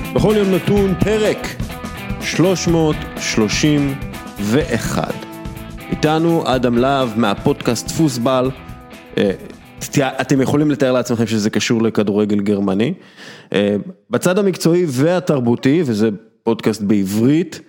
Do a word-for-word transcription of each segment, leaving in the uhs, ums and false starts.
בכל יום נתון פרק שלוש מאות שלושים ואחת. איתנו אדם להב מהפודקאסט פוסבל. אתם יכולים לתאר לעצמכם שזה קשור לכדורגל גרמני. בצד המקצועי והתרבותי, וזה פודקאסט בעברית.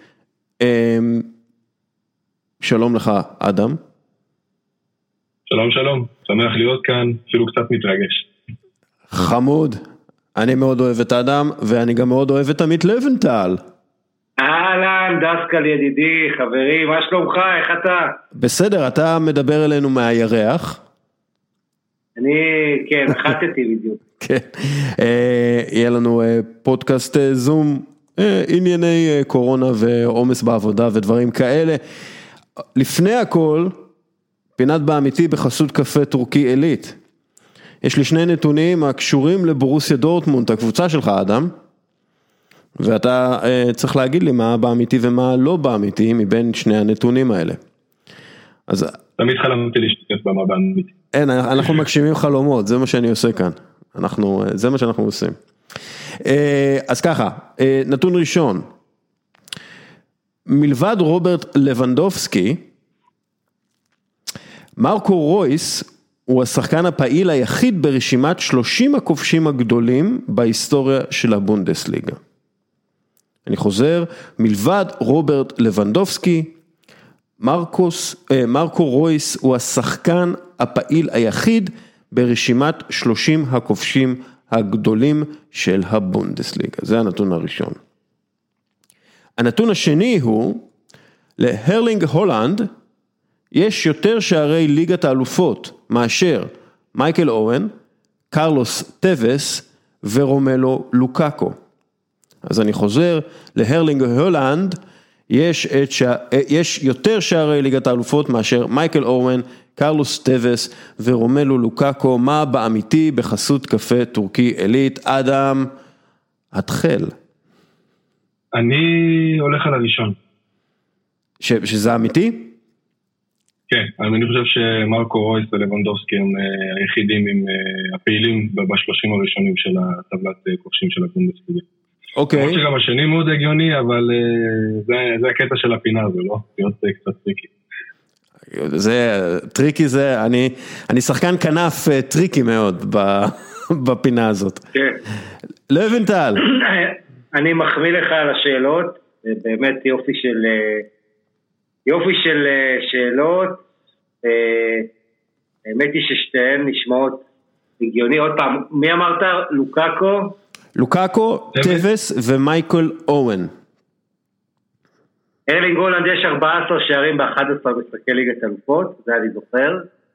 שלום לך אדם. שלום שלום, שמח להיות כאן, אפילו קצת מתרגש. חמוד. אני מאוד אוהב את אדם, ואני גם מאוד אוהב את עמית לבנטל. אהלן, דסקל ידידי, חברי, מה שלומך, איך אתה? בסדר, אתה מדבר אלינו מהירח. אני, כן, חטאתי בדיוק. כן, יהיה לנו פודקאסט זום, ענייני קורונה ועומס בעבודה ודברים כאלה. לפני הכל, פינת באמיתי בחסות קפה טורקי עילית. יש לי שני נתונים הקשורים לבורוסיה דורטמונד, הקבוצה שלך אדם, ואתה uh, צריך להגיד לי מה באמיתי ומה לא באמיתי מבין שני הנתונים האלה. אז תמיד חלמתי להשתתף במה באמיתי. אין, אנחנו מגשימים חלומות, זה מה שאני עושה כאן. אנחנו, זה מה שאנחנו עושים. Uh, אז ככה, uh, נתון ראשון. מלבד רוברט לבנדובסקי, מרקו רויס הוא השחקן הפעיל היחיד ברשימת שלושים הכובשים הגדולים בהיסטוריה של הבונדסליגה. אני חוזר, מלבד רוברט לבנדובסקי, מרקוס, מרקו רויס הוא השחקן הפעיל היחיד ברשימת שלושים הכובשים הגדולים של הבונדסליגה. זה הנתון הראשון. הנתון השני הוא, להרלינג הולנד, יש יותר שערי ליגת האלופות מאשר מייקל אוהן, קרלוס טווס ורומלו לוקאקו. אז אני חוזר, להרלינג הולנד יש, את ש... יש יותר שערי ליגת האלופות מאשר מייקל אוהן, קרלוס טווס ורומלו לוקאקו. מה באמיתי בחסות קפה טורקי עילית? אדם, התחל. אני הולך על הראשון. ש... שזה אמיתי? כן, אני חושב שמרקו רויס ולבנדובסקי הם היחידים עם הפעילים בשלושים הראשונים של הטבלת כובשים של הבונדסליגה. אוקיי. למרות שגם השני מאוד הגיוני, אבל זה, זה הקטע של הפינה הזו, לא? להיות קצת טריקי. זה, טריקי זה, אני, אני שחקן כנף טריקי מאוד בפינה הזאת. כן. לבנטל. אני מחמיא לך על השאלות, זה באמת יופי של... יופי של שאלות, האמת היא ששתיהן נשמעות הגיוני. עוד פעם, מי אמרת? לוקאקו? לוקאקו, טווס ומייקל אוהן. ארלינג הולנד יש ארבעה עשר שערים ב-אחד עשר משחקי ליגת האלופות, זה אני זוכר.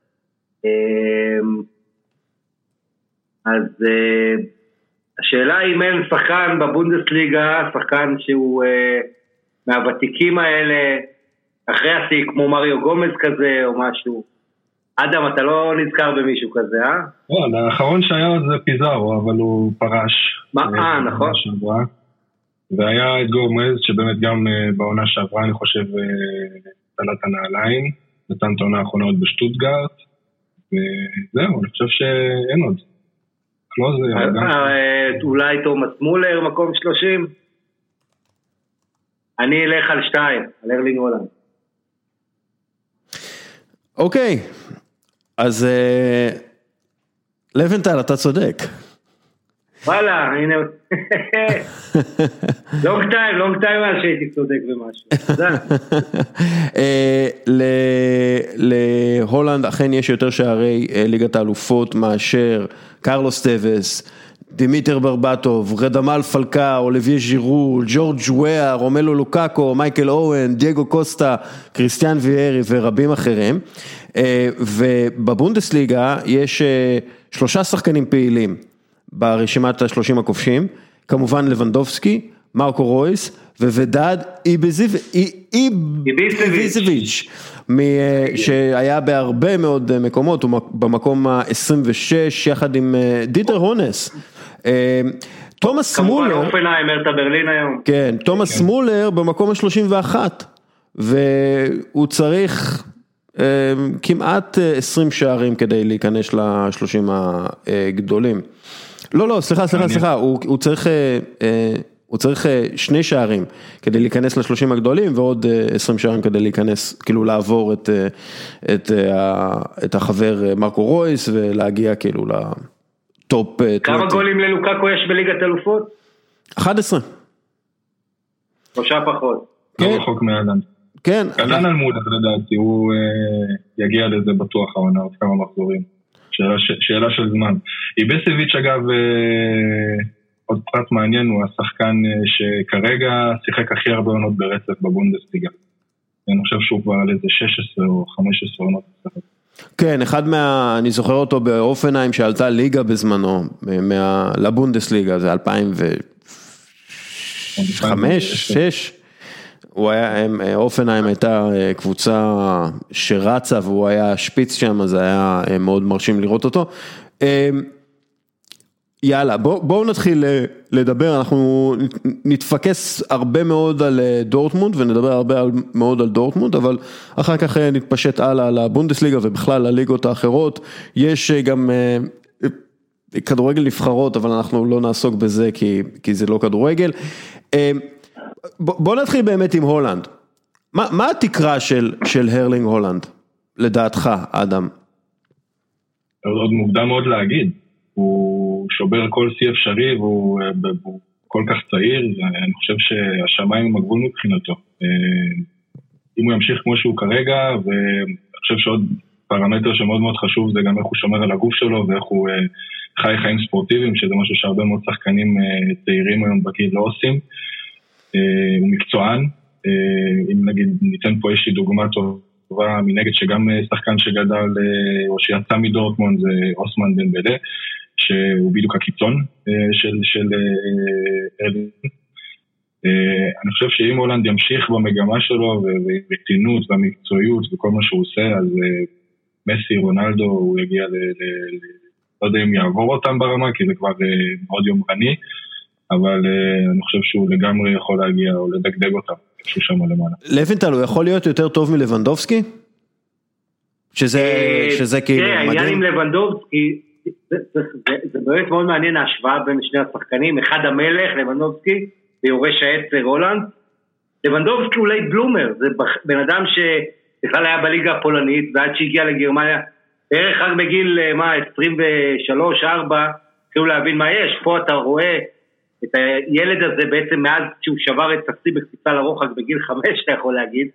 אז השאלה היא אם אין שחקן בבונדסליגה, שחקן שהוא מהוותיקים האלה, אחרי השיא, כמו מריו גומז כזה או משהו. אדם, אתה לא נזכר במישהו כזה, אה? לא, האחרון שהיה עוד זה פיזארו, אבל הוא פרש. מה, אה, נכון. שעברה. והיה את גומז, שבאמת גם בעונה שעברה, אני חושב, תלת הנעליים, נתן את העונה האחרונה עוד בשטוטגרט, וזהו, אני חושב שאין עוד. אולי תומאס מולר, מקום שלושים? אני אלך על שתיים, על ארלינג הולנד. אוקיי, אז לבנטל, אתה צודק. וואלה, הנה, לונג טיים, לונג טיים על שהייתי צודק במשהו. להולנד אכן יש יותר שערי ליגת האלופות מאשר קרלוס טווס, דימיטר ברבטוב, רדמל פלקאו, אוליביה ז'ירו, ג'ורג' וואה, רומלו לוקאקו, מייקל אוהן, דייגו קוסטה, קריסטיאן ויארי ורבים אחרים. ובבונדסליגה יש שלושה שחקנים פעילים ברשימת השלושים הכובשים, כמובן לבנדובסקי, מרקו רויס וודד איביזביץ', שהיה בהרבה מאוד מקומות, הוא במקום ה-עשרים ושש יחד עם דיטר הונס. תומאס מולר, כמובן אופנהיימר את ברלין היום. כן, תומאס מולר במקום ה-שלושים ואחת, והוא צריך כמעט עשרים שערים כדי להיכנס ל-שלושים הגדולים. לא, לא, סליחה, סליחה, סליחה, הוא צריך הוא צריך שני שערים כדי להיכנס ל-שלושים הגדולים, ועוד עשרים שערים כדי להיכנס, כאילו לעבור את, את, את החבר מרקו רויס, ולהגיע כאילו לטופ. כמה גולים ללוקאקו יש בליגת אלופות? אחת עשרה. שלושה פחות. לא רחוק מאלן. כן. אלן אלמוד, לדעתי, הוא יגיע לזה בטוח, העונה, עוד כמה מחזורים. שאלה של זמן. איבסביץ' אגב, עוד פרט מעניין, הוא השחקן שכרגע שיחק הכי הרבה עונות ברצף בבונדסליגה. אני חושב שהוא כבר על איזה שש עשרה או חמש עשרה עונות. כן, אחד מה... אני זוכר אותו באופנהיים שעלתה ליגה בזמנו, מה... לבונדסליגה, זה אלפיים וחמש, שש. הוא היה, אופנהיים הייתה קבוצה שרצה, והוא היה שפיץ שם, אז היה מאוד מרשים לראות אותו. יאללה, בוא, בואו נתחיל לדבר, אנחנו נתפקס הרבה מאוד על דורטמונד, ונדבר הרבה מאוד על דורטמונד, אבל אחר כך נתפשט הלאה לבונדסליגה, ובכלל לליגות האחרות. יש גם כדורגל נבחרות, אבל אנחנו לא נעסוק בזה, כי, כי זה לא כדורגל. בוא נתחיל באמת עם הולנד. מה, מה התקרה של, של הרלינג הולנד, לדעתך, אדם? עוד מוקדם מאוד להגיד. הוא שובר כל שיא אפשרי, והוא הוא כל כך צעיר, אני חושב שהשמיים הם הגבול מבחינתו. אם הוא ימשיך כמו שהוא כרגע, ואני חושב שעוד פרמטר שמאוד מאוד חשוב, זה גם איך הוא שומר על הגוף שלו, ואיך הוא חי חיים ספורטיביים, שזה משהו שהרבה מאוד שחקנים צעירים היום בגיל לא עושים. הוא מקצוען, אם נגיד ניתן פה איזושהי דוגמה טובה מנגד שגם שחקן שגדל או שיצא מדורטמונד זה אוסמן דמבלה, שהוא בדיוק הקיצון של, של ארלינג. אני חושב שאם הולנד ימשיך במגמה שלו ובתינות והמקצועיות וכל מה שהוא עושה, אז מסי, רונלדו, הוא יגיע ל... ל לא יודע אם יעבור אותם ברמה, כי זה כבר מאוד יומרני, אבל אני חושב שהוא לגמרי יכול להגיע או לדגדג אותם, איפשהו שם למעלה. לוינטל, הוא יכול להיות יותר טוב מלוונדובסקי? שזה, שזה כאילו מדהים. העניין עם לוונדובסקי, זה באמת מאוד מעניין ההשוואה בין שני השחקנים, אחד המלך, לוונדובסקי, ויורש העצר הולנד. לוונדובסקי אולי בלומר, זה בן אדם שבכלל היה בליגה הפולנית, ועד שהגיע לגרמניה, בערך רק בגיל, מה, עשרים ושלוש ארבע, התחילו להבין מה יש. פה אתה רואה את הילד הזה בעצם מאז שהוא שבר את השיא בקפיצה לרוחק בגיל חמש, אתה יכול להגיד,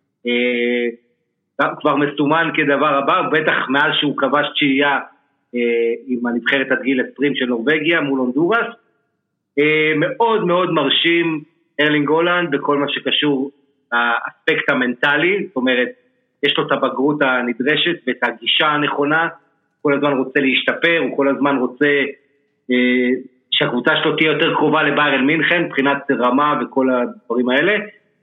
כבר מסומן כדבר הבא, בטח מאז שהוא כבש תשיעייה עם הנבחרת עד גיל עשרים של נורווגיה מול הונדורס. מאוד מאוד מרשים ארלינג הולנד בכל מה שקשור לאספקט המנטלי, זאת אומרת, יש לו את הבגרות הנדרשת ואת הגישה הנכונה, כל הזמן רוצה להשתפר, הוא כל הזמן רוצה שהקבוצה שלו תהיה יותר קרובה לביירן מינכן, מבחינת רמה וכל הדברים האלה.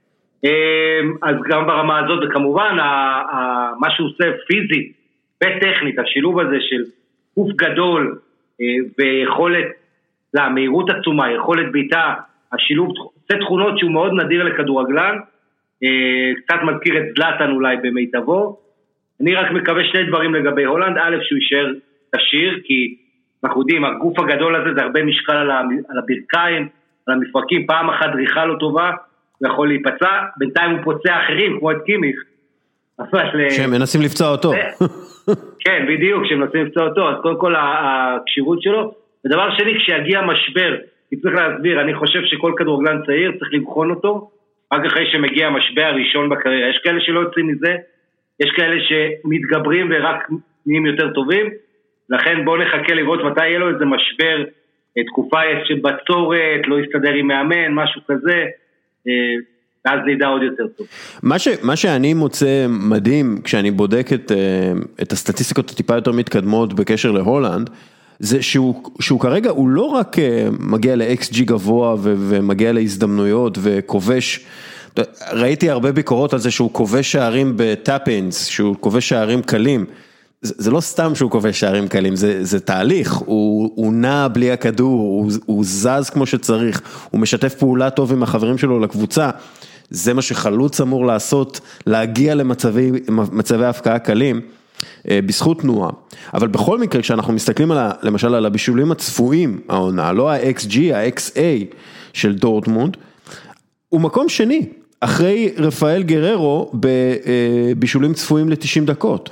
אז גם ברמה הזאת, וכמובן, מה שהוא עושה פיזית וטכנית, השילוב הזה של גוף גדול ויכולת, לא, מהירות עצומה, יכולת ביתה, השילוב, זה תכונות שהוא מאוד נדיר לכדורגלן, קצת מזכיר את זלאטן אולי במיטבו. אני רק מקווה שני דברים לגבי הולנד, א' שהוא יישאר תשיר, כי אנחנו יודעים, הגוף הגדול הזה זה הרבה משקל על הברכיים, על המפרקים, פעם אחת דריכה לא טובה, הוא יכול להיפצע, בינתיים הוא פוצע אחרים, כמו את קימיך. שהם מנסים לפצוע אותו. כן, בדיוק, שהם מנסים לפצוע אותו, אז קודם כל הקשירות שלו. ודבר שני, כשיגיע משבר, אני צריך להסביר, אני חושב שכל כדורגלן צעיר צריך לבחון אותו, רק אחרי שמגיע המשבר הראשון בקריירה. יש כאלה שלא יוצאים מזה, יש כאלה שמתגברים ורק נהיים יותר טובים, לכן בואו נחכה לראות מתי יהיה לו איזה משבר, תקופה שבצורת, לא יסתדר עם מאמן, משהו כזה, ואז נדע עוד יותר טוב. מה, ש, מה שאני מוצא מדהים, כשאני בודק את, את הסטטיסטיקות הטיפה יותר מתקדמות בקשר להולנד, זה שהוא, שהוא כרגע הוא לא רק מגיע ל-אקס ג'י גבוה ו, ומגיע להזדמנויות וכובש, ראיתי הרבה ביקורות על זה שהוא כובש שערים בטאפ-אינס, שהוא כובש שערים קלים, זה, זה לא סתם שהוא כובש שערים קלים, זה, זה תהליך, הוא, הוא נע בלי הכדור, הוא, הוא זז כמו שצריך, הוא משתף פעולה טוב עם החברים שלו לקבוצה, זה מה שחלוץ אמור לעשות, להגיע למצבי מצבי הפקעה קלים, בזכות תנועה. אבל בכל מקרה, כשאנחנו מסתכלים על, למשל על הבישולים הצפויים, העונה, לא ה-אקס ג'י, ה-אקס איי של דורטמונד, הוא מקום שני, אחרי רפאל גררו בבישולים צפויים ל-תשעים דקות.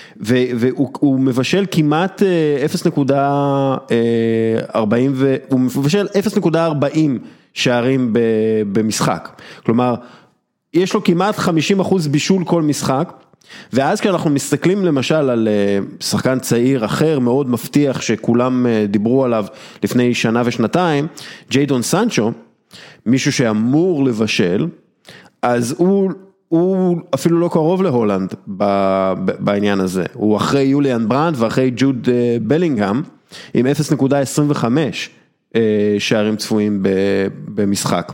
והוא מבשל כמעט אפס נקודה ארבעים, הוא מבשל אפס נקודה ארבעים שערים במשחק. כלומר, יש לו כמעט חמישים אחוז בישול כל משחק, ואז כשאנחנו מסתכלים למשל על שחקן צעיר אחר מאוד מבטיח שכולם דיברו עליו לפני שנה ושנתיים, ג'יידון סנצ'ו, מישהו שאמור לבשל, אז הוא, הוא אפילו לא קרוב להולנד בעניין הזה, הוא אחרי יוליאן ברנד ואחרי ג'וד בלינגהאם, עם אפס נקודה עשרים וחמש שערים צפויים במשחק.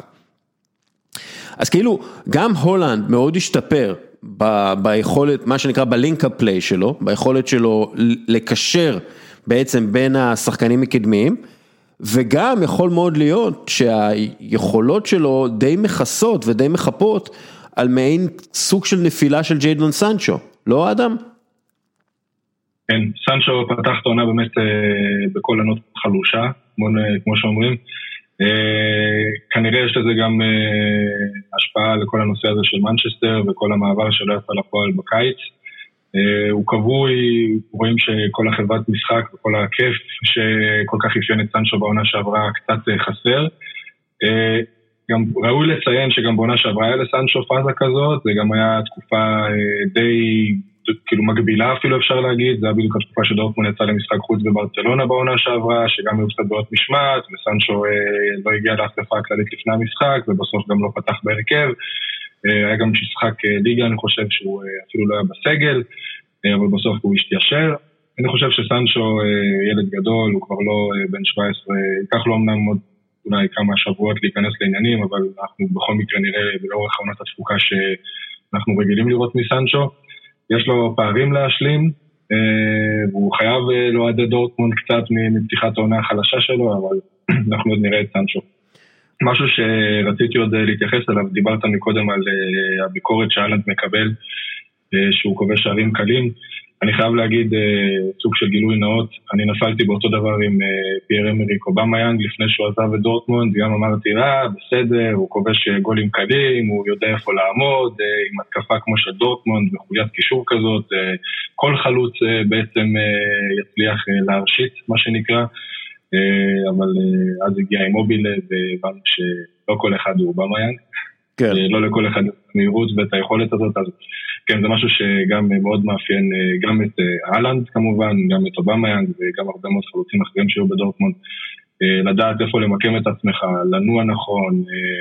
אז כאילו, גם הולנד מאוד השתפר ב, ביכולת, מה שנקרא בלינק הפליי שלו, ביכולת שלו לקשר בעצם בין השחקנים מקדמיים, וגם יכול מאוד להיות שהיכולות שלו די מכסות ודי מחפות על מעין סוג של נפילה של ג'יידון סנצ'ו, לא אדם? כן, סנצ'ו פתח את העונה באמת בכל עונות חלושה, כמו שאומרים, כנראה יש לזה גם השפעה לכל הנושא הזה של מנצ'סטר וכל המעבר שלו יצא לפועל בקיץ. הוא קבוי, רואים שכל החברת משחק וכל הכיף שכל כך אפיין את סנצ'ו בעונה שעברה קצת חסר. גם ראוי לציין שגם בעונה שעברה היה לסנצ'ו פאזה כזאת, זה גם היה תקופה די כאילו מקבילה אפילו אפשר להגיד, זה היה בדיוק התקופה שדורטמונד יצא למשחק חוץ בברצלונה בעונה שעברה, שגם היו קצת בעיות משמעת, וסנצ'ו לא הגיע לאספה הכללית לפני המשחק, ובסוף גם לא פתח בהרכב, היה גם משחק ליגה, אני חושב שהוא אפילו לא היה בסגל, אבל בסוף הוא השתיישר. אני חושב שסנצ'ו ילד גדול, הוא כבר לא בן שבע עשרה, ייקח לו אמנם עוד אולי כמה שבועות להיכנס לעניינים, אבל אנחנו בכל מקרה נראה לאורך העונת התפוקה שאנחנו רגילים לראות מסנצ'ו. יש לו פערים להשלים, והוא חייב להועד דורטמונד קצת מפתיחת העונה החלשה שלו, אבל אנחנו עוד נראה את סנצ'ו. משהו שרציתי עוד להתייחס אליו, דיברת מקודם על הביקורת שאלנד מקבל, שהוא כובש שערים קלים. אני חייב להגיד סוג של גילוי נאות, אני נפלתי באותו דבר עם פייר אמריק אובמיאנג לפני שהוא עזב את דורטמונד, גם אמרתי, אה, בסדר, הוא כובש גולים קלים, הוא יודע איפה לעמוד, עם התקפה כמו של דורטמונד, בחוליית קישור כזאת, כל חלוץ בעצם יצליח להרשית, מה שנקרא, אבל אז הגיע עם מובילה, והבנו שלא כל אחד הוא אובמיאנג, כן. לא לכל אחד מהירות ואת היכולת הזאת, אז כן, זה משהו שגם מאוד מאפיין, גם את הלנד כמובן, גם את אובמיאנג וגם הרבה מאוד חלוצים אחרים שהיו בדורטמונד, לדעת איפה למקם את עצמך, לנוע נכון,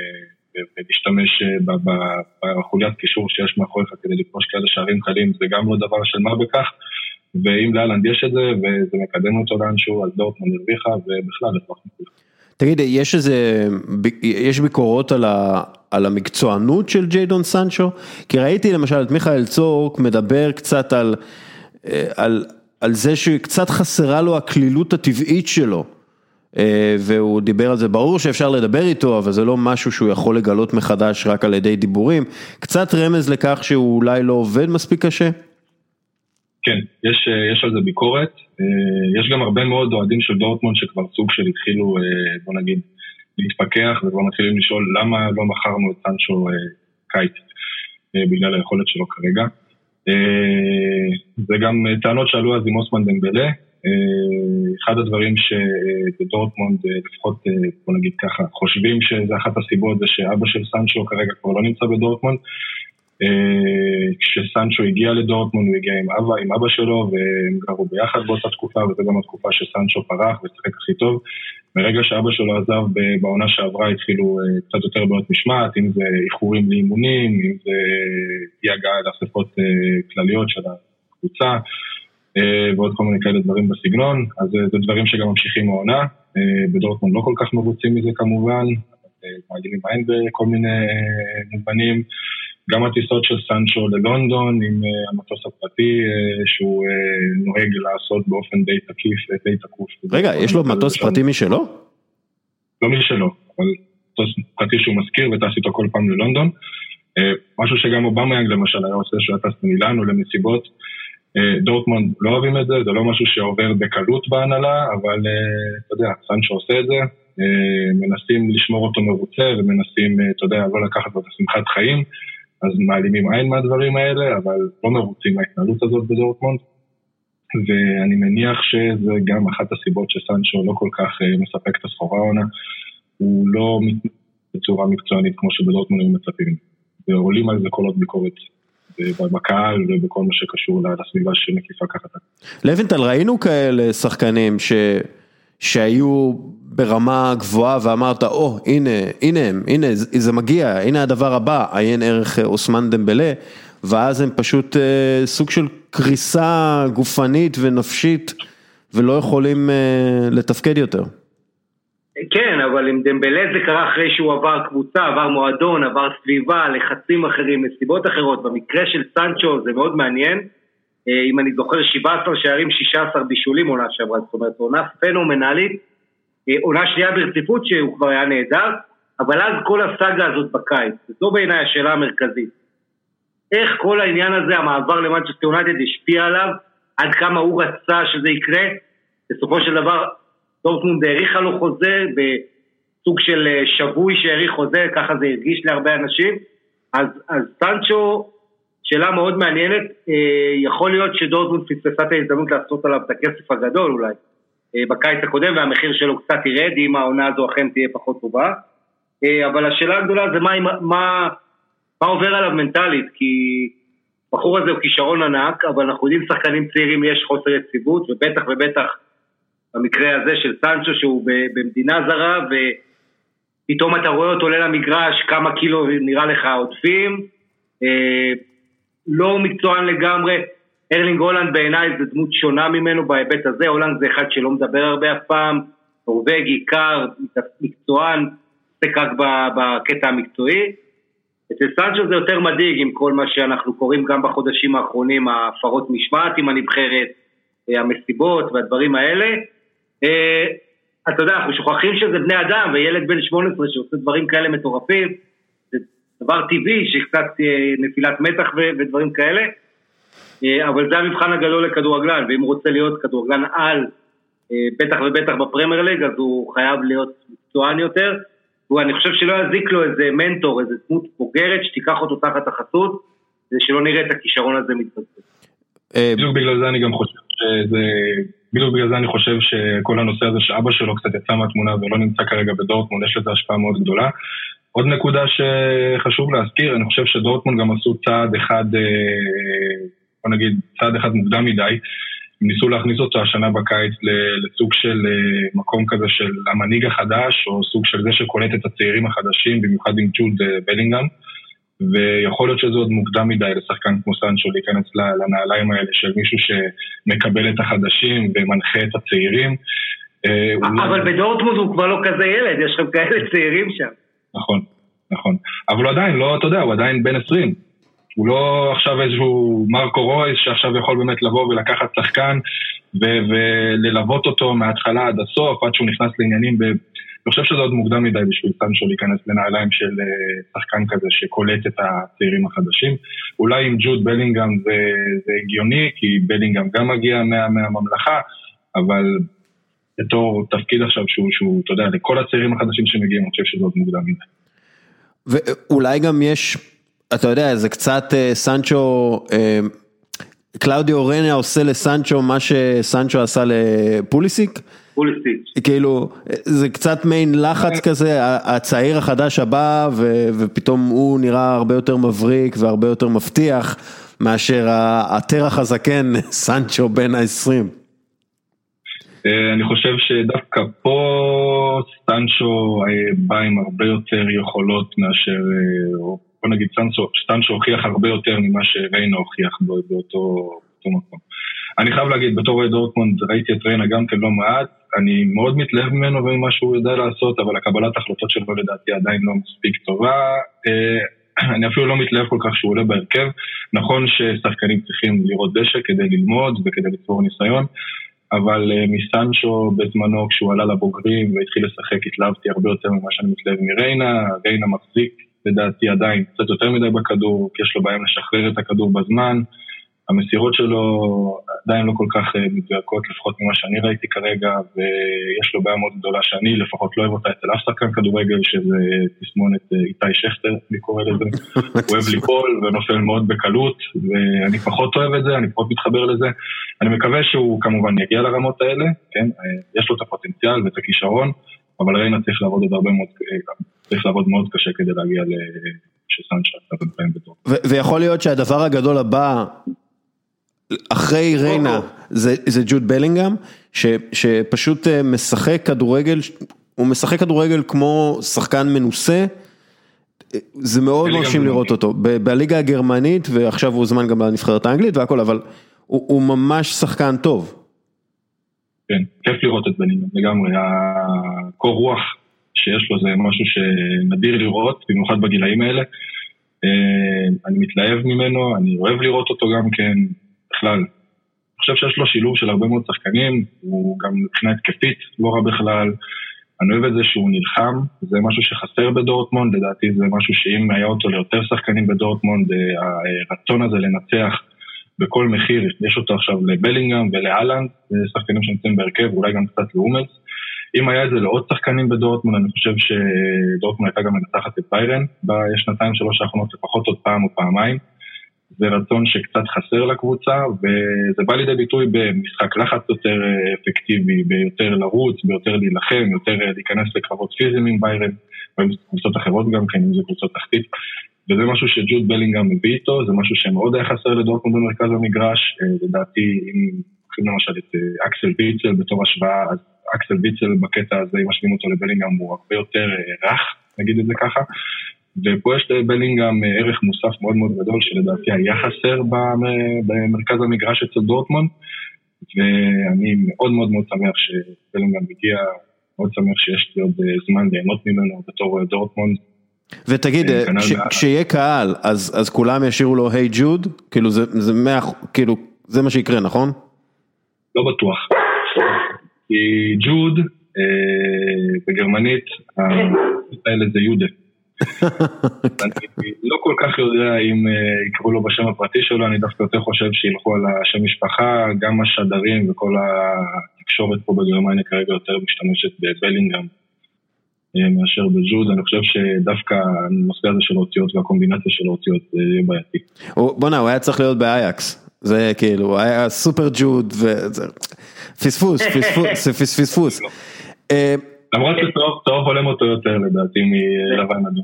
ולהשתמש בחוליית קישור שיש מאחוריך כדי לפרוש כאלה שערים קלים, זה גם לא דבר של מה בכך, ואם להלנד יש את זה, וזה מקדם אותו לאנשהו, אז דורטמונד הרוויחה, ובכלל לפחות מכולם. תגיד, יש איזה, יש ביקורות על ה, על המקצוענות של ג'יידון סנצ'ו? כי ראיתי למשל את מיכאל צורק מדבר קצת על, על, על זה שקצת חסרה לו הכלילות הטבעית שלו, והוא דיבר על זה, ברור שאפשר לדבר איתו, אבל זה לא משהו שהוא יכול לגלות מחדש רק על ידי דיבורים, קצת רמז לכך שהוא אולי לא עובד מספיק קשה? כן, יש, יש על זה ביקורת, יש גם הרבה מאוד אוהדים של דורטמונד שכבר סוג של התחילו, בוא נגיד, להתפקח וכבר מתחילים לשאול למה לא מכרנו את סנצ'ו קיץ, בגלל היכולת שלו כרגע. זה גם טענות שעלו אז עם אוסמן דמבלה, אחד הדברים שבדורטמונד לפחות, בוא נגיד ככה, חושבים שזה אחת הסיבות זה שאבא של סנצ'ו כרגע כבר לא נמצא בדורטמונד, כשסנצ'ו הגיע לדורטמונד הוא הגיע עם אבא, עם אבא שלו והם גרו ביחד באותה תקופה וזה גם התקופה שסנצ'ו פרח ושחק הכי טוב. מרגע שאבא שלו עזב בעונה שעברה התחילו קצת יותר בעיות משמעת, אם זה איחורים לאימונים, אם זה אי הגעה לאספות כלליות של הקבוצה ועוד כל מיני כאלה דברים בסגנון, אז זה דברים שגם ממשיכים העונה, בדורטמונד לא כל כך מרוצים מזה כמובן, מעגלים בהן בכל מיני מובנים, גם הטיסות של סנצ'ו ללונדון עם המטוס הפרטי שהוא נוהג לעשות באופן די תקיף, די תקוף. רגע, יש לו מטוס פרטי משלו? לא משלו, אבל מטוס פרטי שהוא מזכיר וטס איתו כל פעם ללונדון. משהו שגם אובמיאנג למשל היה עושה שהוא טס מילאן או למסיבות, דורטמונד לא אוהבים את זה, זה לא משהו שעובר בקלות בהנהלה, אבל אתה יודע, סנצ'ו עושה את זה, מנסים לשמור אותו מרוצה, ומנסים, אתה יודע, לא לקחת לו את השמחת חיים, אז מעלימים עין מהדברים האלה, אבל לא מרוצים מההתנהלות הזאת בדורטמונד, ואני מניח שזה גם אחת הסיבות שסנצ'ו לא כל כך מספק את הסחורה העונה, הוא לא בצורה מקצוענית כמו שבדורטמונד הם מצפים, ועולים על זה קולות ביקורת. בקהל ובכל מה שקשור לסביבה שמקיפה ככה. לבנטל, ראינו כאלה שחקנים ש... שהיו ברמה גבוהה ואמרת, או, הנה, הנה הם, הנה, זה מגיע, הנה הדבר הבא, עיין ערך אוסמן דמבלה, ואז הם פשוט אה, סוג של קריסה גופנית ונפשית, ולא יכולים אה, לתפקד יותר. כן, אבל עם דמבלה זה קרה אחרי שהוא עבר קבוצה, עבר מועדון, עבר סביבה, לחצים אחרים, מסיבות אחרות. במקרה של סנצ'ו זה מאוד מעניין. אם אני זוכר שבעה עשר שערים, שישה עשר בישולים עונה שעברה, זאת אומרת, עונה פנומנלית, עונה שנייה ברציפות שהוא כבר היה נהדר, אבל אז כל הסאגה הזאת בקיץ, זו בעיניי השאלה המרכזית. איך כל העניין הזה, המעבר למנצ'סטר יונייטד השפיע עליו, עד כמה הוא רצה שזה יקרה, בסופו של דבר, דורטמונד העריכה לו חוזה, בסוג של שבוי שהעריך חוזה, ככה זה הרגיש להרבה אנשים, אז, אז סנצ'ו, שאלה מאוד מעניינת, יכול להיות שדורטמונד פספסה את ההזדמנות לעשות עליו את הכסף הגדול אולי, בקיץ הקודם, והמחיר שלו קצת ירד, אם העונה הזו אכן תהיה פחות טובה, אבל השאלה הגדולה זה מה, מה, מה עובר עליו מנטלית, כי בחור הזה הוא כישרון ענק, אבל אנחנו יודעים שחקנים צעירים יש חוסר יציבות, ובטח ובטח, במקרה הזה של סנצ'ו שהוא במדינה זרה, ופתאום אתה רואה אותו עולה למגרש, כמה קילו נראה לך עודפים, לא מקצוען לגמרי. ארלינג הולנד בעיניי זה דמות שונה ממנו בהיבט הזה, הולנד זה אחד שלא מדבר הרבה אף פעם, נורווגי, קר, מקצוען, סקק בקטע המקצועי. אצל סנצ'ו זה יותר מדאיג עם כל מה שאנחנו קוראים גם בחודשים האחרונים, ההפרות משמעת עם הנבחרת, המסיבות והדברים האלה. אתה יודע, אנחנו שוכחים שזה בני אדם, וילד בן שמונה עשרה שעושה דברים כאלה מטורפים, זה דבר טבעי שקצת נפילת מתח ודברים כאלה, אבל זה המבחן הגדול לכדורגלן, ואם הוא רוצה להיות כדורגלן על, בטח ובטח בפרמייר ליג, אז הוא חייב להיות מקצוען יותר, ואני חושב שלא יזיק לו איזה מנטור, איזה דמות בוגרת, שתיקח אותו תחת החסות, כדי שלא נראה את הכישרון הזה מתבצע. בדיוק בגלל זה אני גם חושב שזה, בדיוק בגלל זה אני חושב שכל הנושא הזה שאבא שלו קצת יצא מהתמונה ולא נמצא כרגע בדורטמונד, יש לזה השפעה מאוד גדולה. עוד נקודה שחשוב להזכיר, אני חושב שדורטמונד גם עשו צעד אחד, בוא נגיד צעד אחד מוקדם מדי, הם ניסו להכניס אותו השנה בקיץ לסוג של מקום כזה של המנהיג החדש, או סוג של זה שקולט את הצעירים החדשים, במיוחד עם ג'וד בלינגהאם, ויכול להיות שזה עוד מוקדם מדי לשחקן כמו סנצ'ו להיכנס לנעליים האלה של מישהו שמקבל את החדשים ומנחה את הצעירים. אבל בדורטמונד הוא כבר לא כזה ילד, יש לכם כאלה צעירים שם. נכון, נכון. אבל הוא עדיין לא, אתה יודע, הוא עדיין בן עשרים. הוא לא עכשיו איזשהו מרקו רויס שעכשיו יכול באמת לבוא ולקחת שחקן וללוות אותו מההתחלה עד הסוף, עד שהוא נכנס לעניינים ב... אני חושב שזה עוד מוקדם מדי בשביל סנצ'ו להיכנס לנעליים של שחקן כזה שקולט את הצעירים החדשים. אולי עם ג'וד בלינגהאם זה, זה הגיוני, כי בלינגהאם גם מגיע מה, מהממלכה, אבל בתור תפקיד עכשיו שהוא, שהוא, אתה יודע, לכל הצעירים החדשים שמגיעים, אני חושב שזה עוד מוקדם מדי. ואולי גם יש, אתה יודע, זה קצת סנצ'ו, קלאודיו רנה עושה לסנצ'ו מה שסנצ'ו עשה לפוליסיק, כאילו, זה קצת מעין לחץ כזה, הצעיר החדש הבא, ופתאום הוא נראה הרבה יותר מבריק, והרבה יותר מבטיח, מאשר התרח הזקן, סנצ'ו בן ה-עשרים. אני חושב שדווקא פה, סנצ'ו בא עם הרבה יותר יכולות, מאשר, בוא נגיד, סנצ'ו הוכיח הרבה יותר ממה שריינה הוכיח באותו מקום. אני חייב להגיד, בתור דורטמונד ראיתי את ריינה גם כן לא מעט, אני מאוד מתלהב ממנו וממה שהוא יודע לעשות, אבל הקבלת החלטות שלו לדעתי עדיין לא מספיק טובה, אני אפילו לא מתלהב כל כך שהוא עולה בהרכב, נכון ששחקנים צריכים לראות דשא כדי ללמוד וכדי לצבור ניסיון, אבל מסנצ'ו בזמנו כשהוא עלה לבוגרים והתחיל לשחק התלהבתי הרבה יותר ממה שאני מתלהב מריינה, ריינה מחזיק לדעתי עדיין קצת יותר מדי בכדור, כי יש לו בעיה לשחרר את הכדור בזמן, המסירות שלו עדיין לא כל כך מדויקות, לפחות ממה שאני ראיתי כרגע, ויש לו בעיה מאוד גדולה שאני לפחות לא אוהב אותה אצל אף שחקן כדורגל, שזה תסמונת איתי שכטר, אני קורא לזה, הוא אוהב ליפול ונופל מאוד בקלות, ואני פחות אוהב את זה, אני פחות מתחבר לזה, אני מקווה שהוא כמובן יגיע לרמות האלה, כן? יש לו את הפוטנציאל ואת הכישרון, אבל ריינה צריך לעבוד עוד הרבה מאוד, צריך לעבוד מאוד קשה כדי להגיע לשסנצ'ה, ויכול להיות שהדבר הגדול הבא אחרי ריינה זה, זה ג'וד בלינגהאם, ש, שפשוט משחק כדורגל, הוא משחק כדורגל כמו שחקן מנוסה, זה מאוד מרשים לראות אותו, ב, בליגה הגרמנית, ועכשיו הוא זמן גם בנבחרת האנגלית והכל, אבל הוא, הוא ממש שחקן טוב. כן, כיף לראות את בלינגהאם, לגמרי, הקור רוח שיש לו זה משהו שנדיר לראות, במיוחד בגילאים האלה, אני מתלהב ממנו, אני אוהב לראות אותו גם כן, בכלל. אני חושב שיש לו שילוב של הרבה מאוד שחקנים, הוא גם מבחינה התקפית לא רע בכלל, אני אוהב את זה שהוא נלחם, זה משהו שחסר בדורטמונד, לדעתי זה משהו שאם היה אותו ליותר שחקנים בדורטמונד, הרצון הזה לנצח בכל מחיר, יש אותו עכשיו לבלינגהאם ולהלנד, שחקנים שנמצאים בהרכב, אולי גם קצת לאומלס, אם היה את זה לעוד שחקנים בדורטמונד, אני חושב שדורטמונד הייתה גם מנצחת את ביירן, בשנתיים שלוש האחרונות לפחות עוד פעם או פעמיים, זה רצון שקצת חסר לקבוצה, וזה בא לידי ביטוי במשחק לחץ יותר אפקטיבי, ביותר לרוץ, ביותר להילחם, יותר להיכנס לקרבות פיזיים עם ביירן, ובקבוצות אחרות גם כן, אם זה קבוצות תחתית, וזה משהו שג'וד בלינגהאם מביא איתו, זה משהו שמאוד היה חסר לדורטמונד במרכז המגרש, לדעתי, אם הולכים למשל את אקסל ויצל בתור השוואה, אז אקסל ויצל בקטע הזה, אם משווים אותו לבלינגהאם, הוא הרבה יותר רך, נגיד את זה ככה, ופה יש לבלינגהאם ערך מוסף מאוד מאוד גדול, שלדעתי היה חסר במרכז המגרש אצל דורטמונד, ואני מאוד מאוד מאוד שמח שבלינגהאם הגיע, מאוד שמח שיש לי עוד זמן ליהנות ממנו בתור דורטמונד. ותגיד, כשיהיה קהל, אז כולם ישירו לו היי ג'וד? כאילו זה מה שיקרה, נכון? לא בטוח. כי ג'וד בגרמנית, האלה זה יודה. אני לא כל כך יודע אם יקראו לו בשם הפרטי שלו, אני דווקא יותר חושב שילכו על השם משפחה, גם השדרים וכל התקשורת פה בגרמניה כרגע יותר משתמשת בבלינגהאם מאשר בג'וד. אני חושב שדווקא הנושא הזה של האותיות והקומבינציה של האותיות יהיה בעייתי. בונה, הוא היה צריך להיות באייקס, זה כאילו, הוא היה סופר ג'וד, פספוס, פספוס, פספוס. למרות שטוב, טוב הולם אותו יותר לדעתי מלבן אדום.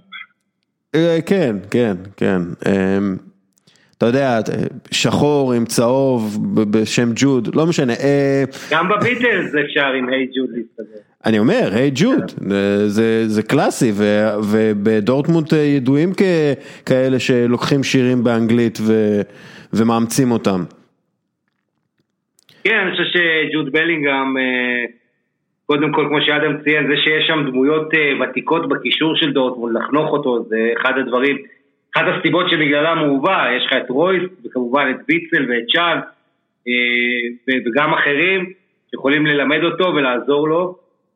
כן, כן, כן. אתה יודע, שחור עם צהוב בשם ג'וד, לא משנה. גם בביטלס אפשר עם היי ג'וד להסתדר. אני אומר, היי ג'וד, זה קלאסי, ובדורטמונד ידועים כאלה שלוקחים שירים באנגלית ומאמצים אותם. כן, אני חושב שג'וד בלינגהאם, קודם כל, כמו שאדם ציין, זה שיש שם דמויות ותיקות בקישור של דורטמונד, לחנוך אותו, זה אחד הדברים, אחת הסיבות שבגללם הוא הובא, יש לך את רויס, וכמובן את ויצל ואת צ'אן, וגם אחרים, שיכולים ללמד אותו ולעזור לו,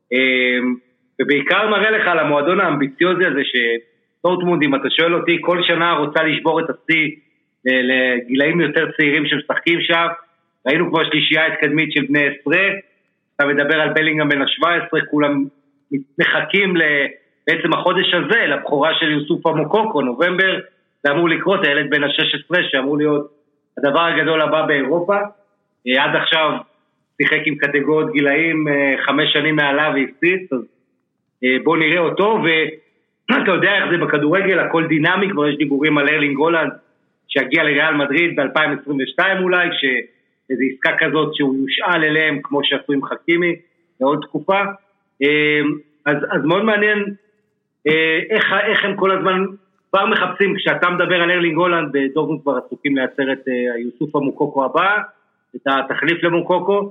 ובעיקר מראה לך על המועדון האמביציוזי הזה, שדורטמונד, אם אתה שואל אותי, כל שנה רוצה לשבור את השיא, לגילאים יותר צעירים שמשחקים שם, ראינו כבר שלישייה התקדמית של בני עשרה, אתה מדבר על בלינגהאם בן ה-שבע עשרה, כולם מחכים בעצם החודש הזה, לבחורה של יוסופה מוקוקו, נובמבר, זה אמור לקרות, הילד בן ה-שש עשרה, שאמור להיות הדבר הגדול הבא באירופה, עד עכשיו שיחק עם קטגוריות גילאים חמש שנים מעלה והפציץ, אז בואו נראה אותו, ואתה יודע איך זה בכדורגל, הכל דינמי, כבר יש דיבורים על ארלינג הולנד, שהגיע לריאל מדריד ב-אלפיים עשרים ושתיים אולי, כש... איזו עסקה כזאת שהוא יושאל אליהם, כמו שעשו עם חכימי, לעוד תקופה. אז, אז מאוד מעניין איך, איך הם כל הזמן כבר מחפשים, כשאתה מדבר על ארלינג הולנד, בדורטמונד כבר עסוקים לייצר את יוסופה מוקוקו הבא, את התחליף למוקוקו,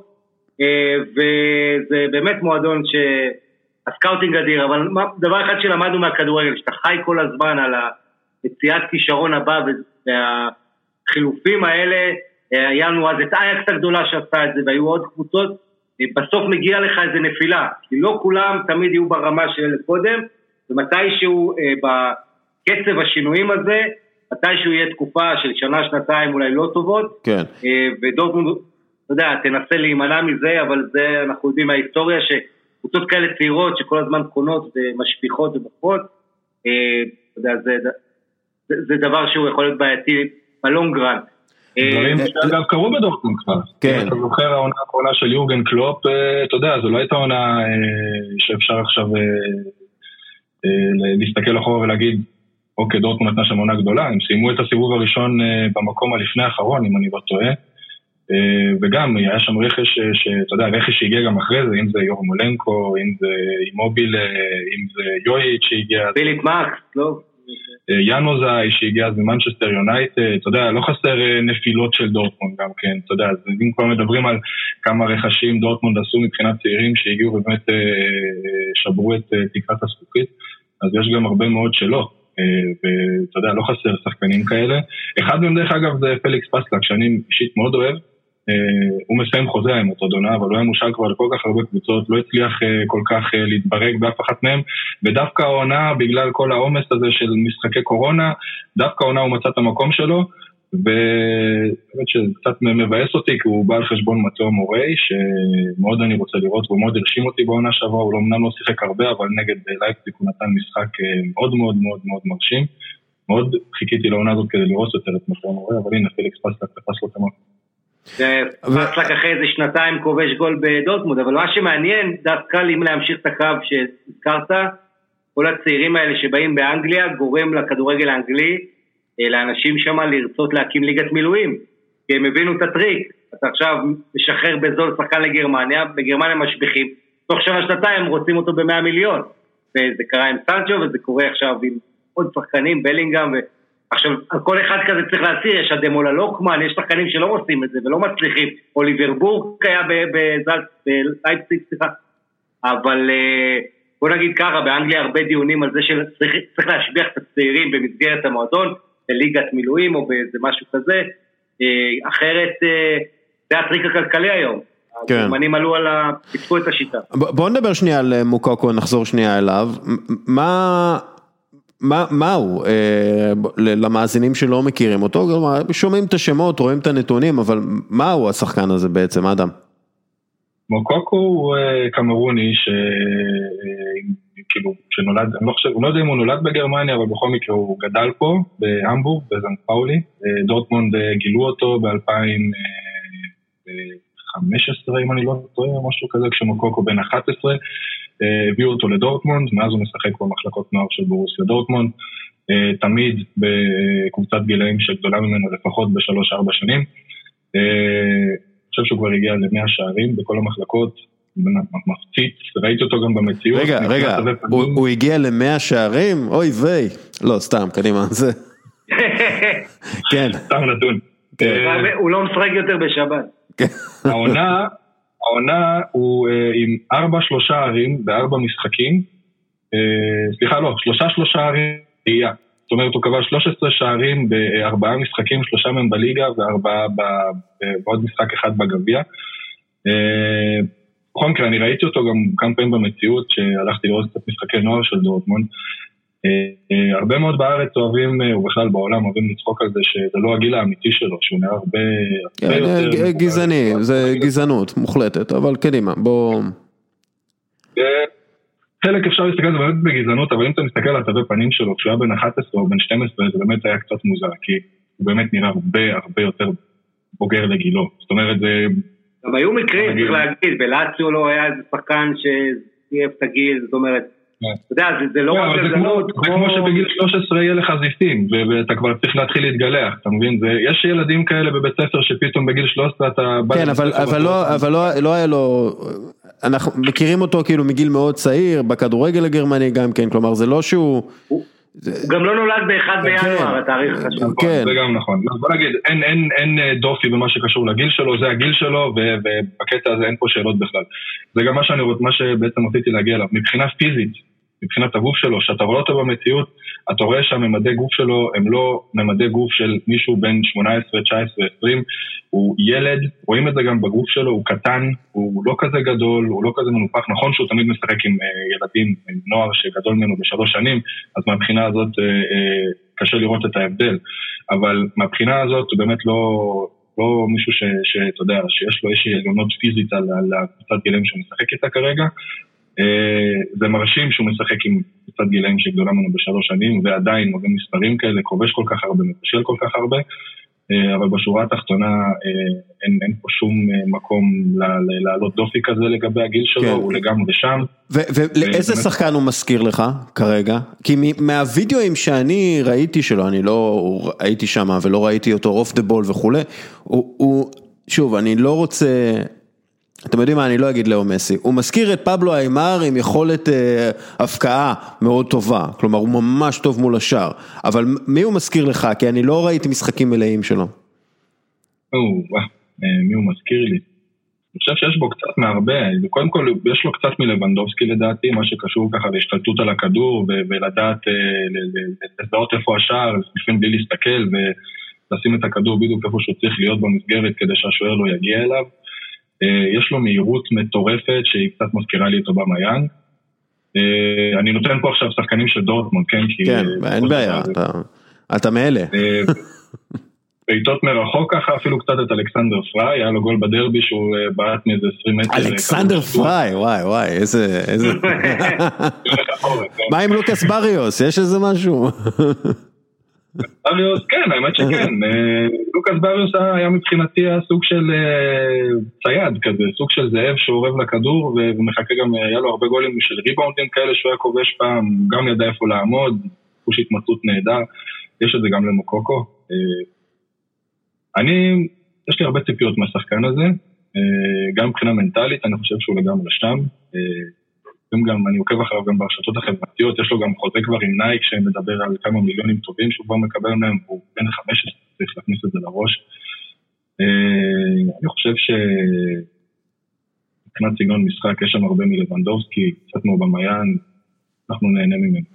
וזה באמת מועדון שהסקאוטינג אדיר, אבל דבר אחד שלמדנו מהכדורגל, שאתה חי כל הזמן על היציאת כישרון הבא, והחילופים האלה, היה לנו אז את אייקס הגדולה שעשתה את זה, והיו עוד קבוצות, בסוף מגיע לך איזה נפילה, כי לא כולם תמיד יהיו ברמה של קודם, ומתישהו בקצב השינויים הזה, מתישהו יהיה תקופה של שנה, שנתיים אולי לא טובות, כן. ודורטמונד, אתה יודע, תנסה להימנע מזה, אבל זה אנחנו יודעים מההיסטוריה שקבוצות כאלה צעירות שכל הזמן קונות ומשפיחות ובחרות, אתה יודע, זה, זה, זה דבר שהוא יכול להיות בעייתי בלונגרן. דברים שאגב קרו בדורטמונד כבר. כן. אתה זוכר העונה האחרונה של יורגן קלופ, אתה יודע, זו לא הייתה עונה שאפשר עכשיו להסתכל אחורה ולהגיד, אוקיי, דורטמונד נתנה שם עונה גדולה, הם סיימו את הסיבוב הראשון במקום הלפני האחרון, אם אני לא טועה, וגם היה שם רכש, שאתה יודע, רכש שהגיע גם אחרי זה, אם זה יורמולנקו, אם זה אימוביל, אם זה יויץ' שהגיע. פיליפ מקס, לא? ינוזאי שהגיע אז ממנצ'סטר יונייטד, אתה יודע, לא חסר נפילות של דורטמונד גם כן, אתה יודע, אז אם כבר מדברים על כמה רכשים דורטמונד עשו מבחינת צעירים שהגיעו ובאמת שברו את תקרת הזכוכית, אז יש גם הרבה מאוד שלא, ואתה יודע, לא חסר שחקנים כאלה. אחד מהם דרך אגב זה פליקס פסלק, שאני אישית מאוד אוהב, הוא מסיים חוזה עם אותו דונה, אבל הוא היה מושל כבר לכל כך הרבה קבוצות, לא הצליח כל כך להתברג באף אחת מהם, ודווקא העונה, בגלל כל העומס הזה של משחקי קורונה, דווקא העונה הוא מצא את המקום שלו, ובאמת שקצת מבאס אותי, כי הוא בא על חשבון מתאו מורי, שמאוד אני רוצה לראות, והוא מאוד הרשים אותי בעונה שעברה, הוא לא אמנם לא שיחק הרבה, אבל נגד לייפציג הוא נתן משחק מאוד מאוד מאוד מאוד מרשים, מאוד חיכיתי לעונה הזאת כדי לראות יותר את מתאו מורי, אבל הנה פליקס פסלק תפס לו את המקום. פסלק אחרי איזה שנתיים כובש גול בדורטמונד, אבל מה שמעניין דווקא אם להמשיך את הקו שהזכרת, כל הצעירים האלה שבאים באנגליה גורם לכדורגל האנגלי, לאנשים שם לרצות להקים ליגת מילואים, כי הם הבינו את הטריק, אתה עכשיו משחרר בזול שחקן לגרמניה, בגרמניה משביחים, תוך שנה שנתיים הם רוצים אותו ב-מאה מיליון, וזה קרה עם סנצ'ו וזה קורה עכשיו עם עוד שחקנים, בלינגהם ו... עכשיו, כל אחד כזה צריך להציר, יש אדמולה לוקמן, יש שחקנים שלא עושים את זה ולא מצליחים, אוליבר בורק היה בלייפציג, סליחה, אבל בוא נגיד ככה, באנגליה הרבה דיונים על זה שצריך להשביח את הצעירים במסגרת המועדון, בליגת מילואים או באיזה משהו כזה, אחרת זה הטריק הכלכלי היום, הגרמנים עלו על ה... פיתחו את השיטה. בואו נדבר שנייה על מוקוקו, נחזור שנייה אליו, מה... מה, מה הוא, אה, למאזינים שלא מכירים אותו, שומעים את השמות, רואים את הנתונים, אבל מה הוא השחקן הזה בעצם, אדם? מוקוקו הוא אה, קמרוני, ש... אה, כאילו, שנולד, אני לא חושב, לא יודע אם הוא נולד בגרמניה, אבל בכל מקרה הוא גדל פה, בהמבורג, בזן פאולי, אה, דורטמונד אה, גילו אותו ב-אלפיים וחמש עשרה, אם אני לא טועה, משהו כזה, כשמוקוקו בן אחת עשרה, הביאו אותו לדורטמונד, מאז הוא משחק במחלקות נוער של בורוסיה דורטמונד, תמיד בקבוצת גילאים שגדולה ממנו לפחות בשלוש ארבע שנים. אני חושב שהוא כבר הגיע למאה שערים בכל המחלקות, מפציץ, ראיתי אותו גם במציאות. רגע, רגע, הוא הגיע למאה שערים? אוי ויי, לא, סתם, קדימה, זה... כן. סתם נתון. הוא לא משחק יותר בשבת. העונה... העונה הוא אה, עם ארבע שלושה ערים בארבע משחקים, אה, סליחה לא, שלושה שלושה ערים בעיה, זאת אומרת הוא קבע שלושה עשר שערים בארבעה משחקים, שלושה מהם בליגה וארבעה בעוד משחק אחד בגביע. אה, בכל מקרה אני ראיתי אותו גם כמה פעמים במציאות, שהלכתי לראות קצת משחקי נוער של דורטמונד, הרבה מאוד בארץ אוהבים, ובכלל בעולם אוהבים לצחוק על זה שזה לא הגיל האמיתי שלו, שהוא נראה הרבה יותר... גזעני, זה גזענות מוחלטת, אבל קדימה, בוא... חלק אפשר להסתכל על זה באמת בגזענות, אבל אם אתה מסתכל על התווי פנים שלו, כשהוא היה בן אחת עשרה או בן שתים עשרה, זה באמת היה קצת מוזר, כי הוא באמת נראה הרבה הרבה יותר בוגר לגילו. זאת אומרת, זה... גם היו מקרים, צריך להגיד, בלאציו לא היה איזה שחקן שסייף את הגיל, זאת אומרת, אתה יודע, זה לא רק גזענות, זה כמו שבגיל שלוש עשרה יהיה לך זיפים, ואתה כבר צריך להתחיל להתגלח, אתה מבין? יש ילדים כאלה בבית ספר שפתאום בגיל שלוש עשרה אתה... כן, אבל לא היה לו... אנחנו מכירים אותו כאילו מגיל מאוד צעיר, בכדורגל הגרמני גם כן, כלומר זה לא שהוא... הוא גם לא נולד באחד בינואר, התאריך חשוב. זה גם נכון. בוא נגיד, אין דופי במה שקשור לגיל שלו, זה הגיל שלו, ובקטע הזה אין פה שאלות בכלל. זה גם מה שבעצם רציתי להגיע אליו. מבחינה פיזית, מבחינת הגוף שלו, שאתה רואה אותו במציאות, אתה רואה שהממדי גוף שלו הם לא ממדי גוף של מישהו בין שמונה עשרה, תשע עשרה, עשרים, הוא ילד, רואים את זה גם בגוף שלו, הוא קטן, הוא לא כזה גדול, הוא לא כזה מנופח, נכון שהוא תמיד משחק עם ילדים, עם נוער שגדול ממנו בשלוש שנים, אז מהבחינה הזאת קשה לראות את ההבדל, אבל מהבחינה הזאת הוא באמת לא, לא מישהו ש, שאתה יודע, שיש לו איזושהי עליונות פיזית על, על הקבוצת גילאים שהוא משחק איתה כרגע, זה מרשים שהוא משחק עם קבוצת גילאים שגדולה ממנו בשלוש שנים, ועדיין מוביל מספרים כאלה, כובש כל כך הרבה, מבשל כל כך הרבה, אבל בשורה התחתונה אין, אין פה שום מקום לעלות דופי כזה לגבי הגיל שלו, כן. הוא לגמרי שם. ואיזה ו- שחקן הוא מזכיר לך כרגע? כי מהווידאוים שאני ראיתי שלו, אני לא הייתי שם ולא ראיתי אותו אוף דה בול וכו', הוא, הוא, שוב, אני לא רוצה... אתם יודעים מה, אני לא אגיד לאו מסי, הוא מזכיר את פבלו איימר עם יכולת אה, הפקעה מאוד טובה, כלומר הוא ממש טוב מול השאר, אבל מי הוא מזכיר לך? כי אני לא ראיתי משחקים מלאים שלו. או, וואו, מי הוא מזכיר לי? אני חושב שיש בו קצת מהרבה, קודם כל יש לו קצת מלבנדובסקי לדעתי, מה שקשור ככה להשתלטות על הכדור, ו- ולדעת, לזהות איפה השאר, לפעמים בלי להסתכל, ולשים את הכדור בדיוק איפה שהוא צריך להיות במסגרת, כדי שהשוער לא יגיע אליו. יש לו מהירות מטורפת שהיא קצת מזכירה לי את אובמה יאנג. אני נותן פה עכשיו שחקנים של דורטמונד, כן? כן, אין בעיה, אתה מאלה. בעיטות מרחוק ככה, אפילו קצת את אלכסנדר פריי, היה לו גול בדרבי שהוא בעט מאיזה עשרים מטר. אלכסנדר פריי, וואי וואי, איזה... מה עם לוקאס בריוס? יש איזה משהו? בריוס, כן, האמת שכן. לוקאס בריוס היה מבחינתי הסוג של צייד כזה, סוג של זאב שעורב לכדור, ומחכה גם, היה לו הרבה גולים של ריבאונדים כאלה שהוא היה כובש פעם, גם ידע איפה לעמוד, חוש התמצאות נהדר, יש את זה גם למוקוקו. אני, יש לי הרבה ציפיות מהשחקן הזה, גם מבחינה מנטלית, אני חושב שהוא לגמרי שם, גם אני עוקב אחריו גם ברשתות החברתיות, יש לו גם חוזה כבר עם נייק שמדבר על כמה מיליונים טובים שהוא כבר מקבל מהם, הוא בין חמש עשרה, צריך להכניס את זה לראש. אני חושב שמבחינת סגנון משחק יש שם הרבה מלבנדובסקי, קצת מאובמיאן, אנחנו נהנה ממנו.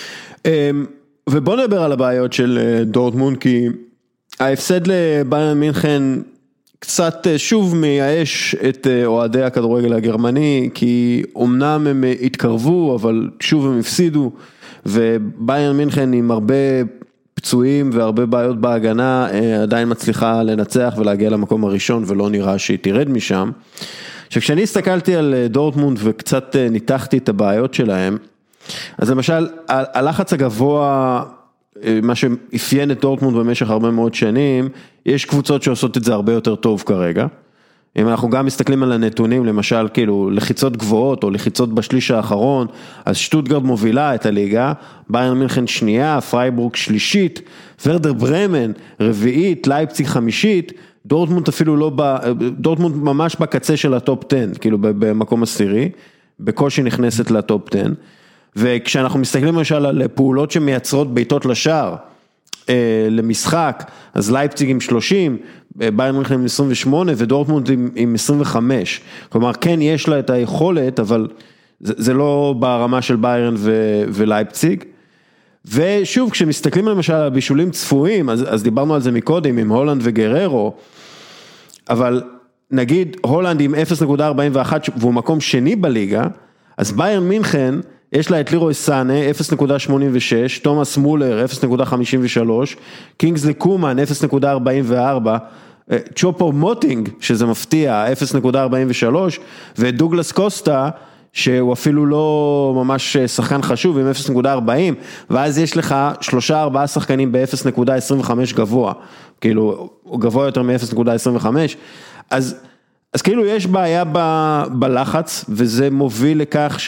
ובוא נדבר על הבעיות של דורטמונד, כי ההפסד לביירן מינכן קצת שוב מייאש את אוהדי הכדורגל הגרמני, כי אומנם הם התקרבו, אבל שוב הם הפסידו, וביירן מינכן עם הרבה פצועים והרבה בעיות בהגנה, עדיין מצליחה לנצח ולהגיע למקום הראשון, ולא נראה שהיא תירד משם. שכשאני הסתכלתי על דורטמונד וקצת ניתחתי את הבעיות שלהם, אז למשל, הלחץ הגבוה, מה שאפיין את דורטמונד במשך הרבה מאוד שנים, יש קבוצות שעושות את זה הרבה יותר טוב כרגע. אם אנחנו גם מסתכלים על הנתונים, למשל כאילו לחיצות גבוהות או לחיצות בשליש האחרון, אז שטוטגרד מובילה את הליגה, ביירן מינכן שנייה, פרייבורג שלישית, ורדר ברמן רביעית, לייפציג חמישית, דורטמונד אפילו לא, דורטמונד ממש בקצה של הטופ עשר, כאילו במקום עשירי, בקושי נכנסת לטופ עשר, וכשאנחנו מסתכלים למשל על פעולות שמייצרות ביתות לשער, אה, למשחק, אז לייפציג עם שלושים, ביירן מינכן עם עשרים ושמונה, ודורטמונד עם, עם עשרים וחמש, כלומר כן יש לה את היכולת, אבל זה, זה לא ברמה של ביירן ו, ולייפציג, ושוב כשמסתכלים למשל על בישולים צפויים, אז, אז דיברנו על זה מקודם, עם הולנד וגררו, אבל נגיד הולנד עם אפס נקודה ארבעים ואחת, והוא מקום שני בליגה, אז ביירן מינכן, יש לה את לירוי סאנה, אפס נקודה שמונים ושש, תומאס מולר, אפס נקודה חמישים ושלוש, קינגסלי קומן, אפס נקודה ארבעים וארבע, צ'ופו מוטינג, שזה מפתיע, אפס נקודה ארבעים ושלוש, ודוגלס קוסטה, שהוא אפילו לא ממש שחקן חשוב, עם אפס נקודה ארבעים, ואז יש לך שלושה ארבעה שחקנים ב-אפס נקודה עשרים וחמש גבוה, כאילו, הוא גבוה יותר מ-אפס נקודה עשרים וחמש, אז... אז כאילו יש בעיה ב, בלחץ, וזה מוביל לכך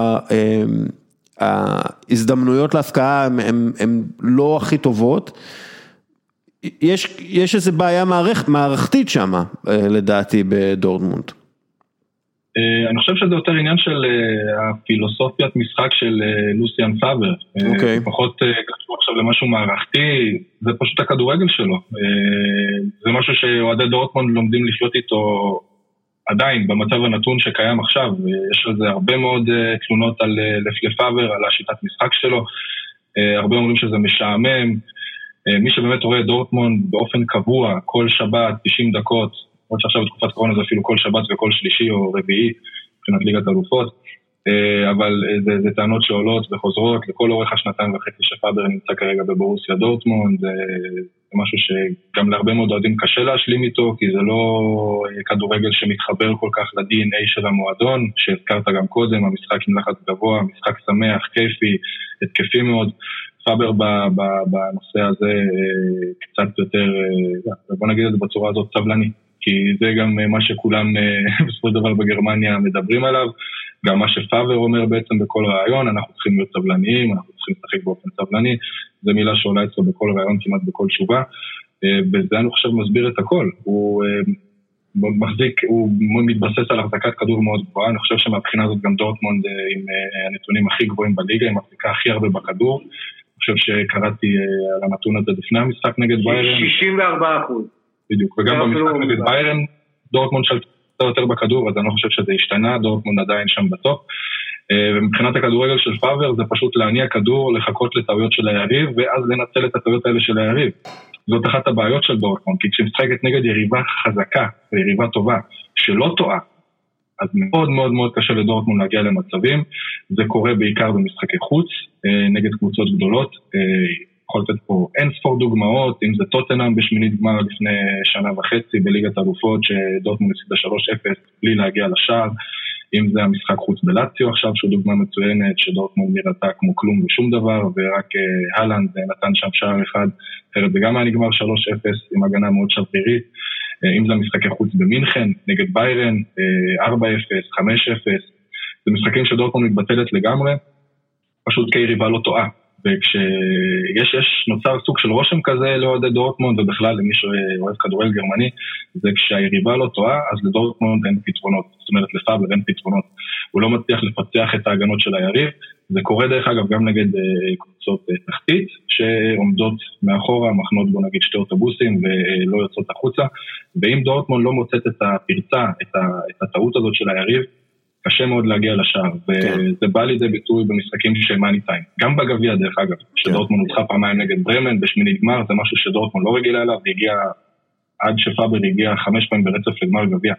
שההזדמנויות להפקעה הן, הן לא הכי טובות. יש, יש איזו בעיה מערכ, מערכתית שם, לדעתי, בדורטמונד. אני חושב שזה יותר עניין של הפילוסופיית משחק של לוסיאן פאבר. אוקיי. פחות קשור עכשיו למשהו מערכתי, זה פשוט הכדורגל שלו. זה משהו שאוהדי דורטמונד לומדים לחיות איתו עדיין במצב הנתון שקיים עכשיו, יש על זה הרבה מאוד תלונות על לפאבר, על השיטת משחק שלו, הרבה אומרים שזה משעמם, מי שבאמת רואה דורטמונד באופן קבוע, כל שבת, תשעים דקות, עוד שעכשיו בתקופת קורונה זה אפילו כל שבת וכל שלישי או רביעי, מבחינת ליגת אלופות, אבל זה, זה טענות שעולות וחוזרות לכל אורך השנתיים וחצי שפאבר נמצא כרגע בבורוסיה דורטמונד, זה, זה משהו שגם להרבה מאוד אוהדים קשה להשלים איתו, כי זה לא כדורגל שמתחבר כל כך ל-די אן איי של המועדון, שהזכרת גם קודם, המשחק עם לחץ גבוה, משחק שמח, כיפי, התקפי מאוד, פאבר בנושא הזה קצת יותר, בוא נגיד את זה בצורה הזאת, סבלני, כי זה גם מה שכולם בסופו של דבר בגרמניה מדברים עליו, גם מה שפאבר אומר בעצם בכל רעיון, אנחנו צריכים להיות סבלניים, אנחנו צריכים לשחק באופן סבלני, זו מילה שעולה אצלו בכל רעיון, כמעט בכל תשובה, וזה אני חושב מסביר את הכל, הוא מחזיק, הוא מתבסס על החזקת כדור מאוד גבוהה, אני חושב שמבחינה הזאת גם דורטמונד עם הנתונים הכי גבוהים בליגה, עם מחזיקה הכי הרבה בכדור, אני חושב שקראתי על הנתון הזה לפני המשחק נגד ביירן. שישים וארבעה אחוז. בדיוק, וגם במשחק נגד ביירן, דורטמונד שלטה יותר בכדור, אז אני לא חושב שזה השתנה, דורטמונד עדיין שם בטופ. ומבחינת הכדורגל של פאבר, זה פשוט להניע כדור, לחכות לטעויות של היריב, ואז לנצל את הטעויות האלה של היריב. זאת אחת הבעיות של דורטמונד, כי כשמשחקת נגד יריבה חזקה, ויריבה טובה, שלא טועה, אז מאוד מאוד מאוד קשה לדורטמונד להגיע למצבים, זה קורה בעיקר במשחקי חוץ, נגד קבוצות גדולות, יכול לתת פה אין ספור דוגמאות, אם זה טוטנהאם בשמינית גמר לפני שנה וחצי בליגת אלופות, שדורטמונד הפסידה שלוש אפס בלי להגיע לשער, אם זה המשחק חוץ בלאציו עכשיו, שהוא דוגמה מצוינת, שדורטמונד נראתה כמו כלום ושום דבר, ורק הלנד נתן שם שער אחד, אחרת זה גם היה נגמר שלוש אפס עם הגנה מאוד שברירית, אם זה המשחקי חוץ במינכן, נגד ביירן, ארבע אפס, חמש אפס, זה משחקים שדורטמונד מתבטלת לגמרי, פשוט כיריבה לא טועה. וכשיש יש נוצר סוג של רושם כזה לאוהדי דורטמונד, ובכלל למי שאוהב כדורגל גרמני, זה כשהיריבה לא טועה, אז לדורטמונד אין פתרונות, זאת אומרת לפאבר אין פתרונות, הוא לא מצליח לפצח את ההגנות של היריב, זה קורה דרך אגב גם נגד קבוצות תחתית, שעומדות מאחורה, מחנות בו נגיד שתי אוטובוסים ולא יוצאות החוצה, ואם דורטמונד לא מוצאת את הפרצה, את, ה, את הטעות הזאת של היריב, קשה מאוד להגיע לשער, וזה בא לידי ביטוי במשחקים של מאני טיים. גם בגביע דרך אגב, שדורטמונד הוצחה פעמיים נגד ברמן, בשמינית גמר, זה משהו שדורטמונד לא רגילה אליו, והגיע עד שפאבר הגיע חמש פעמים ברצף לגמר גביע.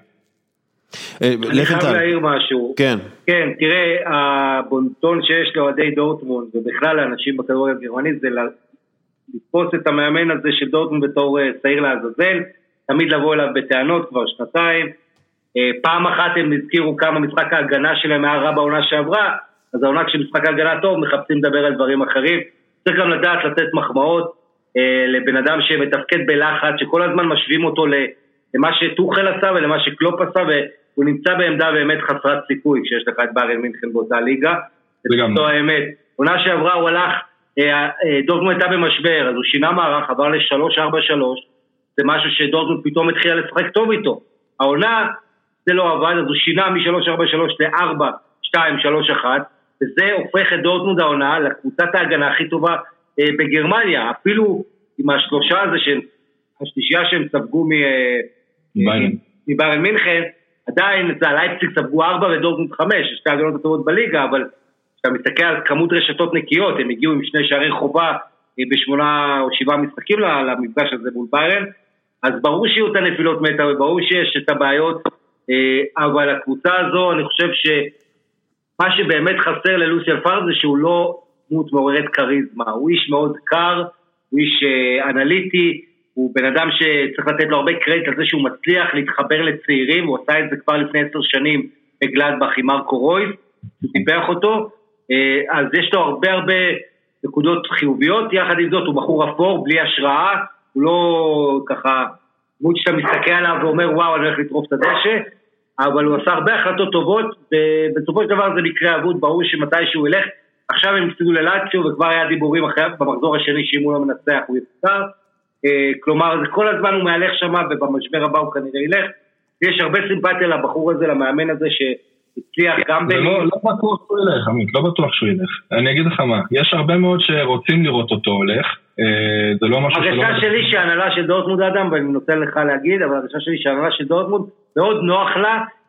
אני חייב להעיר משהו. כן. כן, תראה, הבונטון שיש לאוהדי דורטמונד, ובכלל לאנשים בכדורגל הגרמני, זה לתפוס את המאמן הזה של דורטמונד בתור שעיר לעזאזל, תמיד לבוא אליו בטענות כבר שנתיים, פעם אחת הם הזכירו כמה משחק ההגנה שלהם היה רע בעונה שעברה, אז העונה כשמשחק ההגנה טוב מחפשים לדבר על דברים אחרים, צריך גם לדעת לתת מחמאות לבן אדם שמתפקד בלחץ, שכל הזמן משווים אותו למה שטוחל עשה ולמה שקלופ עשה, והוא נמצא בעמדה באמת חסרת סיכוי, כשיש לך את ביירן מינכן באותה ליגה, זו האמת. עונה שעברה הוא הלך, דורטמונד הייתה במשבר, אז הוא שינה מערך, עבר ל-שלוש ארבע שלוש, זה משהו שדורטמונד פתאום התחילה לשחק טוב איתו. העונה זה לא עבד, אז הוא שינה מ-שלוש ארבע שלוש ל-ארבע שתיים שלוש אחת, וזה הופך את דורטמונד העונה לקבוצת ההגנה הכי טובה אה, בגרמניה, אפילו עם השלושה הזה, של, השלישייה שהם ספגו מביירן מינכן, עדיין זה הלייפציג ספגו ארבע ודורטמונד חמש, שתי הגנות הטובות בליגה, אבל כשאתה מסתכל על כמות רשתות נקיות, הם הגיעו עם שני שערי חובה אה, בשמונה או שבעה משחקים למפגש הזה מול ביירן, אז ברור שיהיו את הנפילות מטה, וברור שיש את הבעיות, אבל הקבוצה הזו, אני חושב שמה שבאמת חסר ללוסיאן פאבר זה שהוא לא דמות מעוררת קריזמה, הוא איש מאוד קר, הוא איש אנליטי, הוא בן אדם שצריך לתת לו הרבה קרדיט על זה שהוא מצליח להתחבר לצעירים, הוא עשה את זה כבר לפני עשר שנים בגלדבך עם מרקו רויס, הוא טיפח אותו, אז יש לו הרבה הרבה נקודות חיוביות, יחד עם זאת הוא בחור אפור, בלי השראה, הוא לא ככה דמות שאתה מסתכל עליו ואומר וואו אני הולך לטרוף את הדשא, אבל הוא עשה הרבה החלטות טובות, ובסופו של דבר זה מקרה אבוד, ברור שמתי שהוא ילך, עכשיו הם הפסידו ללאציו, וכבר היה דיבורים אחרי, במחזור השני שאם הוא לא מנצח הוא יפצר, כלומר זה כל הזמן הוא מהלך שם, ובמשבר הבא הוא כנראה ילך, יש הרבה סימפתיה לבחור הזה, למאמן הזה שהצליח גם... זה לא, לא בטוח שהוא ילך, עמית, לא בטוח שהוא ילך, אני אגיד לך מה, יש הרבה מאוד שרוצים לראות אותו הולך, זה לא משהו שלא... הרגשה שלי שההנהלה של דורטמונד אדם, ואני נותן לך להגיד, אבל הרגשה שלי שההנהלה של דורטמונד מאוד נוח לה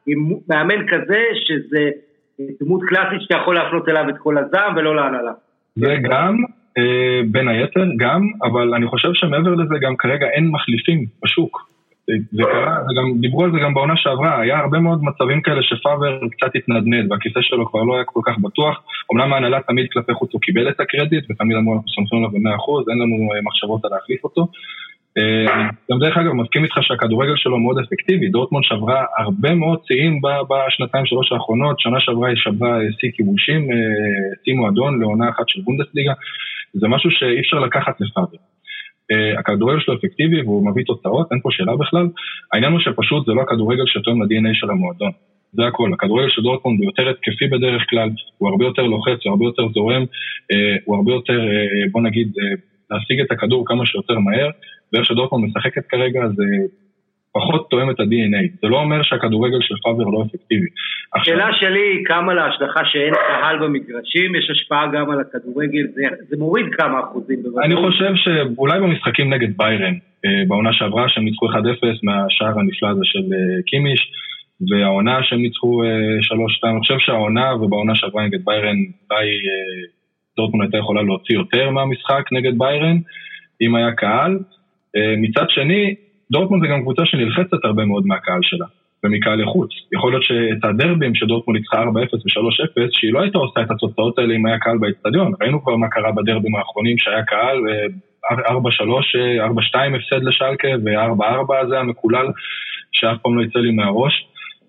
עם מאמן כזה שזה דמות קלאסית שאתה יכול להפנות אליו את כל הזעם ולא להנהלה. זה גם, בין היתר גם, אבל אני חושב שמעבר לזה גם כרגע אין מחליפים בשוק. זה קרה, וגם דיברו על זה גם בעונה שעברה, היה הרבה מאוד מצבים כאלה שפאבר קצת התנדנד, והכיסא שלו כבר לא היה כל כך בטוח, אומנם ההנהלה תמיד כלפי חוץ הוא קיבל את הקרדיט, ותמיד אמרו אנחנו סומכים לו ב-מאה אחוז, אין לנו מחשבות על להחליף אותו. גם דרך אגב, מסכים איתך שהכדורגל שלו מאוד אפקטיבי, דורטמונד שברה הרבה מאוד שיאים בשנתיים שלוש האחרונות, שנה שברה היא שברה שיא כיבושים, שיא מועדון לעונה אחת של בונדסליגה, זה משהו שאי אפשר לקחת לפאבר. הכדורגל שלו אפקטיבי והוא מביא תוצאות, אין פה שאלה בכלל. העניין הוא שפשוט זה לא הכדורגל שתואם ל-די אן איי של המועדון. זה הכל. הכדורגל של דורטמונד הוא יותר התקפי בדרך כלל, הוא הרבה יותר לוחץ, הוא הרבה יותר זורם, הוא הרבה יותר, בוא נגיד, להשיג את הכדור כמה שיותר מהר, ואיך שדורטמונד משחקת כרגע זה פחות תואם את ה-די אן איי. זה לא אומר שהכדורגל של פאבר לא אפקטיבי. השאלה שלי היא כמה להשלכה שאין קהל במגרשים, יש השפעה גם על הכדורגל, זה, זה מוריד כמה אחוזים. אני חושב שאולי במשחקים נגד ביירן, בעונה שעברה שהם ניצחו אחד אפס מהשער הנפלא הזה של קימיש, והעונה שהם ניצחו שלוש שתיים, אני חושב שהעונה ובעונה שעברה נגד ביירן, אולי דורטמונד הייתה יכולה להוציא יותר מהמשחק נגד ביירן, אם היה קהל. מצד שני, דורטמונד זה גם קבוצה שנלחצת הרבה מאוד מהקהל שלה, ומקהל לחוץ. יכול להיות שאת הדרבים שדורטמונד ניצחה ארבע אפס ו-שלוש אפס, שהיא לא הייתה עושה את התוצאות האלה אם היה קהל באצטדיון. ראינו כבר מה קרה בדרבים האחרונים שהיה קהל, ארבע שלוש, ארבע שתיים הפסד לשלקה, ו-ארבע ארבע הזה המקולל, שאף פעם לא יצא לי מהראש.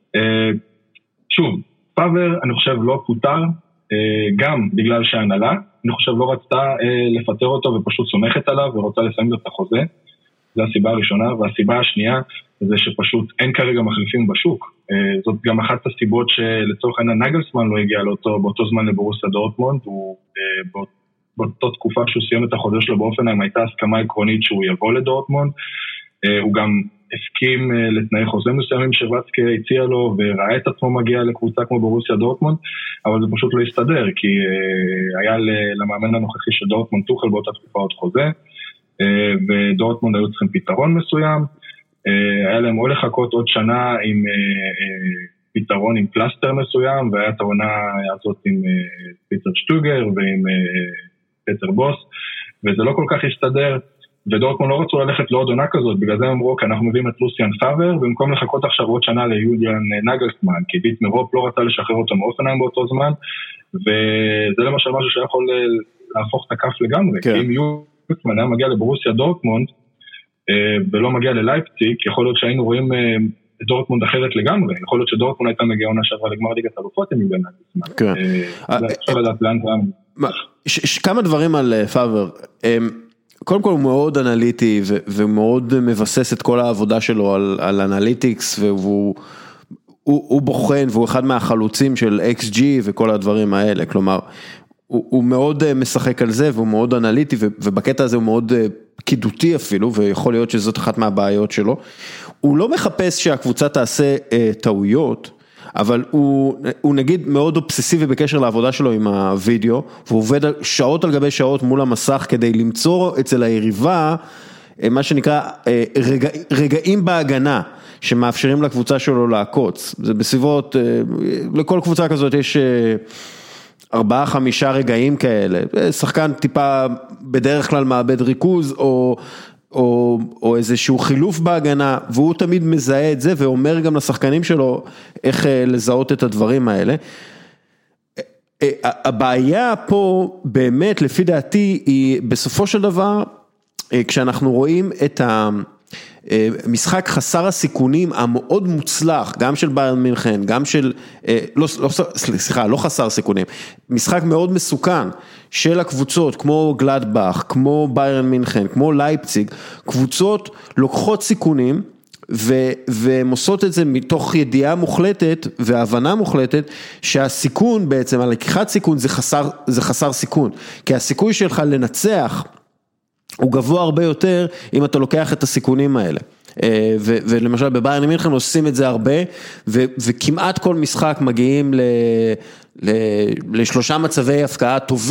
שוב, פאבר, אני חושב, לא פוטר, גם בגלל שההנהלה, אני חושב לא רצתה לפטר אותו ופשוט סומכת עליו ורוצה לסיים את החוזה. זו הסיבה הראשונה, והסיבה השנייה זה שפשוט אין כרגע מחליפים בשוק. זאת גם אחת הסיבות שלצורך העניין נגלסמן לא הגיע לאותו, באותו זמן לבורוסיה דורטמונד, הוא באותו תקופה שהוא סיים את החוזה שלו באופן האם הייתה הסכמה עקרונית שהוא יבוא לדורטמונד, הוא גם הסכים לתנאי חוזה מסוימים שווצקה הציע לו וראה את עצמו מגיע לקבוצה כמו בורוסיה דורטמונד, אבל זה פשוט לא הסתדר, כי היה למאמן הנוכחי של דורטמונד טוחל באותה תקופה עוד חוזה, ודורטמונד היו צריכים פתרון מסוים, היה להם או לחכות עוד שנה עם פתרון עם פלסטר מסוים, והיה את העונה הזאת עם פיטר שטוגר ועם פטר בוס, וזה לא כל כך הסתדר, ודורטמונד לא רצו ללכת לעוד עונה כזאת, בגלל זה אמרו, כי אנחנו מביאים את לוסיאן פאבר, במקום לחכות עכשיו עוד שנה ליוליאן נגלסמן, כי דיט מרופ לא רצה לשחרר אותו מאופנהיים באותו זמן, וזה למשל משהו שיכול להפוך את הכף לגמרי, כן. כי אם יוליאן היה מגיע לבורוסיה דורטמונד, ולא מגיע ללייפציג, יכול להיות שהיינו רואים את דורטמונד אחרת לגמרי, יכול להיות שדורטמונד הייתה מגיעה עונה שעברה לגמר ליגת האלופות עם יוליאן נגלסמן. כן. אפשר לדעת לאן זה. כמה דברים על פאבר. קודם כל הוא מאוד אנליטי ומאוד מבסס את כל העבודה שלו על, על אנליטיקס, והוא הוא, הוא בוחן, והוא אחד מהחלוצים של אקס ג'י וכל הדברים האלה, כלומר, הוא, הוא מאוד משחק על זה, והוא מאוד אנליטי, ובקטע הזה הוא מאוד קידותי אפילו, ויכול להיות שזאת אחת מהבעיות שלו. הוא לא מחפש שהקבוצה תעשה טעויות, אבל הוא, הוא נגיד מאוד אובססיבי בקשר לעבודה שלו עם הוידאו, והוא עובד שעות על גבי שעות מול המסך כדי למצוא אצל היריבה, מה שנקרא רגע, רגעים בהגנה, שמאפשרים לקבוצה שלו לעקוץ. זה בסביבות, לכל קבוצה כזאת יש ארבעה, חמישה רגעים כאלה. שחקן טיפה בדרך כלל מאבד ריכוז, או... או, או איזשהו חילוף בהגנה, והוא תמיד מזהה את זה, ואומר גם לשחקנים שלו, איך לזהות את הדברים האלה. הבעיה פה, באמת, לפי דעתי, היא בסופו של דבר, כשאנחנו רואים את המשחק חסר הסיכונים, המאוד מוצלח, גם של ביירן מינכן, גם של, לא, לא, סליחה, לא חסר סיכונים, משחק מאוד מסוכן, של הקבוצות, כמו גלדבך, כמו ביירן מינכן, כמו לייפציג, קבוצות לוקחות סיכונים, והן עושות את זה מתוך ידיעה מוחלטת, והבנה מוחלטת, שהסיכון בעצם, הלקיחת סיכון זה חסר, זה חסר סיכון, כי הסיכוי שלך לנצח, הוא גבוה הרבה יותר, אם אתה לוקח את הסיכונים האלה. ו- ולמשל בביירן מינכן עושים את זה הרבה, ו- וכמעט כל משחק מגיעים ל- ל- לשלושה מצבי הפקעה טובים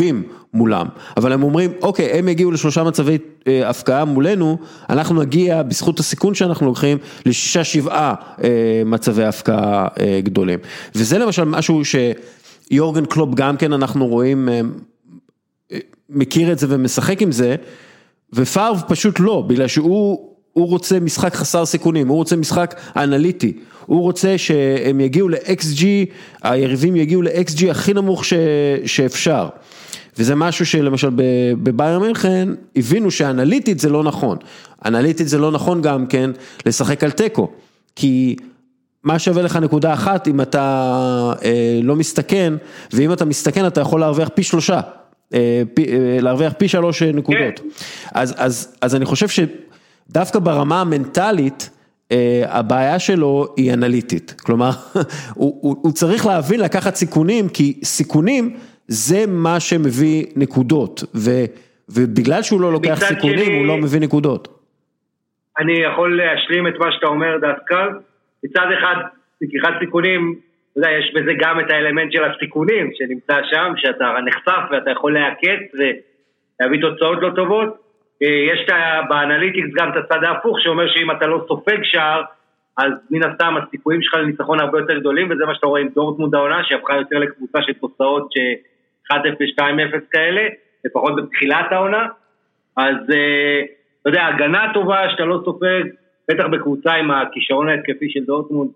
מולם, אבל הם אומרים, אוקיי, הם הגיעו לשלושה מצבי אה, הפקעה מולנו, אנחנו נגיע בזכות הסיכון שאנחנו לוקחים לשישה שבעה אה, מצבי הפקעה אה, גדולים, וזה למשל משהו שיורגן קלופ גם כן אנחנו רואים, אה, מכיר את זה ומשחק עם זה, ופארב פשוט לא, בגלל שהוא הוא רוצה משחק חסר סיכונים, הוא רוצה משחק אנליטי, הוא רוצה שהם יגיעו ל-אקס ג'י, היריבים יגיעו ל-אקס ג'י הכי נמוך ש, שאפשר, וזה משהו שלמשל בביירן מינכן, הבינו שאנליטית זה לא נכון, אנליטית זה לא נכון גם כן לשחק על טקו, כי מה שווה לך נקודה אחת אם אתה אה, לא מסתכן, ואם אתה מסתכן אתה יכול להרוויח פי שלושה, אה, פי, אה, להרוויח פי שלוש נקודות, אז, אז, אז אני חושב שדווקא ברמה המנטלית, הבעיה שלו היא אנליטית, כלומר, הוא, הוא, הוא צריך להבין לקחת סיכונים, כי סיכונים זה מה שמביא נקודות, ו, ובגלל שהוא לא לוקח סיכונים, שני, הוא לא מביא נקודות. אני יכול להשלים את מה שאתה אומר דווקא, מצד אחד, לקיחת סיכונים, אתה יודע, יש בזה גם את האלמנט של הסיכונים, שנמצא שם, שאתה נחשף ואתה יכול להקץ, ולהביא תוצאות לא טובות, יש באנליטיקס גם את הצד ההפוך שאומר שאם אתה לא סופג שער אז מן הסתם הסיכויים שלך לניצחון הרבה יותר גדולים, וזה מה שאתה רואה עם דורטמונד העונה שהפכה יותר לקבוצה של תוצאות ש-אחת אפס שתיים אפס כאלה, לפחות בתחילת העונה. אז אתה יודע, הגנה טובה שאתה לא סופג, בטח בקבוצה עם הכישרון ההתקפי של דורטמונד,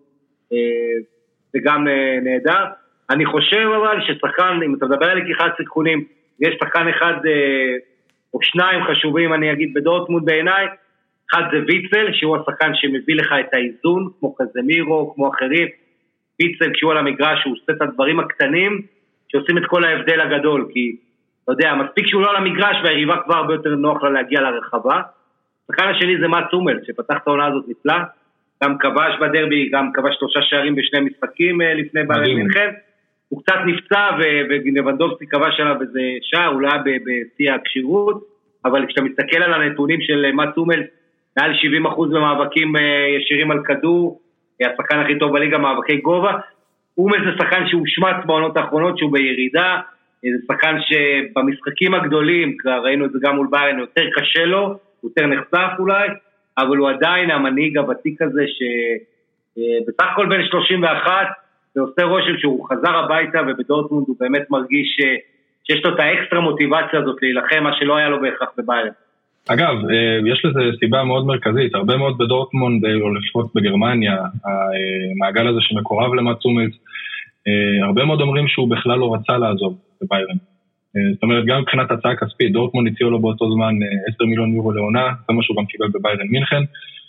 זה גם נהדר. אני חושב אבל ששחקן, אם אתה מדבר על לקיחת סיכונים, יש שחקן אחד או שניים חשובים, אני אגיד בדורטמונד בעיניי, אחד זה ויצל, שהוא השחקן שמביא לך את האיזון, כמו קזמירו, כמו אחרים, ויצל כשהוא על המגרש, הוא עושה את הדברים הקטנים, שעושים את כל ההבדל הגדול, כי, אתה יודע, מספיק שהוא לא על המגרש, והיריבה כבר הרבה יותר נוח לה להגיע לרחבה. השחקן השני זה מאט הומלס, שפתח את העונה הזאת נפלא, גם כבש בדרבי, גם כבש שלושה שערים בשני משחקים לפני ביירן מינכן, הוא קצת נפצע, ונבנדובסקי כבש עליו איזה שער, אולי בשיא הקשירות, אבל כשאתה מסתכל על הנתונים של מאט הומלס, מעל שבעים אחוז במאבקים ישירים על כדור, השחקן הכי טוב בליגה, מאבקי גובה, הומלס זה שחקן שהוא שמץ בעונות האחרונות, שהוא בירידה, זה שחקן שבמשחקים הגדולים, ראינו את זה גם מול ביירן, יותר קשה לו, יותר נחשף אולי, אבל הוא עדיין המנהיג הוותיק הזה, שבסך הכל בין שלושים ואחת, זה עושה רושם שהוא חזר הביתה, ובדורטמונד הוא באמת מרגיש שיש לו את האקסטרה מוטיבציה הזאת להילחם, מה שלא היה לו בהכרח בביירן. אגב, יש לזה סיבה מאוד מרכזית, הרבה מאוד בדורטמונד, או לפחות בגרמניה, המעגל הזה שמקורב למאט הומלס, הרבה מאוד אומרים שהוא בכלל לא רצה לעזוב בביירן. זאת אומרת, גם מבחינת הצעה כספית, דורטמונד הציעו לו באותו זמן עשרה מיליון יורו לעונה, זה מה שהוא גם קיבל בביירן מינכן,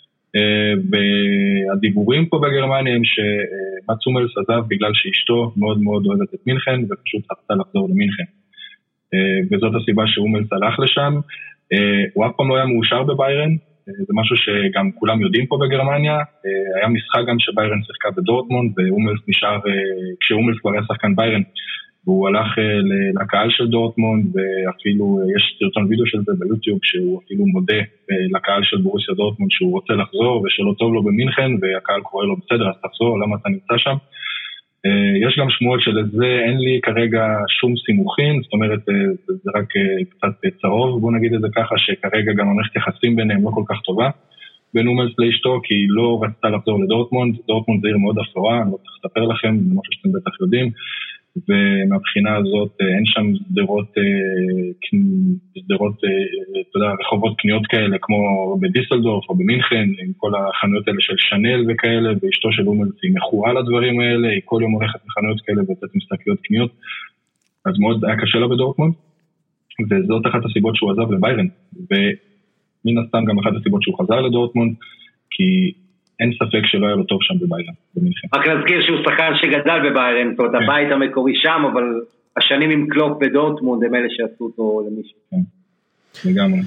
והדיבורים פה בגרמניה הם שמאט הומלס עזב בגלל שאשתו מאוד מאוד אוהבת את מינכן, ופשוט רצתה לחזור למינכן. וזאת הסיבה שהומלס הלך לשם, הוא אף פעם לא היה מאושר בביירן, זה משהו שגם כולם יודעים פה בגרמניה, היה משחק גם שביירן שיחקה בדורטמונד, והומלס נשאר, כשהומלס כבר היה שחקן ביירן, והוא הלך לקהל של דורטמונד, ואפילו יש סרטון וידאו של זה ביוטיוב, שהוא אפילו מודה לקהל של בורוסיה דורטמונד, שהוא רוצה לחזור, ושלא טוב לו במינכן, והקהל קורא לו בסדר, אז תחזור, למה אתה נמצא שם? יש גם שמועות שלזה אין לי כרגע שום סימוכין, זאת אומרת, זה רק קצת צרוב, בוא נגיד את זה ככה, שכרגע גם המערכת יחסים ביניהם לא כל כך טובה, בין הומלס לאשתו, כי היא לא רצתה לחזור לדורטמונד, דורטמונד זה עיר מאוד אפורה, אני לא צריך לספר לכם, זה משהו שאתם בטח יודעים, ומהבחינה הזאת אין שם סדרות, סדרות, אתה יודע, רחובות קניות כאלה, כמו בדיסלדורף או במינכן, עם כל החנויות האלה של שנל וכאלה, ואשתו של הומלס היא מכורה לדברים האלה, היא כל יום הולכת לחנויות כאלה ויוצאת משחקיות קניות, אז מאוד היה קשה לה בדורטמונד, וזאת אחת הסיבות שהוא עזב לביירן, ומן הסתם גם אחת הסיבות שהוא חזר לדורטמונד, כי אין ספק שלא היה לו טוב שם בביירן, במינכן. רק נזכיר שהוא שחקן שגדל בביירן, זאת אומרת, הבית המקורי שם, אבל השנים עם קלופ בדורטמונד הם אלה שעשו אותו למישהו. כן, לגמרי.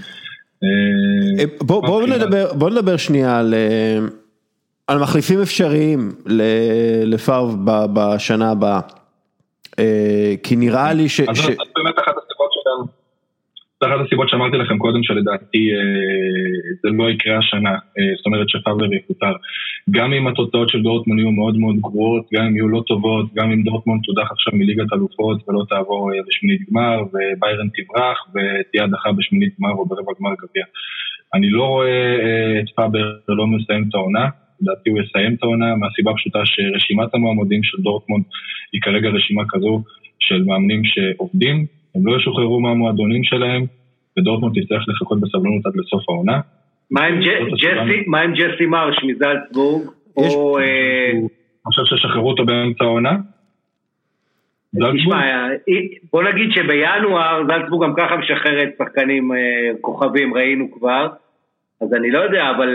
בואו נדבר שנייה על מחליפים אפשריים לפארב בשנה הבאה, כי נראה לי ש... אז זאת באמת אחת הסיבות שלנו. אחת הסיבות שאמרתי לכם קודם שלדעתי זה לא יקרה השנה, זאת אומרת שפאבר יפוטר. גם אם התוצאות של דורטמונד יהיו מאוד מאוד גרועות, גם אם יהיו לא טובות, גם אם דורטמונד תודח עכשיו מליגת אלופות ולא תעבור לשמינית גמר, וביירן תברח ותהיה הדחה בשמינית גמר או ברבע גמר גביע. אני לא רואה את פאבר לא מסיים את העונה, לדעתי הוא יסיים את העונה, מהסיבה פשוטה שרשימת המועמדים של דורטמונד היא כרגע רשימה כזו של מאמנים שעובדים, הם לא ישוחררו מהמועדונים שלהם, ודורטמונד תצטרך לחכות בסבלנות עד לסוף העונה. מה עם ג'סי מרש מזלצבורג? אני חושב ששחררו אותו באמצע העונה. בוא נגיד שבינואר זלצבורג גם ככה משחררת שחקנים כוכבים, ראינו כבר, אז אני לא יודע, אבל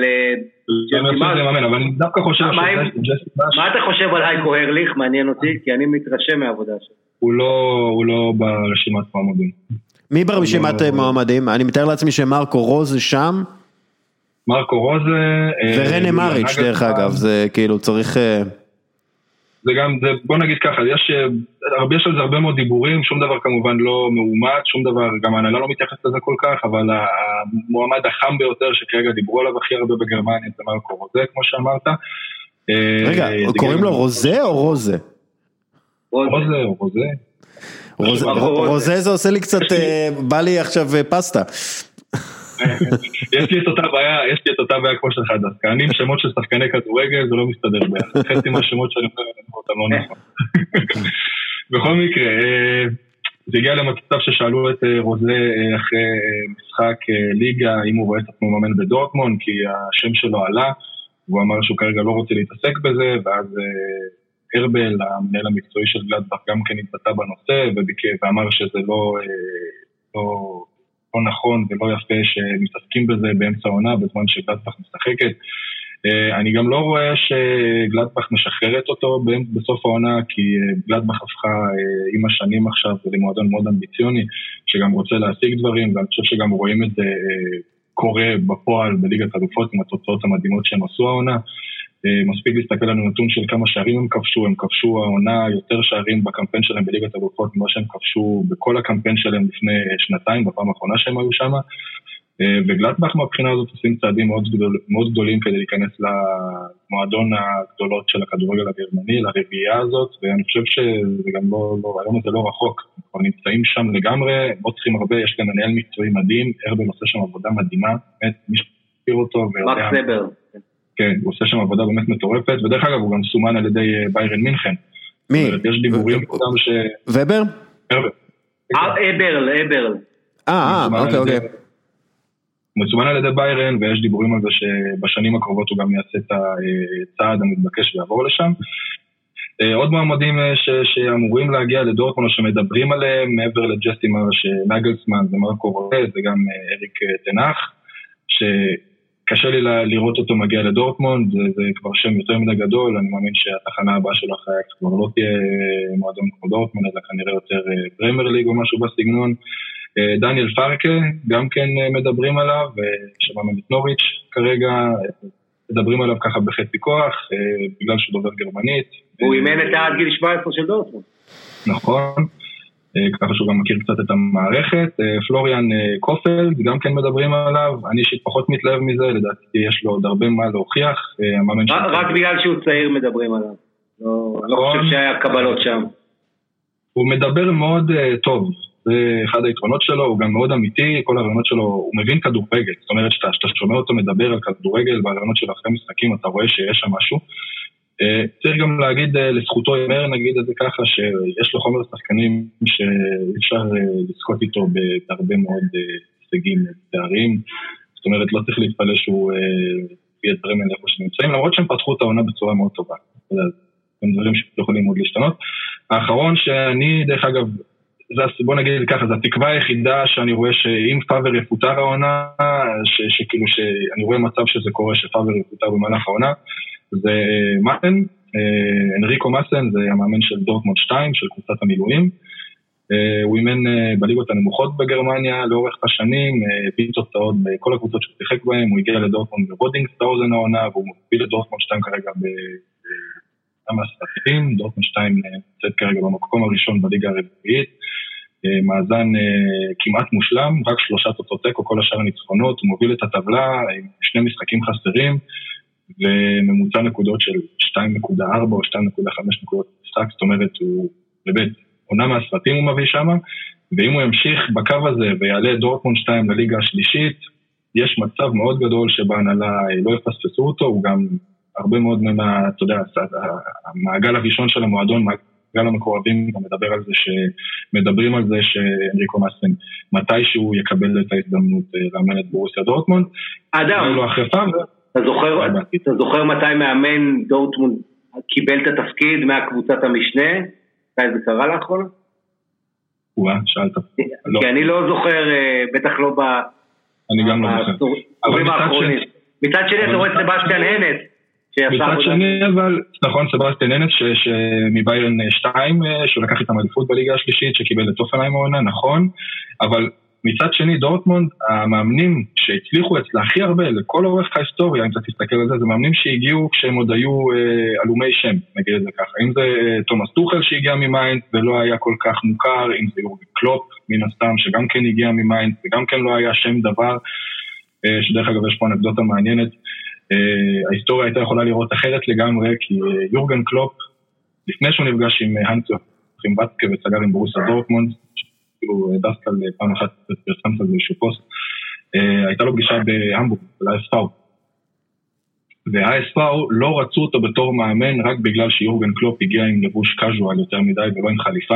מה אתה חושב על הייקו הרליך? מעניין אותי, כי אני מתרשם מהעבודה שלו. הוא לא ברשימת מועמדים. מי ברשימת מועמדים? אני מתאר לעצמי שמרקו רוזה שם. מרקו רוזה. ורנה מריץ' דרך אגב, זה כאילו צריך... זה גם, זה, בוא נגיד ככה, יש, הרבה, יש על זה הרבה מאוד דיבורים, שום דבר כמובן לא מאומת, שום דבר, גם ההנהלה לא מתייחס לזה כל כך, אבל המועמד החם ביותר שכרגע דיברו עליו הכי הרבה בגרמניה, זה מרקו רוזה, כמו שאמרת. רגע, קוראים לו רוזה או רוזה? רוזה או רוזה. רוזה זה עושה לי קצת, בא לי עכשיו פסטה. יש לי את אותה בעיה, יש לי את אותה בעיה כמו שלך דווקא, אני עם שמות של שחקני כדורגל, זה לא מסתדר ביחד, חצי מהשמות שאני אומר, אותם לא נכון. בכל מקרה, זה הגיע למצב ששאלו את רוזה אחרי משחק ליגה, אם הוא רואה את עצמו מאמן בדורטמונד, כי השם שלו עלה, והוא אמר שהוא כרגע לא רוצה להתעסק בזה, ואז הרבל, המנהל המקצועי של גלאדבך, גם כן התבטא בנושא, ואמר שזה לא... לא נכון ולא יפה שמתעסקים בזה באמצע העונה בזמן שגלאדבך משחקת. אני גם לא רואה שגלאדבך משחררת אותו בסוף העונה, כי גלאדבך הפכה עם השנים עכשיו למועדון מאוד אמביציוני, שגם רוצה להשיג דברים, ואני חושב שגם רואים את זה קורה בפועל בליגת אלופות עם התוצאות המדהימות שהם עשו העונה. מספיק להסתכל לנו נתון של כמה שערים הם כבשו, הם כבשו העונה יותר שערים בקמפיין שלהם בליגת אלופות ממה שהם כבשו בכל הקמפיין שלהם לפני שנתיים, בפעם האחרונה שהם היו שם, וגלאדבך מהבחינה הזאת עושים צעדים מאוד, גדול, מאוד גדולים כדי להיכנס למועדון הגדולות של הכדורגל הגרמני, לרביעייה הזאת, ואני חושב שזה גם לא, לא, היום הזה לא רחוק, כבר נמצאים שם לגמרי, לא צריכים הרבה, יש גם מנהל מקצועי מדהים, הרבל עושה שם עבודה מדהימה, באמת מי שפיר אותו, מרק זבר. כן, הוא עושה שם עבודה באמת מטורפת, ודרך אגב הוא גם סומן על ידי ביירן מינכן. מי? יש דיבורים גם ש... ובר? הרבל. אברל, אברל. אה, אוקיי, אוקיי. הוא מסומן על ידי ביירן, ויש דיבורים על זה שבשנים הקרובות הוא גם יעשה את הצעד המתבקש ויעבור לשם. עוד מועמדים שאמורים להגיע לדורטמונד, שמדברים עליהם, מעבר לג'סי מרש, נגלסמן ומרקו רוזה, זה גם אריק תנח, שקשה לי לראות אותו מגיע לדורטמונד, זה, זה כבר שם יותר מדי גדול, אני מאמין שהתחנה הבאה שלו אחרי האקס כבר לא תהיה מועדון כמו דורטמונד, אלא כנראה יותר פרמייר ליג או משהו בסגנון. דניאל פארקה, גם כן מדברים עליו, שמאמן את נוריץ' כרגע, מדברים עליו ככה בחצי כוח, בגלל שהוא דובר גרמנית. הוא אימן את עד גיל שבע עשרה של דורטמונד. נכון, ככה שהוא גם מכיר קצת את המערכת. פלוריאן קופלד, גם כן מדברים עליו, אני אישית פחות מתלהב מזה, לדעתי יש לו עוד הרבה מה להוכיח. רק בגלל שהוא צעיר מדברים עליו, לא חושב שהיה קבלות שם. הוא מדבר מאוד טוב. זה אחד היתרונות שלו, הוא גם מאוד אמיתי, כל הרעיונות שלו, הוא מבין כדורגל, זאת אומרת שאתה, שאתה שומע אותו מדבר על כדורגל, והרעיונות שלו אחרי משחקים, אתה רואה שיש שם משהו. צריך גם להגיד לזכותו ימר, נגיד את זה ככה, שיש לו חומר שחקנים שאפשר לזכות איתו בהרבה מאוד הישגים תארים, זאת אומרת לא צריך להתפלא שהוא יהיה דברים אלה איפה שנמצאים, למרות שהם פתחו את העונה בצורה מאוד טובה, הם דברים שיכולים מאוד להשתנות. האחרון שאני דרך אגב, בוא נגיד ככה, זו התקווה היחידה שאני רואה שאם פאבר יפוטר העונה, שכאילו שאני רואה מצב שזה קורה שפאבר יפוטר במהלך העונה, זה מאסן, אנריקו מאסן, זה המאמן של דורטמונד שתיים, של קבוצת המילואים, הוא אימן בליגות הנמוכות בגרמניה לאורך השנים, הביא תוצאות בכל הקבוצות ששיחק בהם, הוא הגיע לדורטמונד בבודינגסטאוזן העונה, והוא מוביל לדורטמונד שתיים כרגע בכמה סרטים, דורטמונד שתיים נמצאת כרגע במקום הראשון בליגה הרביעית, מאזן כמעט מושלם, רק שלושה תוצאות תיקו, כל השאר ניצחונות, הוא מוביל את הטבלה עם שני משחקים חסרים, וממוצע נקודות של שתיים נקודה ארבע או שתיים נקודה חמש נקודות משחק, זאת אומרת, הוא באמת עונה מהסרטים הוא מביא שם, ואם הוא ימשיך בקו הזה ויעלה דורטמונד שתיים לליגה השלישית, יש מצב מאוד גדול שבהנהלה לא יפספסו אותו, הוא גם הרבה מאוד מה, אתה יודע, המעגל הראשון של המועדון, מעגל המקורבים, גם מדבר על זה, שמדברים על זה שאנריקו מאסן, מתי שהוא יקבל את ההזדמנות לאמן את ברוסיה דורטמונד, אדם, לא אחרי פעם, אתה זוכר, אתה זוכר מתי מאמן דורטמונד קיבל את התפקיד מהקבוצת המשנה? מתי זה קרה לאחרונה? וואה, שאלת. כי אני לא זוכר, בטח לא ב... אני גם לא זוכר. אבל מצד שני אתה רואה את סבסטיאן הנס. מצד שני, אבל, נכון, סבסטיאן הנס שמביירן שתיים, שהוא לקח איתם אליפות בליגה השלישית, שקיבל את אופנהיים העונה, נכון, אבל מצד שני דורטמונד, המאמנים שהצליחו אצלה הכי הרבה, לכל אורך ההיסטוריה, אם אתה תסתכל על זה, זה מאמנים שהגיעו כשהם עוד היו אה, אלומי שם, נגיד את זה ככה. אם זה אה, תומאס טוחל שהגיע ממיינד ולא היה כל כך מוכר, אם זה יורגן קלופ, מן הסתם, שגם כן הגיע ממיינד, וגם כן לא היה שם דבר, אה, שדרך אגב יש פה אנקדוטה מעניינת, אה, ההיסטוריה הייתה יכולה לראות אחרת לגמרי, כי אה, יורגן קלופ, לפני שהוא נפגש עם אה, הנצו, עם וטקה וסגר עם ברוסיה דורטמונד, כאילו דווקא פעם אחת פרסמת על זה איזשהו פוסט, הייתה לו פגישה בהמבורג, ל-אס פאו. וה-אס פאו לא רצו אותו בתור מאמן רק בגלל שיורגן קלופ הגיע עם לבוש קז'ואל יותר מדי ולא עם חליפה,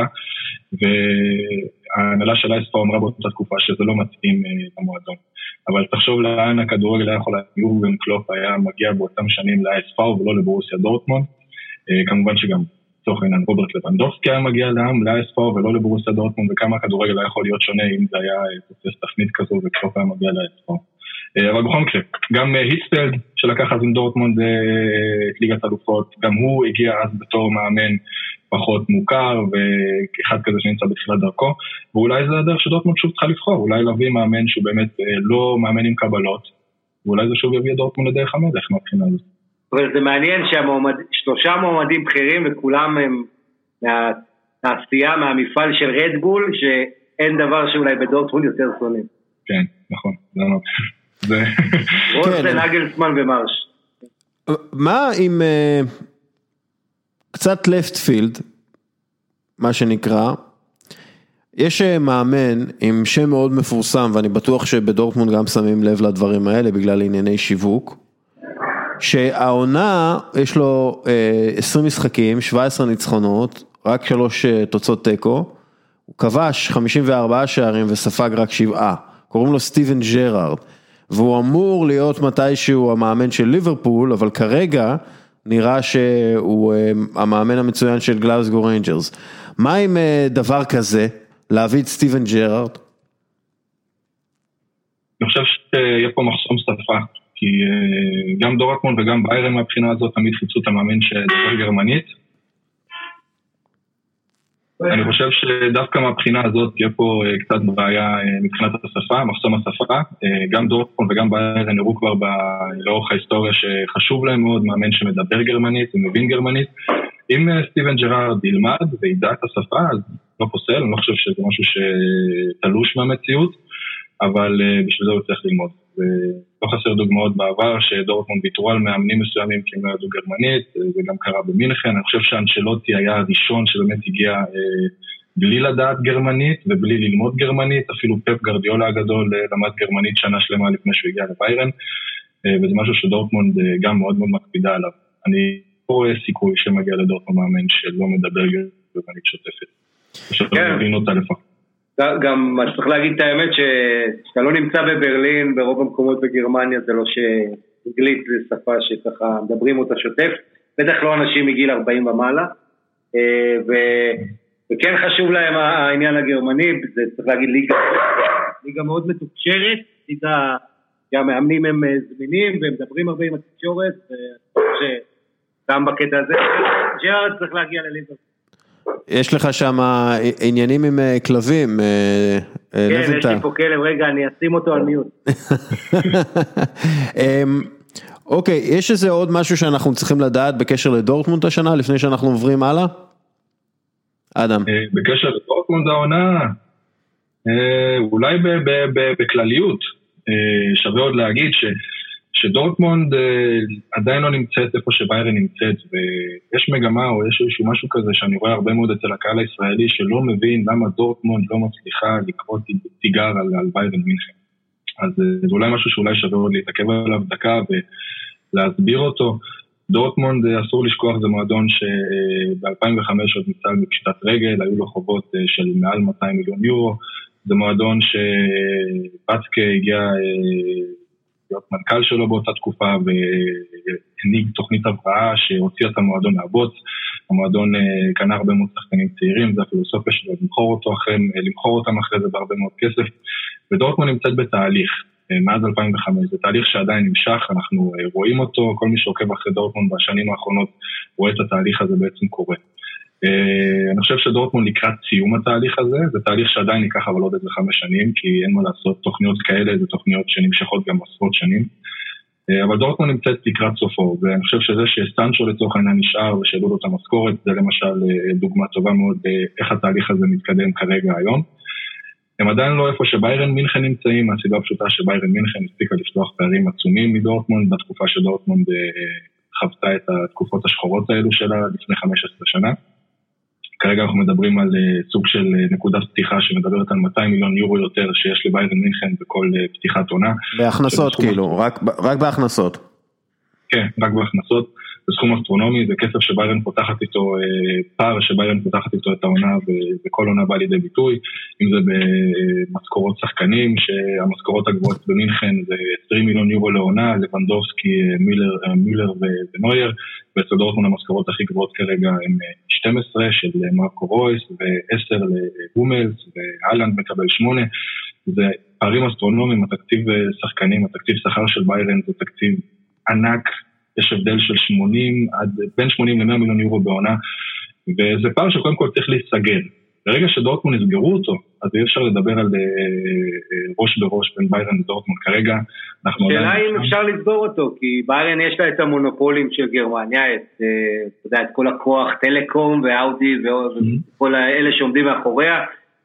וההנהלה של ה-אס פאו אמרה באותה תקופה שזה לא מתאים למועדון. אבל תחשוב לאן הכדורגל היה יכול, יורגן קלופ היה מגיע באותם שנים ל-אס פאו ולא לברוסיה דורטמונד, כמובן שגם תוך עינן רוברט לבנדובסקי היה מגיע לעם, ל-אס פאו ולא לברוסיה דורטמונד, וכמה הכדורגל היה יכול להיות שונה אם זה היה תופס תפנית כזו וקלופ היה מגיע ל-אס פאו. אבל בכל מקרה, גם היטספלד שלקח אז עם דורטמונד את ליגת אלופות, גם הוא הגיע אז בתור מאמן פחות מוכר, וכאחד כזה שנמצא בתחילת דרכו, ואולי זה הדרך שדורטמונד שוב צריכה לבחור, אולי להביא מאמן שהוא באמת לא מאמן עם קבלות, ואולי זה שוב יביא דורטמונד לדרך המלך מהבחינה הזאת. אבל זה מעניין ששלושה מועמדים בכירים וכולם הם מהתעשייה, מהמפעל של רדבול, שאין דבר שאולי בדורטמונד יותר שונאים. כן, נכון, זה אמרת. רולסן, נגלסמן ומרש. מה עם קצת לפט פילד, מה שנקרא, יש מאמן עם שם מאוד מפורסם, ואני בטוח שבדורטמונד גם שמים לב לדברים האלה, בגלל ענייני שיווק, שהעונה יש לו עשרים משחקים, שבע עשרה ניצחונות, רק שלוש תוצאות תיקו, הוא כבש חמישים וארבעה שערים וספג רק שבעה, קוראים לו סטיבן ג'רארד, והוא אמור להיות מתישהו המאמן של ליברפול, אבל כרגע נראה שהוא המאמן המצוין של גלאזגו ריינג'רס. מה עם דבר כזה, להביא את סטיבן ג'רארד? אני חושב שיהיה פה מחסום שפה, כי גם דורטמונד וגם ביירן מהבחינה הזאת תמיד חיפשו את המאמן שדבר גרמנית. אני חושב שדווקא מהבחינה הזאת תהיה פה קצת בעיה מבחינת השפה, מחסום השפה. גם דורטמונד וגם ביירן נראו כבר לאורך ההיסטוריה שחשוב להם מאוד מאמן שמדבר גרמנית ומבין גרמנית. אם סטיבן ג'רארד ילמד וידע את השפה, אז לא פוסל, אני לא חושב שזה משהו שתלוש מהמציאות, אבל בשביל זה הוא צריך ללמוד. לא חסר דוגמאות בעבר שדורטמונד ויתרו על מאמנים מסוימים כי הם לא ידעו גרמנית, זה גם קרה במינכן, אני חושב שאנצ'לוטי היה הראשון שבאמת הגיע בלי לדעת גרמנית ובלי ללמוד גרמנית, אפילו פפ גרדיולה הגדול למד גרמנית שנה שלמה לפני שהוא הגיע לביירן, וזה משהו שדורטמונד גם מאוד מאוד מקפידה עליו. אני לא רואה סיכוי שמגיע לדורטמונד מאמן שלא מדבר גרמנית שוטפת, שלא מבין אותה לפחות. גם צריך להגיד את האמת שאתה לא נמצא בברלין, ברוב המקומות בגרמניה זה לא שאנגלית זה שפה שככה מדברים אותה שוטף, בטח לא אנשים מגיל ארבעים ומעלה, וכן חשוב להם העניין הגרמני, זה צריך להגיד ליגה, ליגה מאוד מתוקשרת, ליגה, המאמנים הם זמינים והם מדברים הרבה עם התקשורת, וגם בקטע הזה, ג'רארד צריך להגיע לליגה. יש לך שם עניינים עם כלבים, כן, יש לי פה כלב, רגע, אני אשים אותו על מיוט. אוקיי, יש איזה עוד משהו שאנחנו צריכים לדעת בקשר לדורטמונד השנה, לפני שאנחנו עוברים הלאה? אדם. בקשר לדורטמונד העונה, אולי בכלליות, שווה עוד להגיד ש... שדורטמונד עדיין לא נמצאת איפה שביירן נמצאת, ויש מגמה או יש איזשהו משהו כזה שאני רואה הרבה מאוד אצל הקהל הישראלי שלא מבין למה דורטמונד לא מצליחה לקרוא תיגר על, על ביירן מינכן. אז זה אולי משהו שאולי שווה עוד להתעכב עליו דקה ולהסביר אותו. דורטמונד, אסור לשכוח, זה מועדון שב-אלפיים וחמש עוד ניצל בפשיטת רגל, היו לו חובות של מעל מאתיים מיליון יורו, זה מועדון שבצקה הגיע להיות מנכ"ל שלו באותה תקופה והנהיג תוכנית הבראה שהוציאה את המועדון מהבוץ. המועדון קנה הרבה מאוד שחקנים צעירים, זה הפילוסופיה שלו, למכור אותו אחרי, למכור אותם אחרי זה בהרבה מאוד כסף, ודורטמונד נמצאת בתהליך מאז אלפיים וחמש, זה תהליך שעדיין נמשך, אנחנו רואים אותו, כל מי שעוקב אחרי דורטמונד בשנים האחרונות רואה את התהליך הזה בעצם קורה. אני חושב שדורטמונד לקראת סיום התהליך הזה, זה תהליך שעדיין ייקח אבל עוד איזה חמש שנים, כי אין מה לעשות, תוכניות כאלה, זה תוכניות שנמשכות גם עשרות שנים, אבל דורטמונד נמצאת לקראת סופו, ואני חושב שזה שסטנצ'ו לצורך העניין נשאר ושאלו לו את המשכורת, זה למשל דוגמה טובה מאוד איך התהליך הזה מתקדם כרגע היום. הם עדיין לא איפה שביירן מינכן נמצאים, מהסיבה הפשוטה שביירן מינכן הספיקה לפתוח פערים עצומים מדורטמונד, בתקופה שדורטמונד חוותה את התקופות השחורות האלו שלה לפני חמש עשרה שנה. כרגע אנחנו מדברים על סוג של נקודת פתיחה שמדברת על מאתיים מיליון יורו יותר שיש לביירן מינכן בכל פתיחת עונה. בהכנסות כאילו, רק, רק בהכנסות. כן, רק בהכנסות. זה סכום אסטרונומי, זה כסף שביירן פותחת איתו, פער שביירן פותחת איתו את העונה, וכל עונה בא לידי ביטוי, אם זה במשכורות שחקנים, שהמשכורות הגבוהות במינכן זה עשרים מיליון יורו לעונה, לבנדובסקי, מילר, מילר ונויר, ואצל דורטמונד המשכורות הכי גבוהות כרגע הם שתים עשרה של מרקו רויס, ו-עשר להומלס, והלנד מקבל שמונה, זה פערים אסטרונומיים, התקציב שחקנים, התקציב שכר של ביירן זה תקציב ענק, יש הבדל של שמונים, עד בין שמונים למאה מיליון יורו בעונה, וזה פער שקודם כל צריך להיסגר. ברגע שדורטמונד נסגרו אותו, אז אי אפשר לדבר על ראש בראש בין ביירן ודורטמונד. כרגרגע אנחנו... שאלה אם אפשר לסגור אותו, כי ביירן יש לה את המונופולים של גרמניה, את, אתה יודע, את כל הכוח, טלקום ואאודי וכל האלה שעומדים מאחוריה,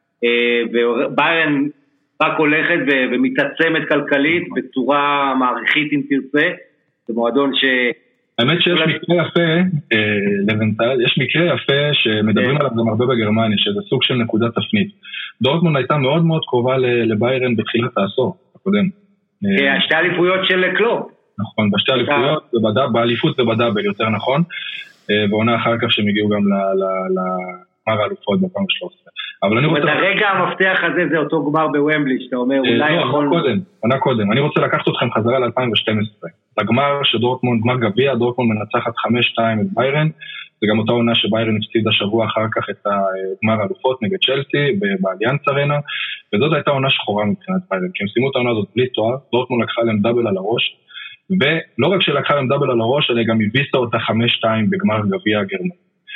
וביירן רק הולכת ומתעצמת כלכלית בצורה מעריכית אם תרצה, זה מועדון ש... האמת שיש מקרה יפה, לבנטל, יש מקרה יפה שמדברים עליו גם הרבה בגרמניה, שזה סוג של נקודת תפנית. דורטמונד הייתה מאוד מאוד קרובה לביירן בתחילת העשור הקודם. שתי אליפויות של קלופ. נכון, בשתי אליפויות, באליפות ובדאבל יותר נכון, ועונה אחר כך שהם הגיעו גם לגמר האלופות ב-אלפיים ושלוש עשרה. אבל אני רוצה... הרגע המפתח הזה זה אותו גמר בוומבלי, שאתה אומר, אולי יכול... לא, קודם, עונה קודם. אני רוצה לקחת אתכם חזרה ל-אלפיים ושתים עשרה. לגמר שדורטמונד, גמר גביע, דורטמונד מנצחת חמש שתיים את ביירן, זה גם אותה עונה שביירן הפסידה שבוע אחר כך את הגמר האלופות נגד צ'לסי, באליאנס ארנה, וזאת הייתה עונה שחורה מבחינת ביירן, כי הם סיימו את העונה הזאת בלי תואר, דורטמונד לקחה להם דאבל על הראש, ולא רק שלקחה להם דאבל על הראש, אלא גם הביסה אותה חמש שתיים בגמר גביע הגרמני.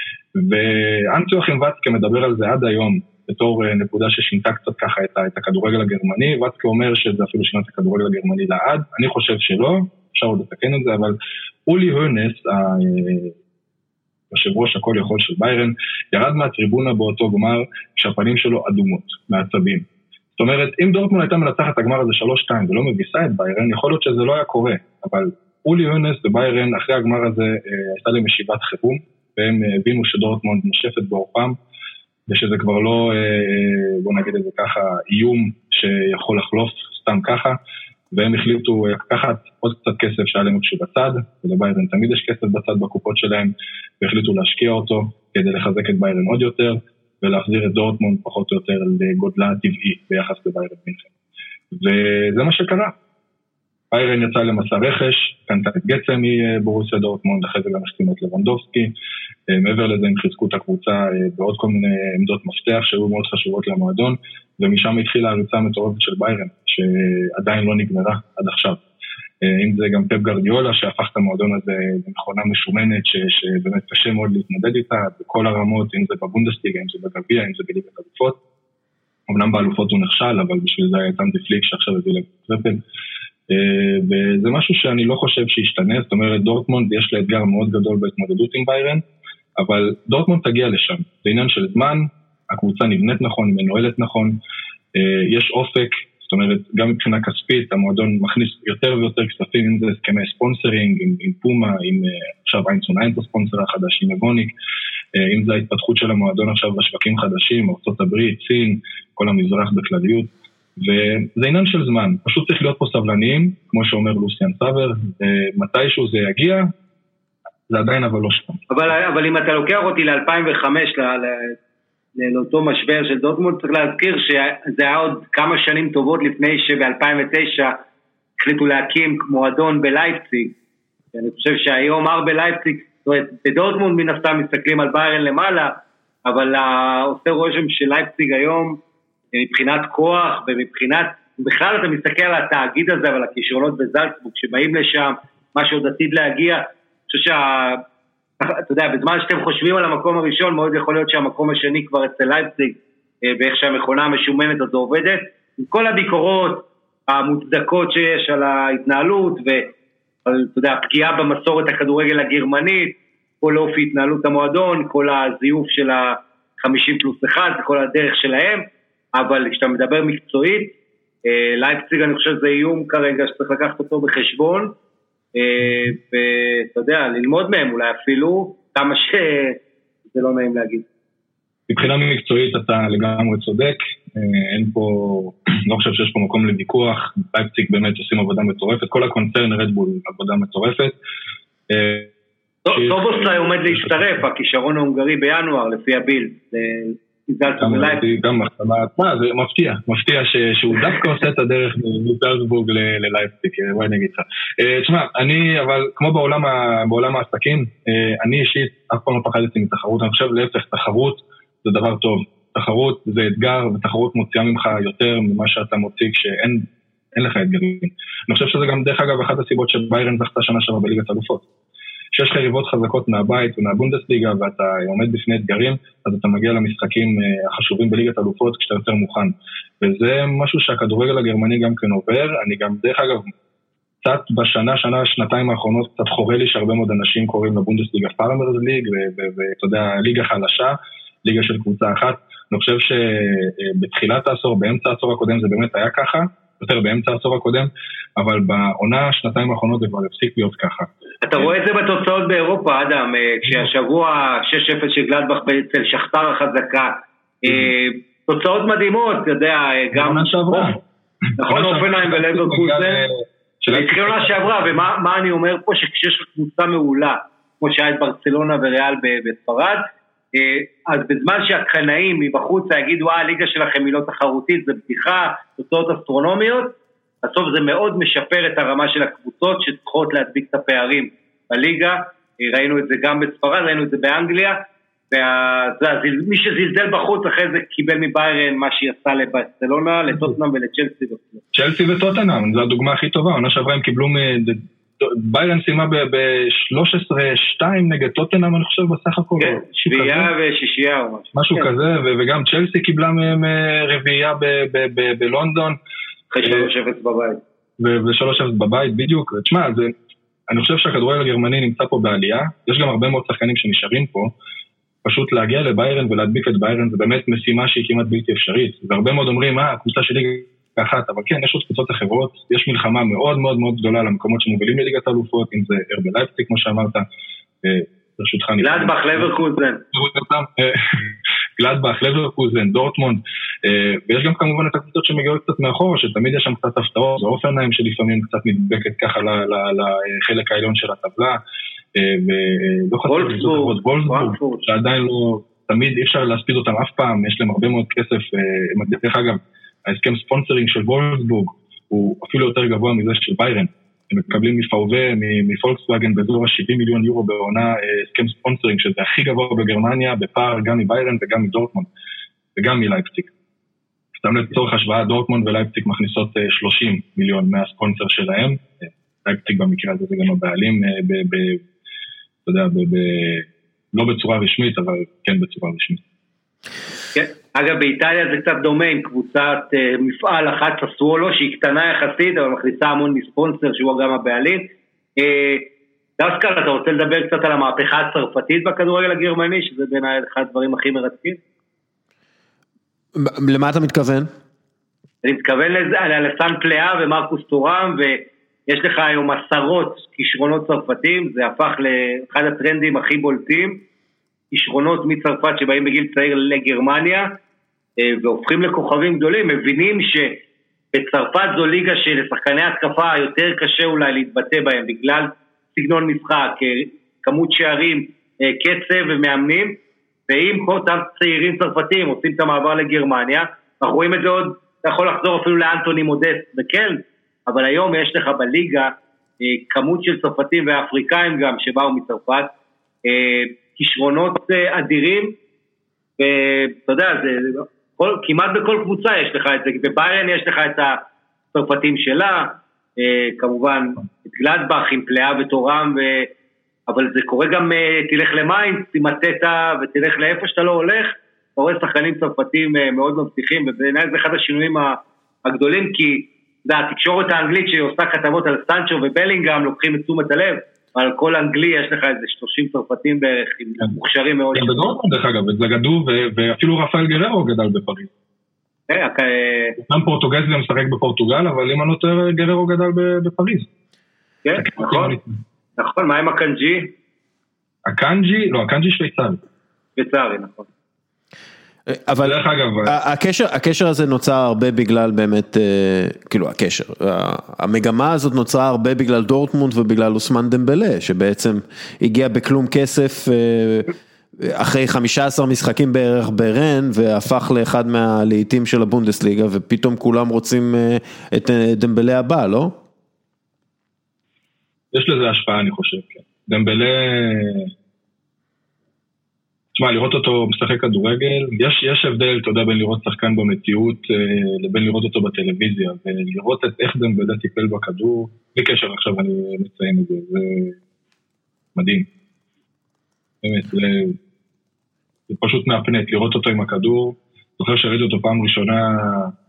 ואנטי-יוחים ואצקה מדבר על זה עד היום, בתור נקודה ששינתה קצת ככה את, את הכדורגל הגרמני, ואצקה אומר שזה אפילו שינה את הכדורגל הגרמני לעד, אני חושב שלא, אפשר עוד לתקן את זה, אבל אולי הונס, יושב ראש הכל יכול של ביירן, ירד מהטריבונה באותו גמר, כשהפנים שלו אדומות, מעצבים. זאת אומרת, אם דורטמונד הייתה מנצחת את הגמר הזה שלוש שתיים ולא מביסה את ביירן, יכול להיות שזה לא היה קורה, אבל אולי הונס וביירן אחרי הגמר הזה הייתה להם ישיבת חירום, והם הבינו שדורטמונד נשפת בעורפם, ושזה כבר לא, בוא נגיד את זה ככה, איום שיכול לחלוף סתם ככה, והם החליטו לקחת עוד קצת כסף שהיה להם כשהוא בצד, ולביירן תמיד יש כסף בצד בקופות שלהם, והחליטו להשקיע אותו כדי לחזק את ביירן עוד יותר, ולהחזיר את דורטמונד פחות או יותר לגודלה הטבעי ביחס לביירן מינכן. וזה מה שקרה. ביירן יצא למסע רכש, קנתה את גצה מבורוסיה דורטמונד, אחרי זה גם החתימה את לבנדובסקי, מעבר לזה הם חיזקו את הקבוצה בעוד כל מיני עמדות מפתח שהיו מאוד חשובות למועדון, ומשם התחילה הריצה המטורפת של ביירן, שעדיין לא נגמרה עד עכשיו. אם זה גם פפ גרדיולה, שהפך את המועדון הזה למכונה משומנת, שבאמת קשה מאוד להתמודד איתה, בכל הרמות, אם זה בבונדסליגה, אם זה בגביע, אם זה בליגת האלופות. אמנם באלופות הוא נכשל, אבל בשביל זה היה תם דפליק שעכשיו הביא לטרפל. וזה משהו שאני לא חושב שישתנה, זאת אומרת, דורטמונד יש לה אתגר מאוד גדול בהתמודדות עם ביירן, אבל דורטמונד תגיע לשם. זה עניין של זמן, הקבוצה נבנית נכון, מנוהלת נכון, יש אופק, זאת אומרת, גם מבחינה כספית, המועדון מכניס יותר ויותר כספים, אם זה הסכמי ספונסרינג, עם, עם פומה, עם עכשיו איינצון איינטו ספונסר החדש, עם אבוניק, אם זה ההתפתחות של המועדון עכשיו בשווקים חדשים, ארצות הברית, סין, כל המזרח בכלליות, וזה עניין של זמן, פשוט צריך להיות פה סבלניים, כמו שאומר לוסיאן סאבר, מתישהו זה יגיע, זה עדיין אבל לא שם. אבל, אבל אם אתה לוקח אותי ל-אלפיים וחמש, לאותו משבר של דורטמונד, צריך להזכיר שזה היה עוד כמה שנים טובות לפני שב-אלפיים ותשע החליטו להקים מועדון בלייפציג. אני חושב שהיום ארבה לייפציג, זאת אומרת, בדורטמונד מן הסתם מסתכלים על ביירן למעלה, אבל עושה רושם של לייפציג היום, מבחינת כוח ומבחינת, בכלל אתה מסתכל על התאגיד הזה, אבל הכישרונות בזלצבורג, שבאים לשם, מה שעוד עתיד להגיע, אני חושב שה... אתה יודע, בזמן שאתם חושבים על המקום הראשון, מאוד יכול להיות שהמקום השני כבר אצל לייפציג, באיך שהמכונה המשומנת הזו עובדת, עם כל הביקורות המוצדקות שיש על ההתנהלות, ועל, אתה יודע, הפגיעה במסורת הכדורגל הגרמנית, כל אופי התנהלות המועדון, כל הזיוף של ה-חמישים פלוס אחד, כל הדרך שלהם, אבל כשאתה מדבר מקצועית, לייפציג אני חושב שזה איום כרגע שצריך לקחת אותו בחשבון, ואתה יודע, ללמוד מהם אולי אפילו, כמה שזה לא נעים להגיד. מבחינה מקצועית אתה לגמרי צודק, אין פה, לא חושב שיש פה מקום לוויכוח, לייפציג באמת עושים עבודה מטורפת, כל הקונצרן רדבול עבודה מטורפת. סובוסליי עומד להצטרף, הכישרון ההונגרי בינואר לפי הבילד, גם מה, זה מפתיע, מפתיע שהוא דווקא עושה את הדרך מזלצבורג ללייפציג, בואי נגיד לך. תשמע, אני, אבל כמו בעולם העסקים, אני אישית אף פעם לא פחדתי מתחרות, אני חושב להפך, תחרות זה דבר טוב, תחרות זה אתגר, ותחרות מוציאה ממך יותר ממה שאתה מוציא כשאין לך אתגרים. אני חושב שזה גם דרך אגב אחת הסיבות שביירן זכתה שנה שעברה בליגת האלופות. שיש חריבות חזקות מהבית ומהבונדסליגה ואתה עומד בפני אתגרים, אז אתה מגיע למשחקים החשובים בליגת האלופות כשאתה יותר מוכן. וזה משהו שהכדורגל הגרמני גם כן עובר. אני גם דרך אגב, קצת בשנה, שנה, שנתיים האחרונות, קצת חורה לי שהרבה מאוד אנשים קוראים לבונדסליגה פארמרס ליג, ואתה יודע, ליגה חלשה, ליגה של קבוצה אחת. אני חושב שבתחילת העשור, באמצע העשור הקודם זה באמת היה ככה, יותר באמצע העשור הקודם, אבל בעונה, שנתיים האחרונות זה כבר הפסיק להיות ככה. אתה רואה את זה בתוצאות באירופה, אדם, כשהשבוע שש אפס של גלדבך אצל שכתר החזקה, תוצאות מדהימות, אתה יודע, גם... נכון, אופנהיים ולברקוזן, התחיל עונה שעברה, ומה אני אומר פה, שכשיש קבוצה מעולה, כמו שהיה את ברצלונה וריאל בספרד, אז בזמן שהקנאים מבחוץ יגידו, אה, הליגה שלכם היא לא תחרותית, זה בדיחה, תוצאות אסטרונומיות, בסוף זה מאוד משפר את הרמה של הקבוצות שצריכות להדביק את הפערים בליגה, ראינו את זה גם בספרד, ראינו את זה באנגליה, ומי שזלזל בחוץ אחרי זה קיבל מביירן מה שהיא עשה לברצלונה, לטוטנהאם ולצ'לסי. צ'לסי וטוטנהאם, זו הדוגמה הכי טובה, עונה שעברה הם קיבלו, ביירן סיימה ב-שלוש עשרה שתיים נגד טוטנהאם, אני חושב בסך הכל. כן, שביעייה ושישייה או משהו. משהו כזה, וגם צ'לסי קיבלה רביעייה בלונדון. אחרי שלוש אפס בבית. ו-שלוש אפס בבית, בדיוק. תשמע, אני חושב שהכדורגל הגרמני נמצא פה בעלייה, יש גם הרבה מאוד שחקנים שנשארים פה, פשוט להגיע לביירן ולהדביק את ביירן, זה באמת משימה שהיא כמעט בלתי אפשרית, והרבה מאוד אומרים, אה, הקבוצה שלי אחת, אבל כן, יש עוד קבוצות אחרות, יש מלחמה מאוד מאוד מאוד גדולה למקומות שמובילים לליגת האלופות, אם זה ארבה לייפציג, כמו שאמרת, ברשותך אני... גלדבך, לברקוזן. גלדבך, לברקוזן, דורטמונד, ויש גם כמובן את הקבוצות שמגיעות קצת מאחור, שתמיד יש שם קצת הפתעות, זה אופנהיים שלפעמים קצת נדבקת ככה לחלק העליון של הטבלה, ולא חצי קבוצות, וולסבורג, שעדיין לא, תמיד אי אפשר להספיד אותם אף פעם, יש להם הרבה מאוד כסף, דרך אגב, ההסכם ספונסרינג של וולסבורג הוא אפילו יותר גבוה מזה של ביירן, הם מקבלים מפאובה, מפולקסווגן באזור ה-שבעים מיליון יורו בעונה הסכם ספונסרינג, שזה הכי גבוה בגרמניה, בפער גם מביירן וגם מדורטמונד, וגם מלייפציג. סתם לצורך השוואה, דורטמונד ולייפציג מכניסות שלושים מיליון מהספונסר שלהם, לייפציג במקרה הזה זה גם הבעלים, אתה יודע, לא בצורה רשמית, אבל כן בצורה רשמית. כן, אגב באיטליה זה קצת דומה עם קבוצת מפעל אחת ססוולו שהיא קטנה יחסית אבל מכניסה המון מספונסר שהוא גם הבעלים. דווקא אתה רוצה לדבר קצת על המהפכה הצרפתית בכדורגל הגרמני שזה בין אחד הדברים הכי מרתקים? למה אתה מתכוון? אני מתכוון לסן פלאה ומרקוס טורם, ויש לך היום עשרות כישרונות צרפתים, זה הפך לאחד הטרנדים הכי בולטים, כישרונות מצרפת שבאים בגיל צעיר לגרמניה, והופכים לכוכבים גדולים, מבינים שבצרפת זו ליגה שלשחקני התקפה יותר קשה אולי להתבטא בהם, בגלל סגנון משחק, כמות שערים, קצב ומאמנים, ואם כל אותם צעירים צרפתים עושים את המעבר לגרמניה, אנחנו רואים את זה עוד, אתה יכול לחזור אפילו לאנטוני מודסט וכן, אבל היום יש לך בליגה כמות של צרפתים ואפריקאים גם שבאו מצרפת, כישרונות אדירים, ואתה יודע, זה, כל, כמעט בכל קבוצה יש לך את זה, בביירן יש לך את הצרפתים שלה, כמובן את גלדבך עם פלאה ותורם, ו... אבל זה קורה גם, תלך למיינדס, תימטטה ותלך לאיפה שאתה לא הולך, אתה רואה שחקנים צרפתים מאוד מבטיחים, ובעיניי זה אחד השינויים הגדולים, כי זה התקשורת האנגלית שעושה כתבות על סנצ'ו ובלינגהם, לוקחים את תשומת הלב, על כל אנגלי יש לך איזה שלושים צרפתים בערך, עם מוכשרים מאוד. גם בדורטמונד דרך אגב, את זגדו, ואפילו רפאל גררו גדל בפריז. גם פורטוגזיה משחק בפורטוגל, אבל אם אני לא טועה, גררו גדל בפריז. כן, נכון. נכון, מה עם הקנג'י? הקנג'י, לא, הקנג'י שוויצרי. שוויצרי, נכון. אבל הקשר, הקשר הזה נוצר הרבה בגלל באמת, כאילו הקשר, המגמה הזאת נוצרה הרבה בגלל דורטמונד ובגלל אוסמן דמבלה, שבעצם הגיע בכלום כסף אחרי חמישה עשר משחקים בערך ברן, והפך לאחד מהלעיתים של הבונדסליגה, ופתאום כולם רוצים את דמבלה הבא, לא? יש לזה השפעה, אני חושב, כן. דמבלה, תשמע, לראות אותו משחק כדורגל, יש, יש הבדל, אתה יודע, בין לראות שחקן במציאות, לבין לראות אותו בטלוויזיה, ולראות את איך דמבלה טיפל בכדור, בלי קשר עכשיו אני מציין את זה, זה מדהים. באמת, זה, זה פשוט מהפנט, לראות אותו עם הכדור, זוכר שראיתי אותו פעם ראשונה,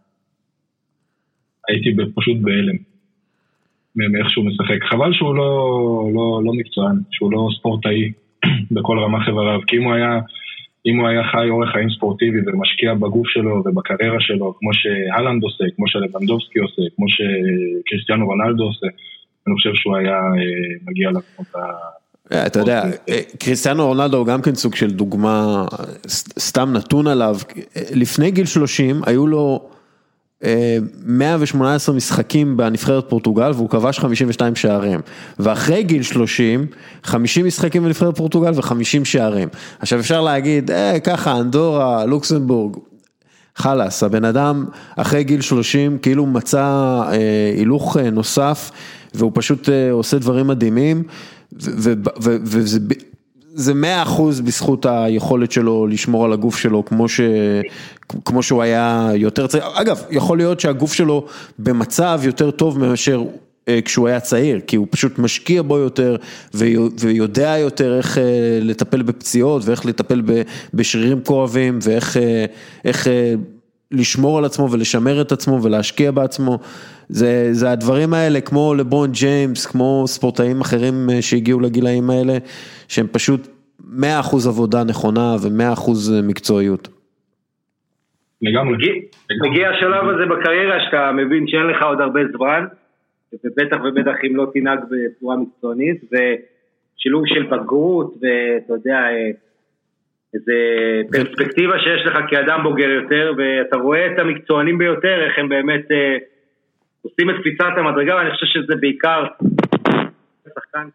הייתי פשוט בהלם. מאיך שהוא משחק. חבל שהוא לא, לא, לא מקצוען, שהוא לא ספורטאי בכל רמה חבריו, כי אם הוא היה, אם הוא היה חי אורך חיים ספורטיבי ומשקיע בגוף שלו ובקריירה שלו, כמו שהלנד עושה, כמו שלבנדובסקי עושה, כמו שקריסטיאנו רונלדו עושה, אני חושב שהוא היה מגיע למקומות ה... אתה יודע, קריסטיאנו רונלדו הוא גם כן סוג של דוגמה, סתם נתון עליו, לפני גיל שלושים היו לו מאה ושמונה עשרה משחקים בנבחרת פורטוגל, והוא כבש חמישים ושתיים שערים, ואחרי גיל שלושים, חמישים משחקים בנבחרת פורטוגל וחמישים שערים. עכשיו אפשר להגיד, אה, ככה, אנדורה, לוקסמבורג, חלס, הבן אדם אחרי גיל שלושים, כאילו מצא אה, הילוך אה, נוסף, והוא פשוט אה, עושה דברים מדהימים, וזה... זה מאה אחוז בזכות היכולת שלו לשמור על הגוף שלו, כמו ש, כמו שהוא היה יותר צעיר. אגב, יכול להיות שהגוף שלו במצב יותר טוב מאשר כשהוא היה צעיר, כי הוא פשוט משקיע בו יותר, ויודע יותר איך לטפל בפציעות, ואיך לטפל בשרירים כואבים, ואיך איך לשמור על עצמו ולשמר את עצמו ולהשקיע בעצמו. זה, זה הדברים האלה, כמו לברון ג'יימס, כמו ספורטאים אחרים שהגיעו לגילאים האלה, שהם פשוט מאה אחוז עבודה נכונה ו-מאה אחוז מקצועיות. לגמרי. מגיע השלב הזה בקריירה שאתה מבין שאין לך עוד הרבה זמן, ובטח ובטח אם לא תנהג בצורה מקצוענית, ושילוב של בגרות, ואתה יודע, איזה פרספקטיבה שיש לך כאדם בוגר יותר, ואתה רואה את המקצוענים ביותר, איך הם באמת עושים את קפיצת המדרגה, ואני חושב שזה בעיקר שחקן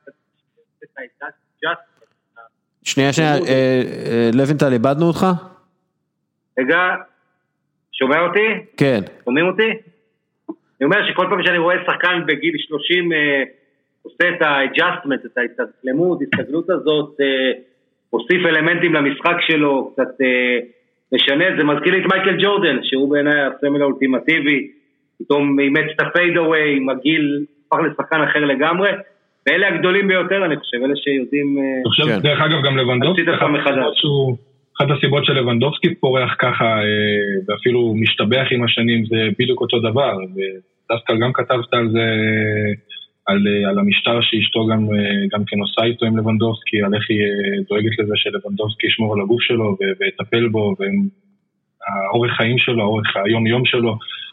שנייה, שנייה, לוינטל, איבדנו אותך? רגע, שומע אותי? כן. שומעים אותי? אני אומר שכל פעם שאני רואה שחקן בגיל שלושים עושה את ה-adjustment, את ההתאקלמות, ההסתגלות הזאת, הוסיף אלמנטים למשחק שלו, קצת משנה, זה מזכיר לי את מייקל ג'ורדן, שהוא בעיניי הסמל האולטימטיבי, פתאום אימץ את הפיידאווי, עם הגיל, הפך לשחקן אחר לגמרי, ואלה הגדולים ביותר, אני חושב, אלה שיודעים... אני חושב, דרך אגב, גם לבנדובסקי, אחת הסיבות של לבנדובסקי פורח ככה, ואפילו משתבח עם השנים, זה בדיוק אותו דבר, ודווקא גם כתבת על זה, על, על המשטר שאשתו גם, גם כן עושה איתו עם לבנדובסקי, על איך היא דואגת לזה שלבנדובסקי ישמור על הגוף שלו, ויטפל בו, והאורך חיים שלו, האורך היום יום שלו,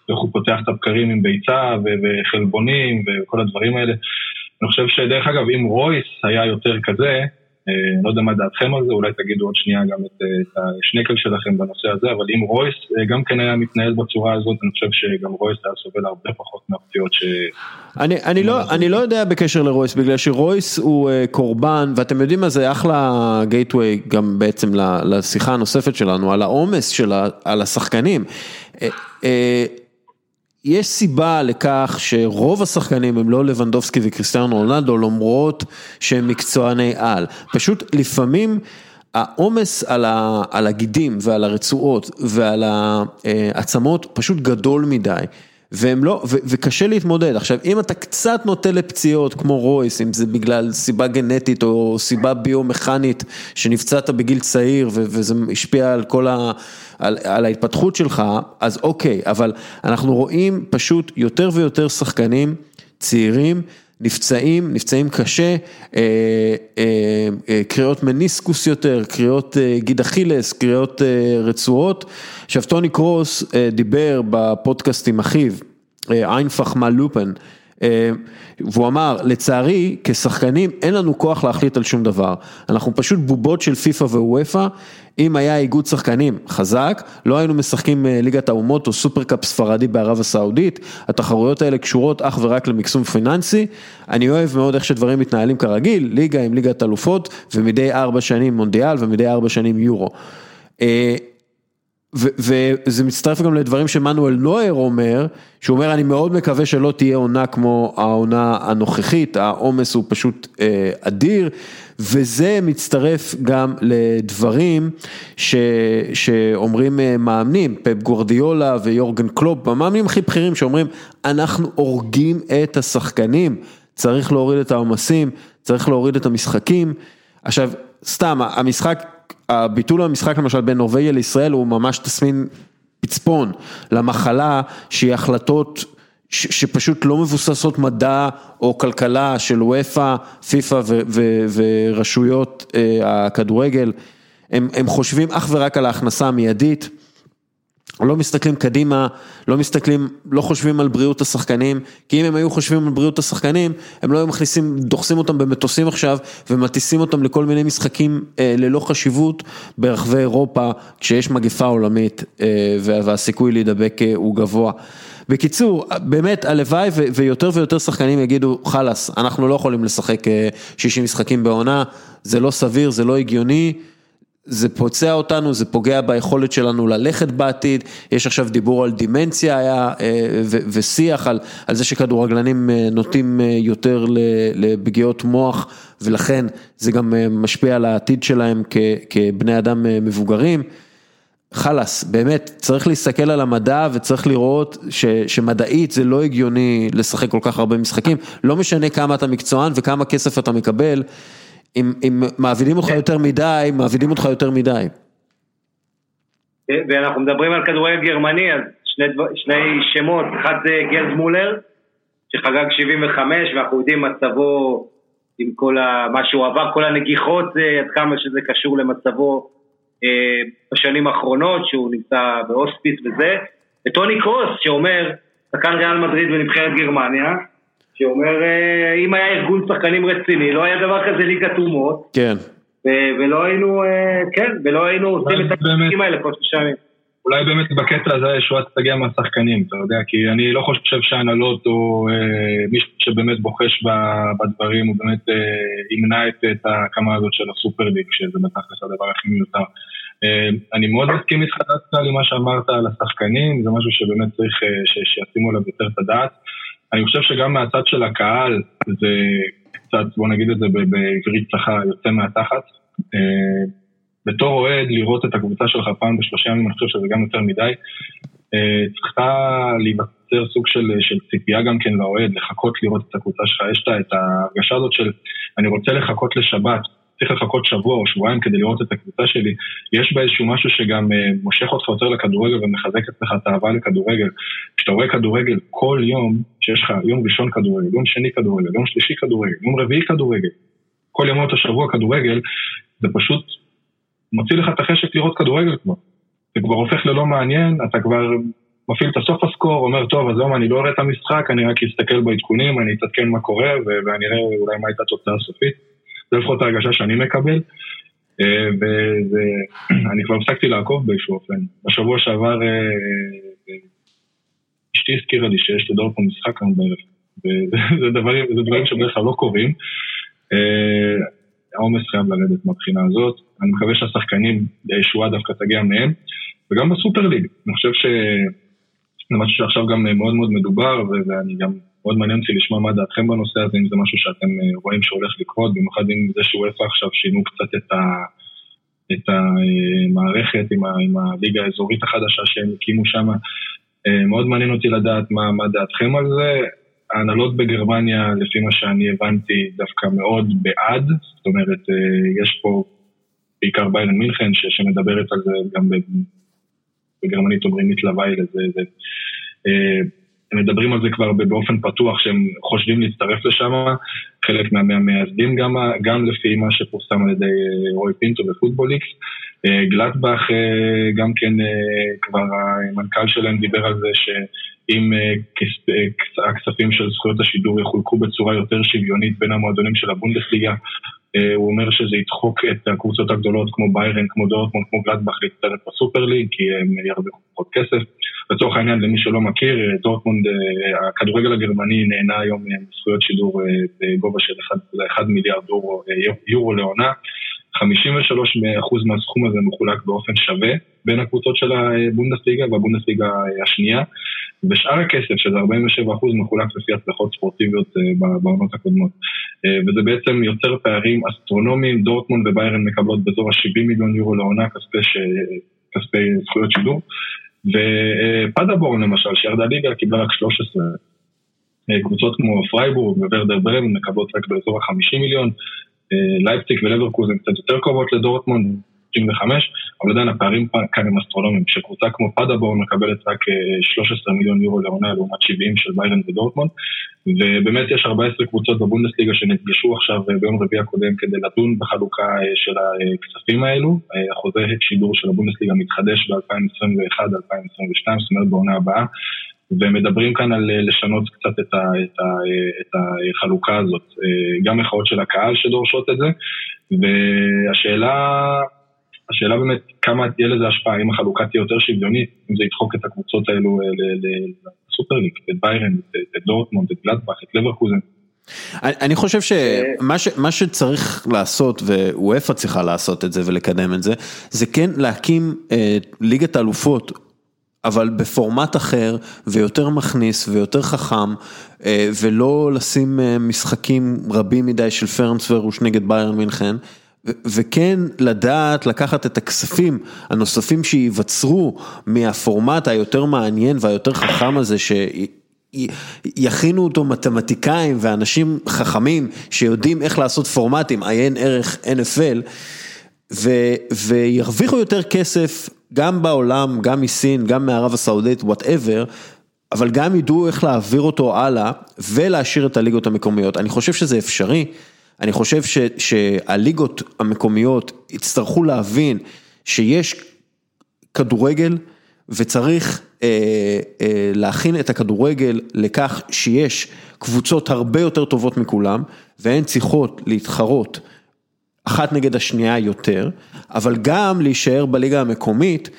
איך הוא פותח את הבקרים עם ביצה וחלבונים וכל הדברים האלה. אני חושב שדרך אגב, אם רויס היה יותר כזה, לא יודע מה דעתכם על זה, אולי תגידו עוד שנייה גם את, את השנקל שלכם בנושא הזה, אבל אם רויס גם כן היה מתנהל בצורה הזאת, אני חושב שגם רויס היה סובל הרבה פחות מהפציעות ש... אני, אני, לא, אני לא יודע בקשר לרויס, בגלל שרויס הוא uh, קורבן, ואתם יודעים מה זה אחלה גייטווי גם בעצם לשיחה הנוספת שלנו, על העומס שלה, על השחקנים. Uh, uh, יש סיבה לכך שרוב השחקנים הם לא לבנדובסקי וקריסטיאנו רונלדו, למרות שהם מקצועני על. פשוט לפעמים העומס על, ה, על הגידים ועל הרצועות ועל העצמות פשוט גדול מדי. והם לא, ו, וקשה להתמודד. עכשיו, אם אתה קצת נוטה לפציעות כמו רויס, אם זה בגלל סיבה גנטית או סיבה ביומכנית שנפצעת בגיל צעיר ו, וזה השפיע על כל ה, על, על ההתפתחות שלך, אז אוקיי, אבל אנחנו רואים פשוט יותר ויותר שחקנים צעירים, נפצעים, נפצעים קשה, אה, אה, אה, קריאות מניסקוס יותר, קריאות אה, גיד אכילס, קריאות אה, רצועות. עכשיו, טוני קרוס אה, דיבר בפודקאסט עם אחיו, אה, איינפח מלופן, אה, והוא אמר, לצערי, כשחקנים אין לנו כוח להחליט על שום דבר. אנחנו פשוט בובות של פיפה ואופה. אם היה איגוד שחקנים חזק, לא היינו משחקים ליגת האומות או סופרקאפ ספרדי בערב הסעודית. התחרויות האלה קשורות אך ורק למקסום פיננסי. אני אוהב מאוד איך שדברים מתנהלים כרגיל, ליגה עם ליגת אלופות, ומדי ארבע שנים מונדיאל ומדי ארבע שנים יורו. וזה מצטרף גם לדברים שמנואל נויר אומר, שהוא אומר, אני מאוד מקווה שלא תהיה עונה כמו העונה הנוכחית, העומס הוא פשוט אדיר, וזה מצטרף גם לדברים ש, שאומרים מאמנים, פפ גוארדיולה ויורגן קלופ, המאמנים הכי בכירים שאומרים, אנחנו הורגים את השחקנים, צריך להוריד את העומסים, צריך להוריד את המשחקים. עכשיו, סתם, המשחק, הביטול המשחק למשל בין נורווגיה לישראל הוא ממש תסמין פצפון למחלה שהיא החלטות ש, שפשוט לא מבוססות מדע או כלכלה של וופא, פיפה ו, ו, ורשויות אה, הכדורגל, הם, הם חושבים אך ורק על ההכנסה המיידית, לא מסתכלים קדימה, לא מסתכלים, לא חושבים על בריאות השחקנים, כי אם הם היו חושבים על בריאות השחקנים, הם לא היו מכניסים, דוחסים אותם במטוסים עכשיו, ומטיסים אותם לכל מיני משחקים אה, ללא חשיבות, ברחבי אירופה, כשיש מגפה עולמית, אה, והסיכוי להידבק אה, הוא גבוה. בקיצור, באמת, הלוואי ו- ויותר ויותר שחקנים יגידו, חלס, אנחנו לא יכולים לשחק אה, שישים משחקים בעונה, זה לא סביר, זה לא הגיוני, זה פוצע אותנו, זה פוגע ביכולת שלנו ללכת בעתיד, יש עכשיו דיבור על דימנציה היה, ו- ושיח על, על זה שכדורגלנים נוטים יותר לפגיעות מוח, ולכן זה גם משפיע על העתיד שלהם כ- כבני אדם מבוגרים. חלס, באמת, צריך להסתכל על המדע וצריך לראות ש- שמדעית זה לא הגיוני לשחק כל כך הרבה משחקים, לא משנה כמה אתה מקצוען וכמה כסף אתה מקבל, אם, אם מעבידים אותך יותר מדי, מעבידים אותך יותר מדי. ואנחנו מדברים על כדורגל גרמני, אז שני, שני שמות, אחד זה גרז מולר, שחגג שבעים וחמש, ואנחנו יודעים מצבו, עם כל ה, מה שהוא עבר, כל הנגיחות, עד כמה שזה קשור למצבו, אה, בשנים האחרונות, שהוא נמצא באוספיס וזה, וטוני קרוס, שאומר, שחקן ריאל מדריד בנבחרת גרמניה, שאומר, אם היה ארגון שחקנים רציני, לא היה דבר כזה ליגת אומות. כן. ולא היינו, כן, ולא היינו עושים את המשחקים האלה כל שנים. אולי באמת בקטע הזה ישועה תגיע מהשחקנים, אתה יודע, כי אני לא חושב שהנהלות או מישהו שבאמת בוחש בדברים, הוא באמת ימנע את ההקמה הזאת של הסופר ליג, שזה בתכלס הדבר הכי מיותר. אני מאוד מסכים איתך דווקא למה שאמרת על השחקנים, זה משהו שבאמת צריך שישימו עליו יותר את הדעת. אני חושב שגם מהצד של הקהל, זה קצת, בוא נגיד את זה בעברית צחה, יוצא מהתחת. בתור אוהד, לראות את הקבוצה שלך פעם בשלושה ימים, אני חושב שזה גם יותר מדי. צריכה להיווצר סוג של, של ציפייה גם כן לאוהד, לחכות לראות את הקבוצה שלך. יש את ההרגשה הזאת של, אני רוצה לחכות לשבת, צריך לחכות שבוע או שבועיים כדי לראות את הקבוצה שלי. יש בה איזשהו משהו שגם מושך אותך יותר לכדורגל ומחזק אצלך את האהבה לכדורגל. כשאתה רואה כדורגל כל יום, שיש לך יום ראשון כדורגל, יום שני כדורגל, יום שלישי כדורגל, יום רביעי כדורגל, כל ימות השבוע כדורגל, זה פשוט מוציא לך את החשק לראות כדורגל כבר. זה כבר הופך ללא מעניין, אתה כבר מפעיל את הסוף הסקור, אומר, טוב, אז היום אני לא אראה את המשחק, אני רק אסתכל בעדכונים, אני אתעדכן מה קורה, ואני אראה אולי מה הייתה תוצאה הסופית. זה לפחות הרגשה שאני מקבל, ואני כבר הפסקתי לעקוב באיזשהו אופן. בשבוע שעבר, אשתי הזכירה לי שיש לדורטמונד משחק כאן בערב, וזה דברים, זה דברים שבדרך כלל לא קורים. העומס חייב לרדת מהבחינה הזאת, אני מקווה שהשחקנים שואה דווקא תגיע מהם, וגם בסופר ליג, אני חושב שזה משהו שעכשיו גם מאוד מאוד מדובר, ואני גם מאוד מעניין אותי לשמוע מה דעתכם בנושא הזה, אם זה משהו שאתם רואים שהולך לקרות, במיוחד עם זה שאופה עכשיו שינו קצת את, ה, את המערכת עם, ה, עם הליגה האזורית החדשה שהם הקימו שם, מאוד מעניין אותי לדעת מה, מה דעתכם על זה, ההנהלות בגרמניה, לפי מה שאני הבנתי, דווקא מאוד בעד, זאת אומרת, יש פה בעיקר ביירן מינכן, שמדברת על זה גם בגרמנית אומרים מתלווי לזה, זה, הם מדברים על זה כבר באופן פתוח, שהם חושבים להצטרף לשם, חלק מהמייסדים גם, גם לפי מה שפורסם על ידי רוי פינטו בפוטבוליקס, גלטבך גם כן כבר המנכ"ל שלהם דיבר על זה שאם הכספים של זכויות השידור יחולקו בצורה יותר שוויונית בין המועדונים של הבונדסליגה, הוא אומר שזה ידחוק את הקבוצות הגדולות כמו ביירן, כמו דורטמונד, כמו גלטבך להצטרף בסופר ליג, כי הם ירוויחו פחות כסף. לצורך העניין, למי שלא מכיר, דורטמונד, הכדורגל הגרמני נהנה היום מזכויות שידור בגובה של אחד מיליארד יורו, יורו לעונה. חמישים ושלושה אחוז מהסכום הזה מחולק באופן שווה בין הקבוצות של הבונדסליגה והבונדסליגה השנייה, ושאר הכסף, שזה ארבעים ושבעה אחוז מחולק לפי הצלחות ספורטיביות בעונות הקודמות. וזה בעצם יוצר פערים אסטרונומיים, דורטמונד וביירן מקבלות באזור ה-שבעים מיליון יורו לעונה כספי, ש... כספי זכויות שידור, ופדאבורן למשל, שירדה ליגה, קיבלה רק שלוש עשרה. קבוצות כמו פרייבורג וורדר ברמן מקבלות רק באזור ה-חמישים מיליון, לייפציג ולברקוזן קצת יותר קרובות לדורטמונד, שישים וחמש, אבל עדיין הפערים כאן הם אסטרונומיים, שקבוצה כמו פדאבורן מקבלת רק שלושה עשר מיליון יורו לעונה, לעומת שבעים של ביירן ודורטמונד, ובאמת יש ארבע עשרה קבוצות בבונדסליגה שנפגשו עכשיו ביום רביעי הקודם כדי לדון בחלוקה של הכספים האלו, החוזה שידור של הבונדסליגה מתחדש ב-אלפיים עשרים ואחת עד אלפיים עשרים ושתיים, זאת אומרת בעונה הבאה, ומדברים כאן על לשנות קצת את, ה, את, ה, את החלוקה הזאת, גם מחאות של הקהל שדורשות את זה, והשאלה, השאלה באמת כמה תהיה לזה השפעה, אם החלוקה תהיה יותר שוויונית, אם זה ידחוק את הקבוצות האלו לסופרליג, את ביירן, את דורטמונד, את גלטבך, את לברקוזן. אני חושב שמה ש, מה שצריך לעשות, ואופה צריכה לעשות את זה ולקדם את זה, זה כן להקים ליגת האלופות, אבל בפורמט אחר, ויותר מכניס, ויותר חכם, ולא לשים משחקים רבים מדי של פרנס ורוש נגד ביירן מינכן, וכן לדעת לקחת את הכספים הנוספים שיווצרו מהפורמט היותר מעניין והיותר חכם הזה, שיכינו אותו מתמטיקאים ואנשים חכמים שיודעים איך לעשות פורמטים, עיין ערך אן אף אל, וירוויחו יותר כסף גם בעולם, גם מסין, גם מערב הסעודית, whatever, אבל גם ידעו איך להעביר אותו הלאה, ולהשאיר את הליגות המקומיות. אני חושב שזה אפשרי, אני חושב ש, שהליגות המקומיות יצטרכו להבין שיש כדורגל, וצריך אה, אה, להכין את הכדורגל לכך שיש קבוצות הרבה יותר טובות מכולם, והן צריכות להתחרות אחת נגד השנייה יותר, אבל גם להישאר בליגה המקומית,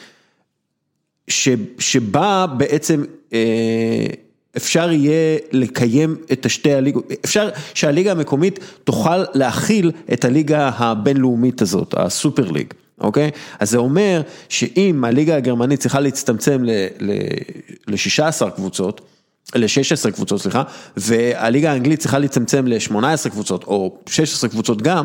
ש, שבה בעצם אה, אפשר יהיה לקיים את השתי הליגות, אפשר שהליגה המקומית תוכל להכיל את הליגה הבינלאומית הזאת, הסופר ליג, אוקיי? אז זה אומר שאם הליגה הגרמנית צריכה להצטמצם ל-שש עשרה קבוצות, ל-שש עשרה קבוצות, סליחה, והליגה האנגלית צריכה להצטמצם ל-שמונה עשרה קבוצות, או שש עשרה קבוצות גם,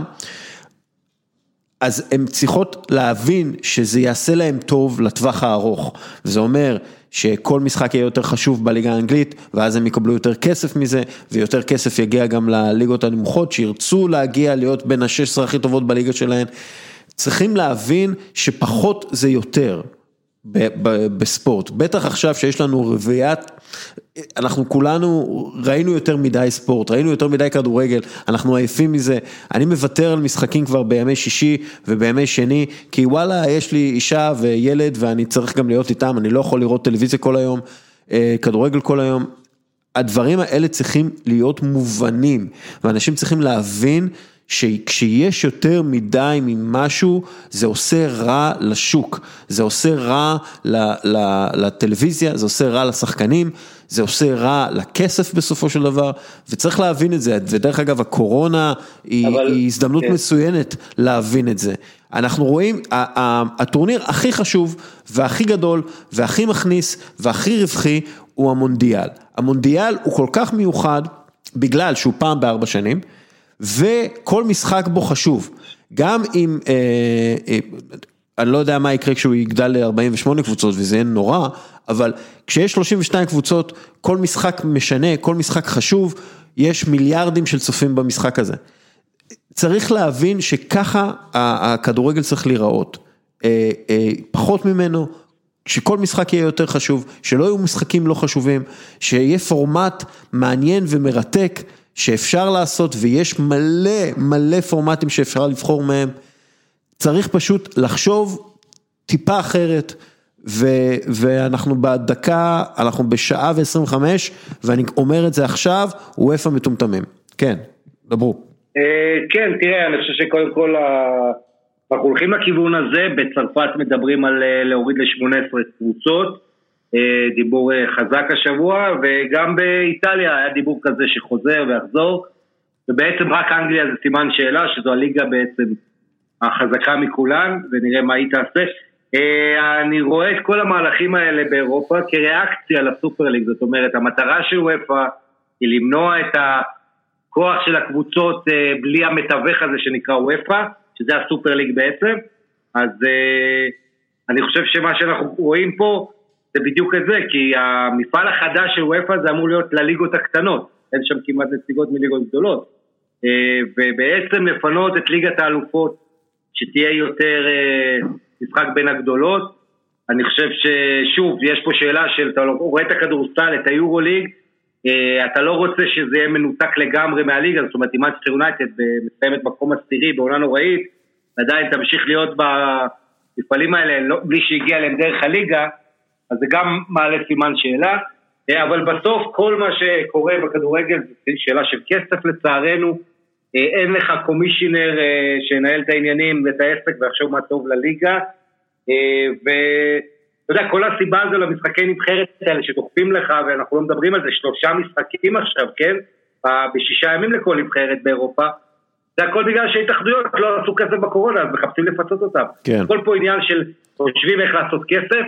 אז הן צריכות להבין שזה יעשה להם טוב לטווח הארוך, וזה אומר שכל משחק יהיה יותר חשוב בליגה האנגלית, ואז הם יקבלו יותר כסף מזה, ויותר כסף יגיע גם לליגות הנמוכות, שירצו להגיע להיות בין ה-שש עשרה הכי טובות בליגה שלהן, צריכים להבין שפחות זה יותר, בספורט, בטח עכשיו שיש לנו רביעיית, אנחנו כולנו ראינו יותר מדי ספורט, ראינו יותר מדי כדורגל, אנחנו עייפים מזה, אני מוותר על משחקים כבר בימי שישי ובימי שני, כי וואלה יש לי אישה וילד ואני צריך גם להיות איתם, אני לא יכול לראות טלוויזיה כל היום, כדורגל כל היום, הדברים האלה צריכים להיות מובנים, ואנשים צריכים להבין שכשיש יותר מדי ממשהו, זה עושה רע לשוק, זה עושה רע לטלוויזיה, זה עושה רע לשחקנים, זה עושה רע לכסף בסופו של דבר, וצריך להבין את זה, ודרך אגב הקורונה היא, אבל, היא הזדמנות כן. מסוינת להבין את זה. אנחנו רואים, הטורניר הכי חשוב, והכי גדול, והכי מכניס, והכי רווחי, הוא המונדיאל. המונדיאל הוא כל כך מיוחד, בגלל שהוא פעם בארבע שנים, וכל משחק בו חשוב, גם אם, אה, אה, אני לא יודע מה יקרה כשהוא יגדל ל-ארבעים ושמונה קבוצות, וזה אין נורא, אבל כשיש שלושים ושתיים קבוצות, כל משחק משנה, כל משחק חשוב, יש מיליארדים של צופים במשחק הזה. צריך להבין שככה הכדורגל צריך להיראות, אה, אה, פחות ממנו, שכל משחק יהיה יותר חשוב, שלא יהיו משחקים לא חשובים, שיהיה פורמט מעניין ומרתק, שאפשר לעשות, ויש מלא מלא פורמטים שאפשר לבחור מהם, צריך פשוט לחשוב טיפה אחרת, ו- ואנחנו בדקה, אנחנו בשעה ו-עשרים וחמש, ואני אומר את זה עכשיו, הוא איפה מטומטמים. כן, דברו. כן, תראה, אני חושב שקודם כל, אנחנו הולכים לכיוון הזה, בצרפת מדברים על להוריד ל-שמונה עשרה קבוצות, דיבור חזק השבוע, וגם באיטליה היה דיבור כזה שחוזר ויחזור, ובעצם רק אנגליה זה סימן שאלה, שזו הליגה בעצם החזקה מכולן, ונראה מה היא תעשה. אני רואה את כל המהלכים האלה באירופה כריאקציה לסופר ליג, זאת אומרת, המטרה של וופא היא למנוע את הכוח של הקבוצות בלי המתווך הזה שנקרא וופא, שזה הסופר ליג בעצם, אז אני חושב שמה שאנחנו רואים פה, זה בדיוק את זה, כי המפעל החדש של וופא זה אמור להיות לליגות הקטנות, אין שם כמעט נציגות מליגות גדולות, ובעצם לפנות את ליגת האלופות, שתהיה יותר משחק בין הגדולות. אני חושב ששוב, יש פה שאלה של, אתה רואה את הכדורסל, את היורו ליג, אתה לא רוצה שזה יהיה מנותק לגמרי מהליגה, זאת אומרת, אם מנצ'סטר יונייטד מסיימת מקום עשירי בעונה נוראית, עדיין תמשיך להיות במפעלים האלה, לא, בלי שהגיע להם דרך הליגה, אז זה גם מעלה סימן שאלה, אבל בסוף כל מה שקורה בכדורגל זה שאלה של כסף לצערנו, אין לך קומישיונר שינהל את העניינים ואת העסק ועכשיו מה טוב לליגה, ואתה יודע, כל הסיבה הזו למשחקי נבחרת האלה שתוקפים לך, ואנחנו לא מדברים על זה, שלושה משחקים עכשיו, כן? בשישה ימים לכל נבחרת באירופה, זה הכל בגלל שההתאחדויות לא עשו כסף בקורונה, אז מחפשים לפצות אותם. כן. כל פה עניין של חושבים איך לעשות כסף,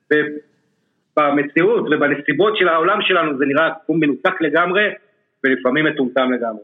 ובמציאות ובנסיבות של העולם שלנו זה נראה כמו מנותק לגמרי, ולפעמים מטומטם לגמרי.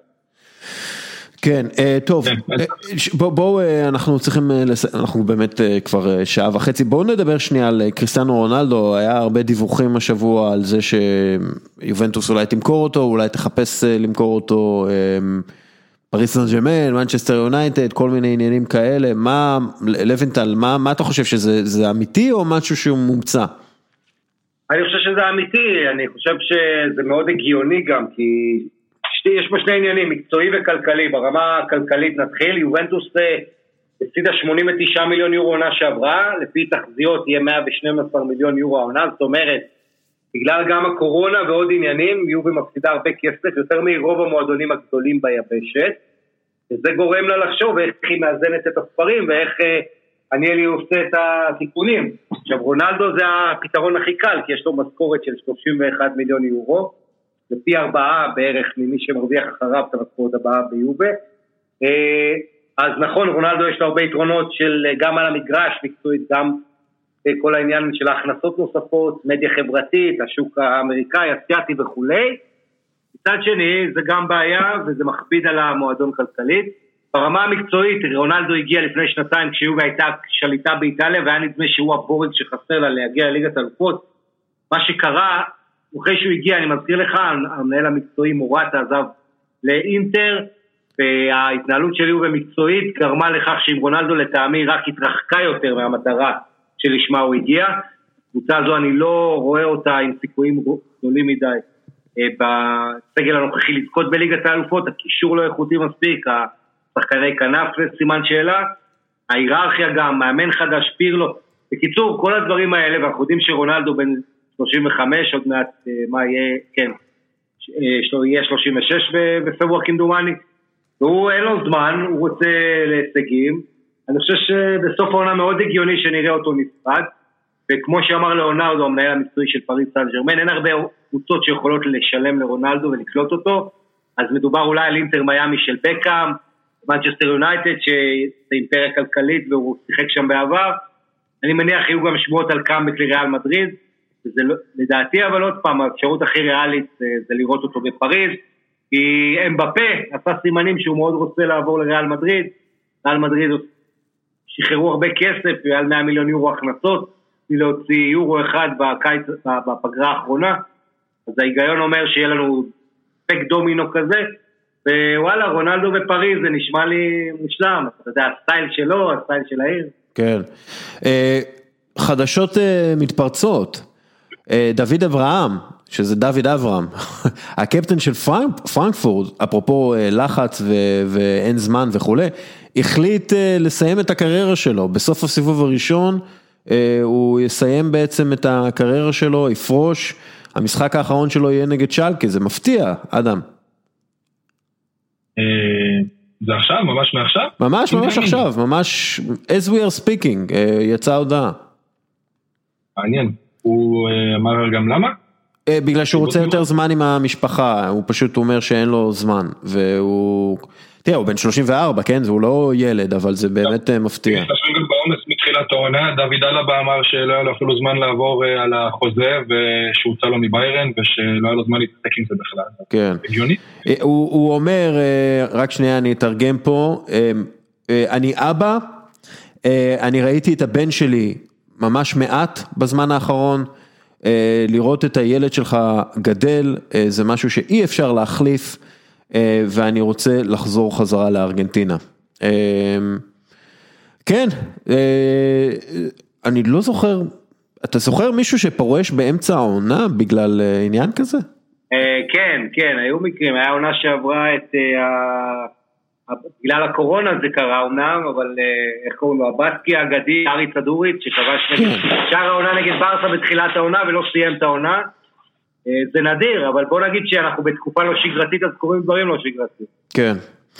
כן, טוב, בואו, אנחנו צריכים, אנחנו באמת כבר שעה וחצי, בואו נדבר שנייה על קריסטיאנו רונלדו, היה הרבה דיווחים השבוע על זה שיובנטוס אולי תמכור אותו, אולי תחפש למכור אותו, פריס סן ז'רמן, מנצ'סטר יונייטד, כל מיני עניינים כאלה, מה, לבנטל, מה, מה אתה חושב שזה, זה אמיתי או משהו שהוא מומצא? אני חושב שזה אמיתי, אני חושב שזה מאוד הגיוני גם, כי יש פה שני עניינים, מקצועי וכלכלי, ברמה הכלכלית נתחיל, יובנטוס הפסידה שמונים ותשעה מיליון יורו עונה שעברה, לפי תחזיות יהיה מאה ושנים עשר מיליון יורו העונה, זאת אומרת, בגלל גם הקורונה ועוד עניינים, יובה מפסידה הרבה כסף, יותר מרוב המועדונים הגדולים ביבשת, וזה גורם לה לחשוב איך היא מאזנת את הספרים, ואיך אניאלי עושה את התיקונים. עכשיו, רונלדו זה הפתרון הכי קל, כי יש לו משכורת של שלושים ואחד מיליון יורו, לפי ארבעה בערך ממי שמרוויח אחריו את המשכורת הבאה ביובה. אז נכון, רונלדו יש לו הרבה יתרונות של גם על המגרש, מקצועית, גם כל העניין של ההכנסות נוספות, מדיה חברתית, השוק האמריקאי, אסיאטי וכו'. מצד שני, זה גם בעיה, וזה מכביד על המועדון כלכלית. ברמה המקצועית, רונלדו הגיע לפני שנתיים, כשיובה הייתה שליטה באיטליה, והיה נדמה שהוא הבורג שחסר לה להגיע לליגת האלופות. מה שקרה, אחרי שהוא הגיע, אני מזכיר לך, המנהל המקצועי מורטה עזב לאינטר, וההתנהלות שלי הוא במקצועית, גרמה לכך שעם רונלדו לטעמי רק התרחקה יותר מהמטרה שלשמה הוא הגיע, הקבוצה הזו אני לא רואה אותה עם סיכויים גדולים מדי בסגל הנוכחי לזכות בליגת האלופות, הקישור לא איכותי מספיק, השחקני כנף סימן שאלה, ההיררכיה גם, מאמן חדש, פירלו, בקיצור, כל הדברים האלה, ואנחנו יודעים שרונלדו בן שלושים וחמש, עוד מעט, מה יהיה, כן, יהיה שלושים ושש בפברואר כמדומני, והוא אין לו זמן, הוא רוצה להישגים, אני חושב שבסוף העונה מאוד הגיוני שנראה אותו נפרד, וכמו שאמר לאונרדו, המנהל המקצועי של פריז סן ז'רמן, אין הרבה קבוצות שיכולות לשלם לרונלדו ולקלוט אותו, אז מדובר אולי על אינטר מיאמי של בקאם, מנצ'סטר יונייטד שזה אימפריה כלכלית והוא שיחק שם בעבר, אני מניח יהיו גם שמועות על קאמבק לריאל מדריד, וזה לא, לדעתי אבל עוד פעם, האפשרות הכי ריאלית זה, זה לראות אותו בפריז, כי אמבפה עשה סימנים שהוא מאוד רוצה לעבור לריאל מדריד, ריאל מדריד שחררו הרבה כסף, ועל מאה מיליון יורו הכנסות, להוציא יורו אחד בקיץ, בפגרה האחרונה, אז ההיגיון אומר שיהיה לנו פק דומינו כזה, ווואלה, רונלדו בפריז זה נשמע לי מושלם, אתה יודע, הסטייל שלו, הסטייל של העיר. כן. חדשות מתפרצות, דוד אברהם, שזה דוד אברהם, הקפטן של פרנקפורט, אפרופו לחץ ואין זמן וכו', החליט לסיים את הקריירה שלו, בסוף הסיבוב הראשון, הוא יסיים בעצם את הקריירה שלו, יפרוש, המשחק האחרון שלו יהיה נגד שלקה, זה מפתיע, אדם. זה עכשיו, ממש מעכשיו? ממש, ממש עכשיו, ממש, as we are speaking, יצאה הודעה. מעניין, הוא אמר גם למה? בגלל שהוא רוצה יותר זמן עם המשפחה, הוא פשוט אומר שאין לו זמן, והוא, תראה, הוא בן שלושים וארבע, כן? הוא לא ילד, אבל זה באמת מפתיע. יש לכם גם בעומס מתחילת העונה, דוד אלבה אמר שלא היה לו אפילו זמן לעבור על החוזה, ושהוצא לו מביירן, ושלא היה לו זמן להתעסק עם זה בכלל. כן. הגיוני? הוא אומר, רק שנייה, אני אתרגם פה, אני אבא, אני ראיתי את הבן שלי ממש מעט בזמן האחרון, לראות את הילד שלך גדל, זה משהו שאי אפשר להחליף, ואני רוצה לחזור חזרה לארגנטינה. כן, אני לא זוכר, אתה זוכר מישהו שפורש באמצע העונה בגלל עניין כזה? כן, כן, היו מקרים, היה עונה שעברה את, בגלל הקורונה זה קרה אומנם, אבל איך קוראים לו, הבסקי האגדי, ארי צדורית, שכבש שער העונה נגד ברסה בתחילת העונה ולא סיים את העונה, זה נדיר, אבל בוא נגיד שאנחנו בתקופה לא שגרתית, אז קוראים דברים לא שגרתיים. כן.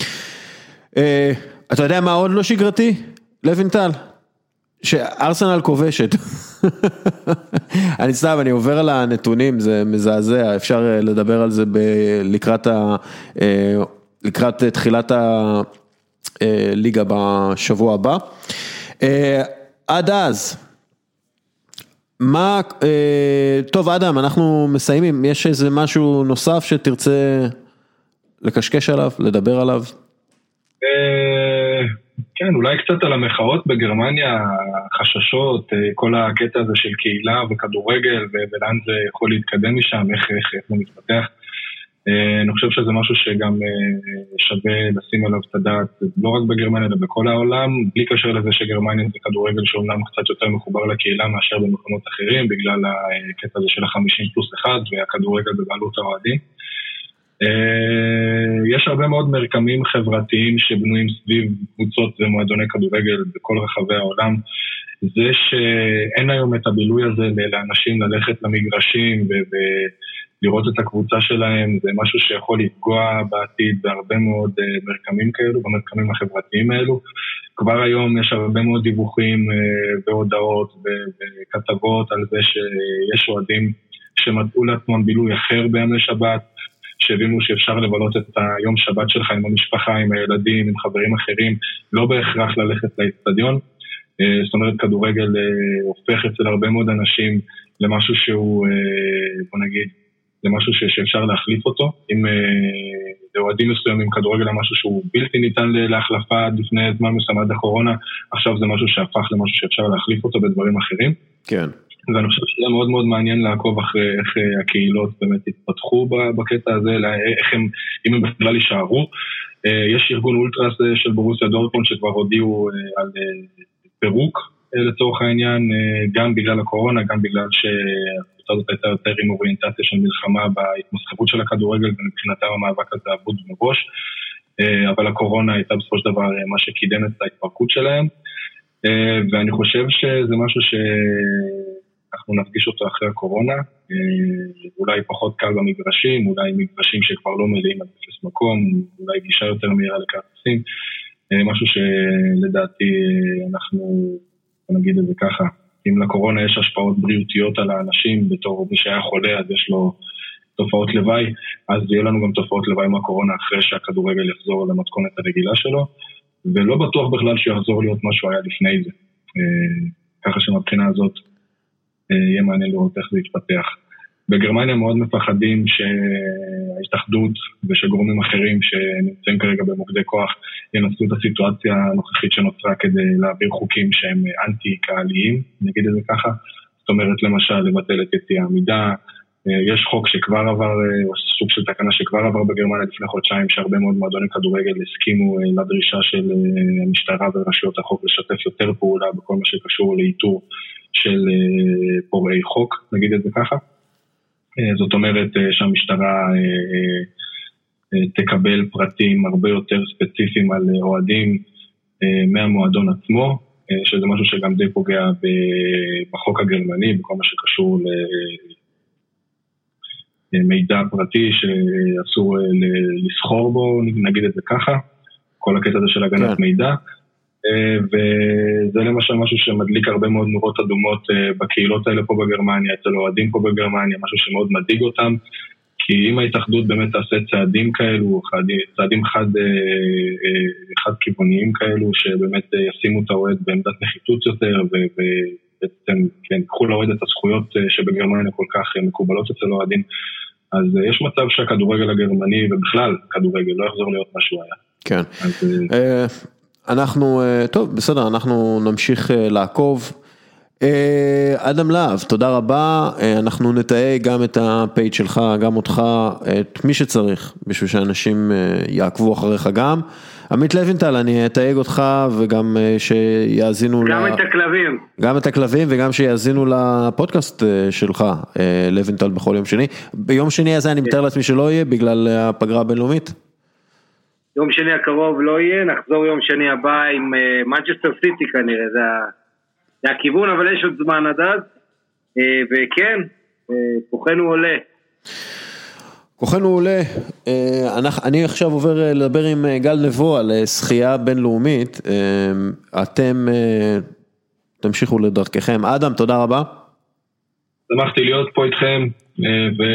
אתה יודע מה עוד לא שגרתי? לוינטל, שארסנל כובשת. אני סתם, אני עובר על הנתונים, זה מזעזע, אפשר לדבר על זה לקראת ה... לקראת תחילת הליגה בשבוע הבא. עד אז, מה, טוב אדם, אנחנו מסיימים, יש איזה משהו נוסף שתרצה לקשקש עליו, לדבר עליו? כן, אולי קצת על המחאות בגרמניה, חששות, כל הקטע הזה של קהילה וכדורגל, ולאן זה יכול להתקדם משם, איך, איך, איך זה מתפתח. אני חושב שזה משהו שגם שווה לשים עליו את הדעת, לא רק בגרמניה, אלא בכל העולם, בלי קשר לזה שגרמניה זה כדורגל שאומנם קצת יותר מחובר לקהילה מאשר במקומות אחרים, בגלל הקטע הזה של החמישים פלוס אחד והכדורגל בבעלות האוהדים. יש הרבה מאוד מרקמים חברתיים שבנויים סביב קבוצות ומועדוני כדורגל בכל רחבי העולם. זה שאין היום את הבילוי הזה לאנשים ללכת למגרשים ולראות את הקבוצה שלהם, זה משהו שיכול לפגוע בעתיד בהרבה מאוד מרקמים כאלו, במרקמים החברתיים האלו. כבר היום יש הרבה מאוד דיווחים והודעות וכתבות על זה שיש אוהדים שמצאו לעצמם בילוי אחר בימי שבת, שהבינו שאפשר לבלות את היום שבת שלך עם המשפחה, עם הילדים, עם חברים אחרים, לא בהכרח ללכת לאצטדיון. זאת אומרת, כדורגל הופך אצל הרבה מאוד אנשים למשהו שהוא, בוא נגיד, למשהו שאפשר להחליף אותו. אם לאוהדים מסוימים כדורגל למשהו שהוא בלתי ניתן להחלפה לפני זמן מסוים עד הקורונה, עכשיו זה משהו שהפך למשהו שאפשר להחליף אותו בדברים אחרים. כן. ואני חושב שזה מאוד מאוד מעניין לעקוב אחרי איך הקהילות באמת התפתחו בקטע הזה, איך הם, אם הם בכלל יישארו. יש ארגון אולטרס של בורוסיה דורטמונד שכבר הודיעו על פירוק, לצורך העניין, גם בגלל הקורונה, גם בגלל שהקבוצה הזאת הייתה יותר עם אוריינטציה של מלחמה בהתמסחרות של הכדורגל, ומבחינתם המאבק הזה אבוד מראש, אבל הקורונה הייתה בסופו של דבר מה שקידם את ההתפרקות שלהם, ואני חושב שזה משהו שאנחנו נפגיש אותו אחרי הקורונה, אולי פחות קל במגרשים, אולי מגרשים שכבר לא מלאים על אפס מקום, אולי גישה יותר מהירה לכרטיסים, משהו שלדעתי אנחנו, נגיד את זה ככה, אם לקורונה יש השפעות בריאותיות על האנשים, בתור מי שהיה חולה אז יש לו תופעות לוואי, אז יהיה לנו גם תופעות לוואי מהקורונה אחרי שהכדורגל יחזור למתכונת הרגילה שלו, ולא בטוח בכלל שיחזור להיות משהו היה לפני זה. ככה שמבחינה הזאת יהיה מעניין לראות איך זה יתפתח. בגרמניה מאוד מפחדים שההתאחדות ושגורמים אחרים שנמצאים כרגע במוקדי כוח ינסו את הסיטואציה הנוכחית שנוצרה כדי להעביר חוקים שהם אנטי-קהליים, נגיד את זה ככה. זאת אומרת למשל לבטל את יציאה עמידה, יש חוק שכבר עבר, או סוג של תקנה שכבר עבר בגרמניה לפני חודשיים, שהרבה מאוד מועדוני כדורגל הסכימו לדרישה של המשטרה ורשויות החוק לשתף יותר פעולה בכל מה שקשור לאיתור של פורעי חוק, נגיד את זה ככה. זאת אומרת שהמשטרה תקבל פרטים הרבה יותר ספציפיים על אוהדים מהמועדון עצמו, שזה משהו שגם די פוגע בחוק הגרמני, בכל מה שקשור למידע פרטי שאסור לסחור בו, נגיד את זה ככה, כל הקטע הזה של הגנת מידע. וזה למשל משהו שמדליק הרבה מאוד נורות אדומות בקהילות האלה פה בגרמניה, אצל אוהדים פה בגרמניה, משהו שמאוד מדאיג אותם, כי אם ההתאחדות באמת תעשה צעדים כאלו, צעדים חד, חד כיווניים כאלו, שבאמת ישימו את האוהד בעמדת נחיתות יותר, ובעצם כן, קחו לאוהד את הזכויות שבגרמניה כל כך מקובלות אצל אוהדים, אז יש מצב שהכדורגל הגרמני, ובכלל כדורגל, לא יחזור להיות מה שהוא היה. כן. אז... אנחנו, טוב, בסדר, אנחנו נמשיך לעקוב. אדם להב, תודה רבה, אנחנו נתאג גם את הפייג' שלך, גם אותך, את מי שצריך, בשביל שאנשים יעקבו אחריך גם. עמית לוינטל, אני אתאג אותך וגם שיאזינו... גם ל... את הכלבים. גם את הכלבים וגם שיאזינו לפודקאסט שלך, לוינטל בכל יום שני. ביום שני הזה אני מתאר לעצמי שלא יהיה, בגלל הפגרה הבינלאומית. יום שני הקרוב לא יהיה, נחזור יום שני הבא עם מנצ'סטר סיטי כנראה, זה, זה הכיוון, אבל יש עוד זמן עד אז, וכן, כוחנו עולה. כוחנו עולה, אני עכשיו עובר לדבר עם גל נבו על שחייה בינלאומית, אתם תמשיכו לדרככם. אדם, תודה רבה. שמחתי להיות פה איתכם, ו...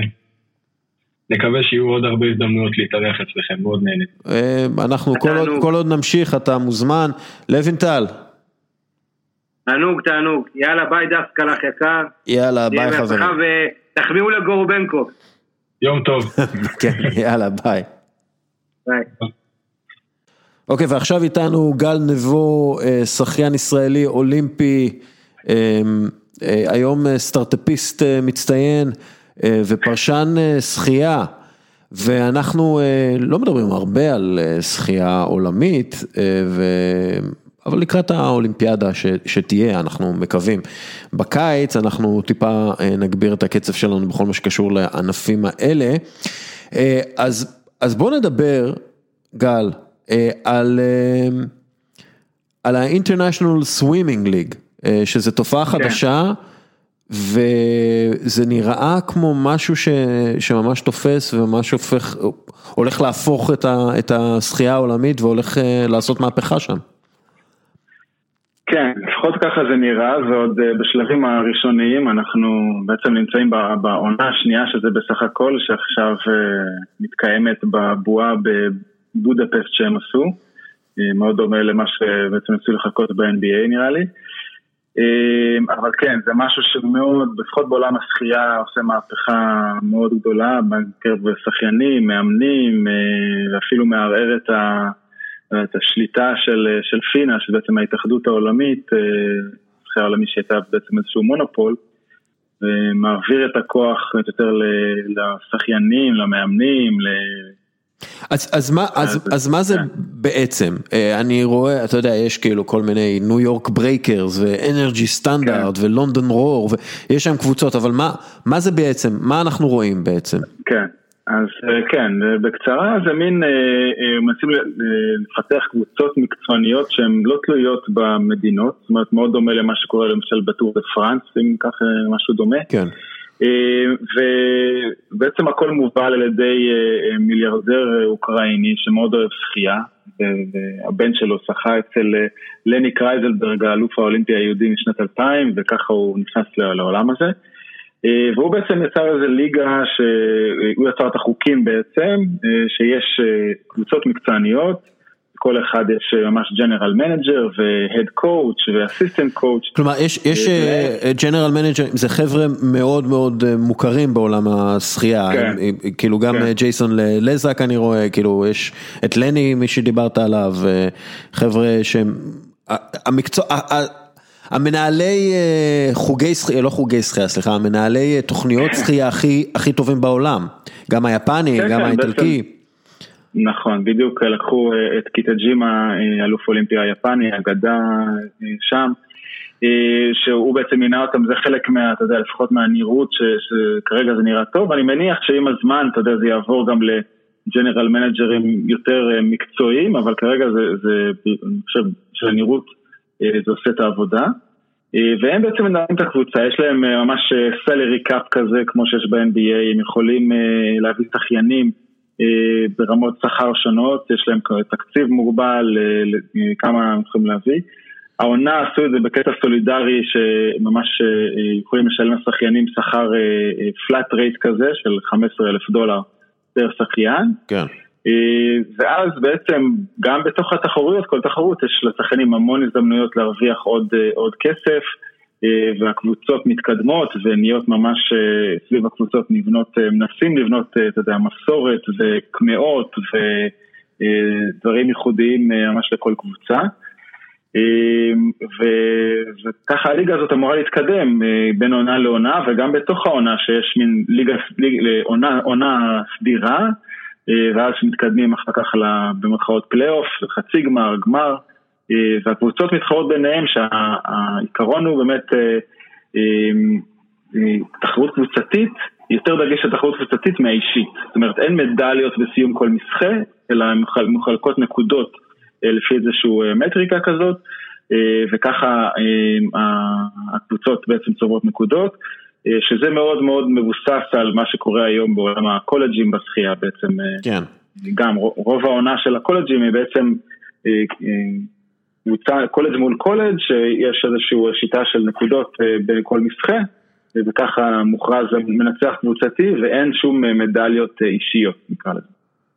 נקווה שיהיו עוד הרבה הזדמנויות להתארח אצלכם, מאוד נהנית. אנחנו כל עוד נמשיך, אתה מוזמן. לוינטל. תענוג, תענוג. יאללה, ביי דף קלח יקר. יאללה, ביי חברים. ותחמיאו לגורבנקו. יום טוב. כן, יאללה, ביי. ביי. אוקיי, ועכשיו איתנו גל נבו, שחיין ישראלי אולימפי, היום סטארטאפיסט מצטיין, ופרשן שחייה, ואנחנו לא מדברים הרבה על שחייה עולמית, ו... אבל לקראת האולימפיאדה ש... שתהיה, אנחנו מקווים. בקיץ אנחנו טיפה נגביר את הקצב שלנו בכל מה שקשור לענפים האלה, אז, אז בואו נדבר, גל, על, על ה-International Swimming League, שזה תופעה חדשה, כן. וזה נראה כמו משהו ש, שממש תופס וממש הופך, הולך להפוך את, ה, את השחייה העולמית והולך לעשות מהפכה שם. כן, לפחות ככה זה נראה, ועוד בשלבים הראשוניים אנחנו בעצם נמצאים בעונה השנייה שזה בסך הכל, שעכשיו מתקיימת בבועה בבודפסט שהם עשו, מאוד דומה למה שבעצם ניסו לחכות ב-אן בי איי נראה לי. אבל כן, זה משהו שמאוד, לפחות בעולם השחייה עושה מהפכה מאוד גדולה, בקרב שחיינים, מאמנים, ואפילו מערער את, ה, את השליטה של, של פינה, שבעצם ההתאחדות העולמית, השחייה העולמית שהייתה בעצם איזשהו מונופול, ומעביר את הכוח יותר לשחיינים, למאמנים, אז, אז, מה, אז, אז מה זה בעצם? אני רואה, אתה יודע, יש כאילו כל מיני ניו יורק ברייקרס ואנרג'י סטנדרט ולונדון רור, ויש שם קבוצות, אבל מה, מה זה בעצם? מה אנחנו רואים בעצם? כן, אז כן, בקצרה זה מין, מנסים לפתח קבוצות מקצועניות שהן לא תלויות במדינות, זאת אומרת מאוד דומה למה שקורה למשל בטור דה פרנס, אם כך משהו דומה. כן. ובעצם הכל מובל על ידי מיליארדר אוקראיני שמאוד אוהב שחייה, והבן שלו שחה אצל לני קרייזלברג, האלוף האולימפי היהודי משנת אלפיים, וככה הוא נכנס לעולם הזה. והוא בעצם יצר איזו ליגה, שהוא יצר את החוקים בעצם, שיש קבוצות מקצועניות, כל אחד יש ממש ג'נרל מנג'ר והד קואוץ' ואסיסטנט קואוץ'. כלומר, יש, יש ג'נרל מנג'ר, זה חבר'ה מאוד מאוד מוכרים בעולם השחייה, כן. כאילו גם כן. ג'ייסון לזק אני רואה, כאילו יש את לני, מי שדיברת עליו, חבר'ה שהם, המקצוע, המנהלי חוגי שחייה, לא חוגי שחייה, סליחה, המנהלי תוכניות שחייה הכי, הכי טובים בעולם, גם היפני, כן, גם כן, האיטלקי. בעצם... נכון, בדיוק לקחו את קיטג'ימה, אלוף אולימפי היפני, אגדה שם, שהוא בעצם מינה אותם, זה חלק מה, אתה יודע, לפחות מהנראות שכרגע זה נראה טוב, אני מניח שעם הזמן, אתה יודע, זה יעבור גם לג'נרל מנג'רים יותר מקצועיים, אבל כרגע זה, זה אני חושב שהנראות זה עושה את העבודה, והם בעצם מנהלים את הקבוצה, יש להם ממש סלרי קאפ כזה, כמו שיש ב-אן בי איי, הם יכולים להביא שחיינים, ברמות שכר שונות, יש להם תקציב מוגבל, כמה הם יכולים להביא. העונה עשו את זה בקטע סולידרי, שממש יכולים לשלם לשחיינים שכר פלאט רייט כזה, של חמישה עשר אלף דולר פר שחיין. כן. ואז בעצם, גם בתוך התחרויות, כל תחרות, יש לשחיינים המון הזדמנויות להרוויח עוד, עוד כסף, והקבוצות מתקדמות ונהיות ממש סביב הקבוצות נבנות, מנסים לבנות, אתה יודע, מסורת וכמאות ודברים ייחודיים ממש לכל קבוצה, וככה הליגה הזאת אמורה להתקדם בין עונה לעונה, וגם בתוך העונה שיש מין ליגה, עונה, עונה סדירה, ואז מתקדמים אחר כך במרכאות פלייאוף, חצי גמר, גמר, והקבוצות מתחרות ביניהם שהעיקרון הוא באמת תחרות קבוצתית, יותר דגש על תחרות קבוצתית מהאישית. זאת אומרת, אין מדליות בסיום כל משחק, אלא מחלקות נקודות לפי איזשהו מטריקה כזאת, וככה הקבוצות בעצם צוברות נקודות, שזה מאוד מאוד מבוסס על מה שקורה היום בעולם הקולג'ים בשחייה בעצם. כן. גם רוב העונה של הקולג'ים היא בעצם קולג' מול קולג' שיש איזושהי שיטה של נקודות בכל משחק, וככה מוכרז מנצח קבוצתי, ואין שום מדליות אישיות, נקרא לזה.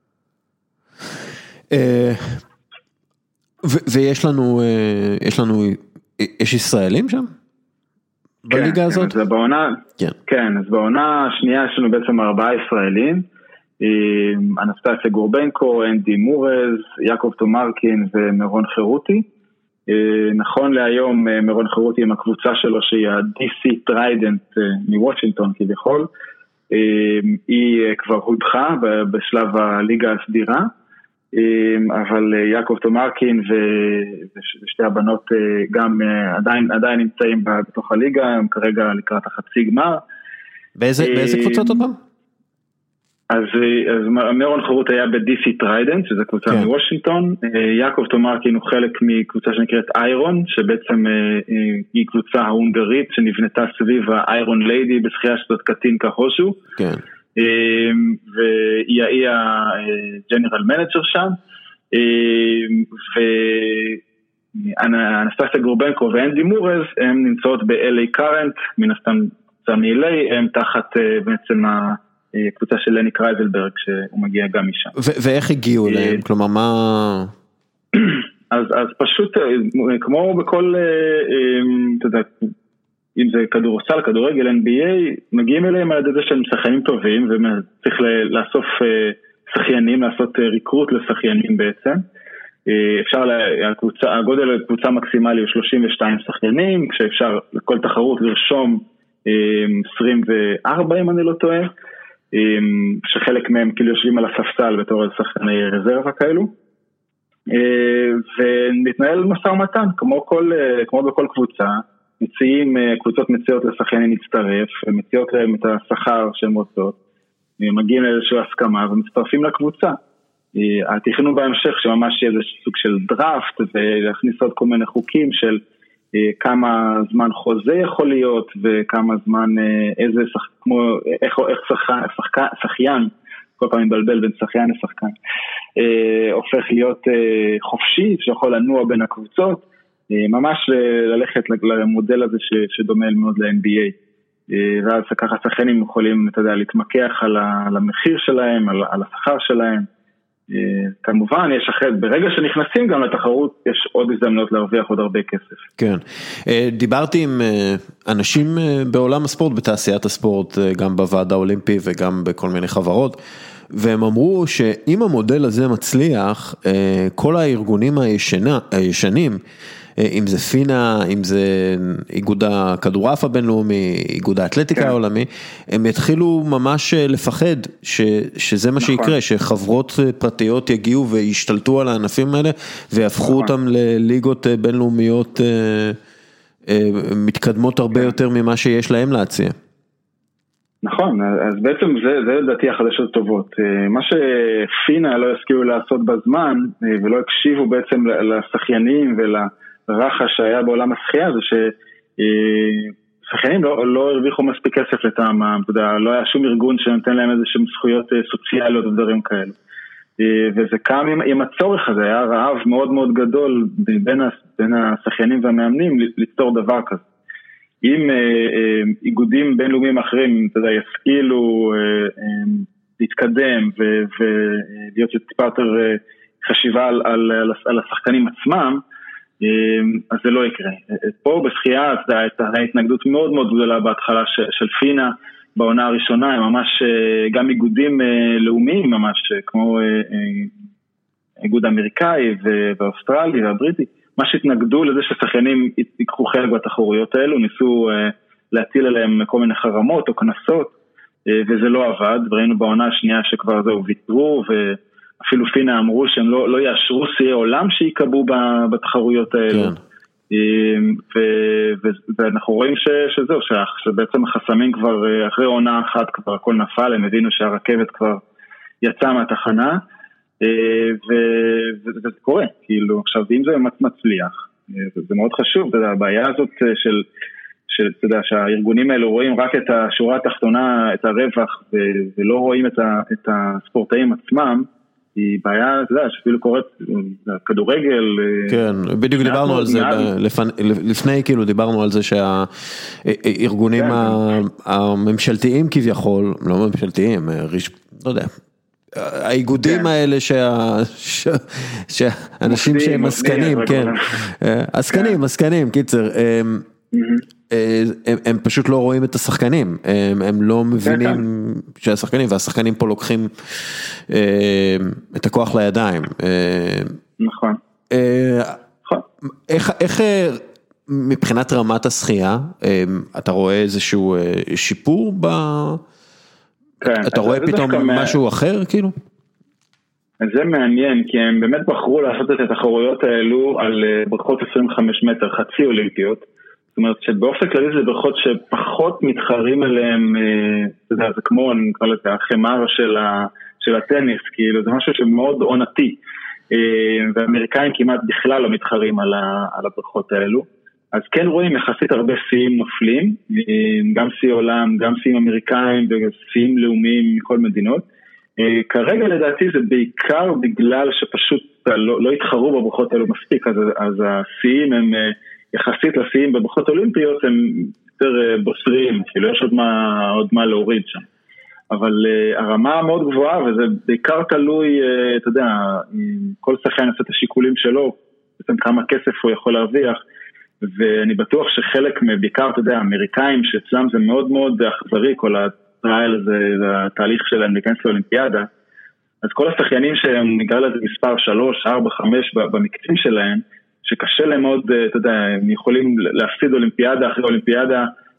ויש לנו, יש לנו, יש ישראלים שם? בליגה הזאת? כן, אז בעונה, כן, אז בעונה השנייה יש לנו בעצם ארבעה ישראלים, אנסטסיה גורבנקו, אנדי מורז, יעקב תומרקין ומרון חירותי. נכון להיום מרון חירותי עם הקבוצה שלו שהיא ה-די סי טריידנט מוושינגטון כביכול, היא כבר הודחה בשלב הליגה הסדירה, אבל יעקב תומרקין ושתי הבנות גם עדיין, עדיין נמצאים בתוך הליגה, הם כרגע לקראת החצי גמר. באיזה, באיזה קבוצות עוד פעם? אז, אז מרון חירות היה ב-די סי טריידנט, שזה קבוצה כן. מוושינגטון, יעקב תומרקין הוא חלק מקבוצה שנקראת איירון, שבעצם היא קבוצה ההונגרית שנבנתה סביב האיירון ליידי בשחייה שזאת קטינקה הושו, כן. והיא הג'נרל מנג'ר שם, ואנסטסיה גורבנקו ואנדי מורז הם נמצאות ב-אל איי קארנט, מן הסתם מ-אל איי, הם תחת בעצם ה... קבוצה של לני קרייזלברג שהוא מגיע גם משם. ואיך הגיעו להם? כלומר מה... אז, אז פשוט כמו בכל, אתה יודע, אם זה כדורסל, כדורגל, אן בי איי, מגיעים אליהם על ידי שהם שחיינים טובים, וצריך לאסוף שחיינים, לעשות ריקרוט לשחיינים בעצם. אפשר, הקבוצה, הגודל הקבוצה מקסימלי הוא שלושים ושתיים שחיינים, כשאפשר לכל תחרות לרשום עשרים וארבע אם אני לא טועה, שחלק מהם כאילו יושבים על הספסל בתור שחקני רזרבה כאלו, ונתנהל משא ומתן, כמו כל, כמו בכל קבוצה, מציעים, קבוצות מציעות לשחיינים להצטרף, מציעות להם את השכר שהם רוצות, מגיעים לאיזושהי הסכמה ומצטרפים לקבוצה. התכנון בהמשך שממש יהיה איזה סוג של דראפט, ולהכניס עוד כל מיני חוקים של כמה זמן חוזה יכול להיות, וכמה זמן, איזה שח... כמו, איך, איך שח... שח... שחיין, כל פעם מבלבל בין שחיין לשחקן, אה, הופך להיות אה, חופשי, שיכול לנוע בין הקבוצות, אה, ממש ללכת למודל הזה ש... שדומה מאוד ל-אן בי איי, אה, ואז ככה שחיינים יכולים, אתה יודע, להתמקח על, ה... על המחיר שלהם, על, על השכר שלהם, כמובן, יש אחרי, ברגע שנכנסים גם לתחרות, יש עוד הזדמנות להרוויח עוד הרבה כסף. כן. דיברתי עם אנשים בעולם הספורט, בתעשיית הספורט, גם בוועד האולימפי וגם בכל מיני חברות, והם אמרו שאם המודל הזה מצליח, כל הארגונים הישנה, הישנים, אם זה פינה, אם זה איגוד הכדורעף הבינלאומי, איגוד האתלטיקה העולמי, הם יתחילו ממש לפחד ש, שזה מה שיקרה, שחברות פרטיות יגיעו וישתלטו על הענפים האלה, ויהפכו אותם לליגות בינלאומיות מתקדמות הרבה יותר ממה שיש להם להציע. נכון, אז בעצם זה, זה לדעתי החדשות טובות. מה שפינה לא הסכימו לעשות בזמן, ולא הקשיבו בעצם לשחיינים ול... הרחש שהיה בעולם השחייה זה ששחיינים לא, לא הרוויחו מספיק כסף לטעמם, אתה יודע, לא היה שום ארגון שנותן להם איזה שהם זכויות סוציאליות ודברים כאלו. וזה קם עם, עם הצורך הזה, היה רעב מאוד מאוד גדול בין, בין השחיינים והמאמנים ליצור דבר כזה. אם איגודים בינלאומיים אחרים, אתה יודע, ישכילו להתקדם ולהיות טיפה יותר חשיבה על, על, על השחקנים עצמם, אז זה לא יקרה. פה בשחייה הייתה התנגדות מאוד מאוד גדולה בהתחלה של פינה בעונה הראשונה, הם ממש גם איגודים לאומיים ממש, כמו איגוד האמריקאי והאוסטרלי והבריטי, מה שהתנגדו לזה ששחיינים ייקחו חלק בתחרויות האלו, ניסו להטיל עליהם כל מיני חרמות או כנסות, וזה לא עבד, וראינו בעונה השנייה שכבר זהו ויתרו ו... אפילו פינה אמרו שהם לא, לא יאשרו שיאי עולם שיקבו בתחרויות האלה. כן. ו, ו, ואנחנו רואים ש, שזהו, שבעצם החסמים כבר, אחרי עונה אחת כבר הכל נפל, הם הבינו שהרכבת כבר יצאה מהתחנה, ו, וזה קורה, כאילו, עכשיו, אם זה מצליח, זה מאוד חשוב, הבעיה הזאת של, של, אתה יודע, שהארגונים האלו רואים רק את השורה התחתונה, את הרווח, ו, ולא רואים את, ה, את הספורטאים עצמם, היא בעיה, אתה יודע, שאפילו קוראת כדורגל. כן, בדיוק דיברנו על זה, לפני כאילו דיברנו על זה שהארגונים הממשלתיים כביכול, לא ממשלתיים, לא יודע, האיגודים האלה שהאנשים שהם עסקנים, כן, עסקנים, עסקנים, קיצר, הם, הם פשוט לא רואים את השחקנים, הם, הם לא מבינים שהשחקנים, והשחקנים פה לוקחים אה, את הכוח לידיים. אה, נכון. אה, איך, איך מבחינת רמת השחייה, אה, אתה רואה איזשהו אה, שיפור ב... כן, אתה רואה פתאום משהו מה... אחר, כאילו? זה מעניין, כי הם באמת בחרו לעשות את התחרויות האלו על בריכות עשרים וחמישה מטר, חצי אולימפיות, זאת אומרת שבאופן כללי זה בריכות שפחות מתחרים אליהם, אתה יודע, זה כמו, אני קורא לזה, החמר של, ה, של הטניס, כאילו, זה משהו שמאוד עונתי, והאמריקאים כמעט בכלל לא מתחרים על, ה, על הבריכות האלו, אז כן רואים יחסית הרבה שיאים נופלים, גם שיא עולם, גם שיאים אמריקאים ושיאים לאומיים מכל מדינות, כרגע לדעתי זה בעיקר בגלל שפשוט לא, לא התחרו בבריכות האלו מספיק, אז, אז השיאים הם... יחסית לשיאים בבריכות אולימפיות הם יותר בוסריים, כאילו יש עוד מה, עוד מה להוריד שם. אבל uh, הרמה מאוד גבוהה, וזה בעיקר תלוי, uh, אתה יודע, כל שחקן עושה את השיקולים שלו, בעצם כמה כסף הוא יכול להרוויח, ואני בטוח שחלק מבעיקר, אתה יודע, האמריקאים, שאצלם זה מאוד מאוד אכזרי, כל הטרייל הזה, התהליך שלהם להיכנס לאולימפיאדה, אז כל השחיינים שהם נגרע לזה מספר שלוש, ארבע, חמש במקצים שלהם, שקשה להם מאוד, אתה יודע, הם יכולים להפסיד אולימפיאדה אחרי אולימפיאדה,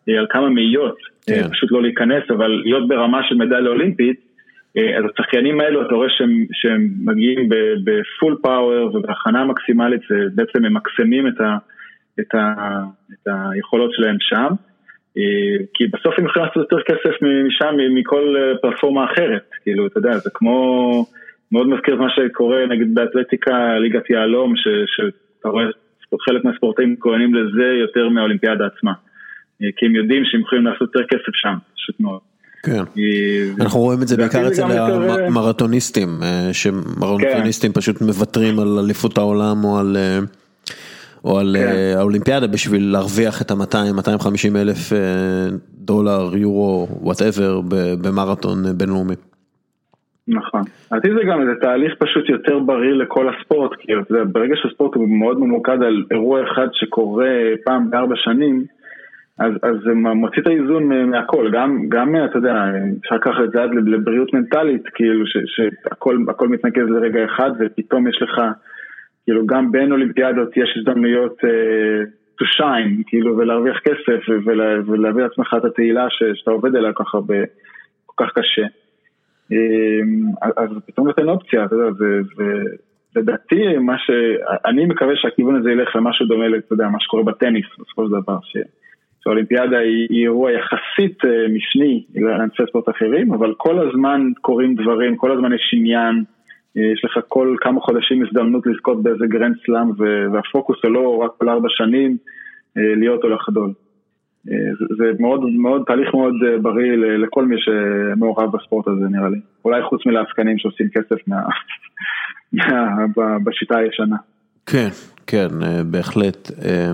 על כמה מאיות, כן. פשוט לא להיכנס, אבל להיות ברמה של מדליה אולימפית, אז השחקנים האלו, אתה רואה שהם, שהם מגיעים בפול פאוור ובהכנה מקסימלית, ובעצם הם מקסמים את, ה, את, ה, את היכולות שלהם שם, כי בסוף הם יכולים לעשות יותר כסף משם, מכל פלטפורמה אחרת, כאילו, אתה יודע, זה כמו, מאוד מזכיר את מה שקורה, נגיד באתלטיקה, ליגת יעלום, ש, שאתה רואה, חלק מהספורטאים קוראים לזה יותר מהאולימפיאדה עצמה, כי הם יודעים שהם יכולים לעשות יותר כסף שם, פשוט מאוד. כן, אנחנו רואים את זה בעיקר אצל המרתוניסטים, שמרתוניסטים פשוט מוותרים על אליפות העולם או על האולימפיאדה בשביל להרוויח את ה-מאתיים מאתיים וחמישים אלף דולר, יורו, whatever, במרתון בינלאומי. נכון, אז זה גם איזה תהליך פשוט יותר בריא לכל הספורט, כי ברגע שהספורט הוא מאוד ממוקד על אירוע אחד שקורה פעם בארבע שנים, אז, אז זה מוציא את האיזון מהכל, גם, גם, אתה יודע, אפשר ככה את זה עד לבריאות מנטלית, כאילו, ש, שהכל, הכל מתנקז לרגע אחד, ופתאום יש לך, כאילו, גם בין אולימפיאדות יש הזדמנויות uh, to shine, כאילו, ולהרוויח כסף, ולה, ולהביא לעצמך את התהילה ש, שאתה עובד עליה ככה, ב, כל כך קשה. אז, אז פתאום נותן אופציה, אתה יודע, זה, זה, לדעתי, מה ש, אני מקווה שהכיוון הזה ילך למשהו דומה, אתה יודע, מה שקורה בטניס, בסופו של דבר, ש... שהאולימפיאדה היא, היא אירוע יחסית uh, משני לענפי ספורט אחרים, אבל כל הזמן קורים דברים, כל הזמן יש עניין, uh, יש לך כל כמה חודשים הזדמנות לזכות באיזה גרנד סלאם, והפוקוס הוא לא רק כל ארבע שנים uh, להיות או לחדול. Uh, זה, זה מאוד, מאוד, תהליך מאוד uh, בריא ל, לכל מי שמעורב בספורט הזה נראה לי. אולי חוץ מלעסקנים שעושים כסף מה, מה, בשיטה הישנה. כן, כן, בהחלט.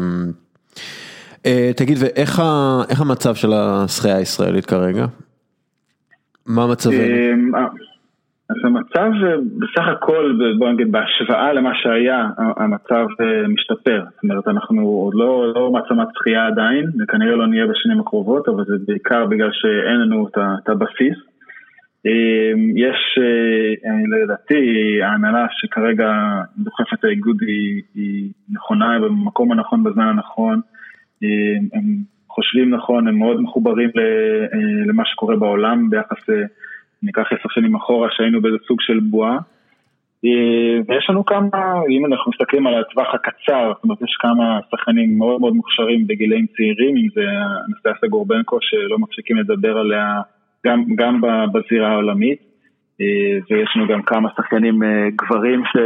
תגיד, ואיך איך המצב של השחייה הישראלית כרגע? מה המצבנו? אז המצב בסך הכל, בוא נגיד, בהשוואה למה שהיה, המצב משתפר. זאת אומרת, אנחנו עוד לא, לא מעצמת שחייה עדיין, וכנראה לא נהיה בשנים הקרובות, אבל זה בעיקר בגלל שאין לנו את הבסיס. יש, לדעתי, ההנהלה שכרגע דוחפת האיגוד היא, היא נכונה, במקום הנכון, בזמן הנכון. הם חושבים נכון, הם מאוד מחוברים למה שקורה בעולם, ביחס, ניקח עשר שנים אחורה, שהיינו באיזה סוג של בועה. ויש לנו כמה, אם אנחנו מסתכלים על הטווח הקצר, זאת אומרת, יש כמה שחקנים מאוד מאוד מוכשרים בגילאים צעירים, אם זה אנסטסיה גורבנקו, שלא מפסיקים לדבר עליה גם, גם בזירה העולמית, ויש לנו גם כמה שחקנים גברים ש...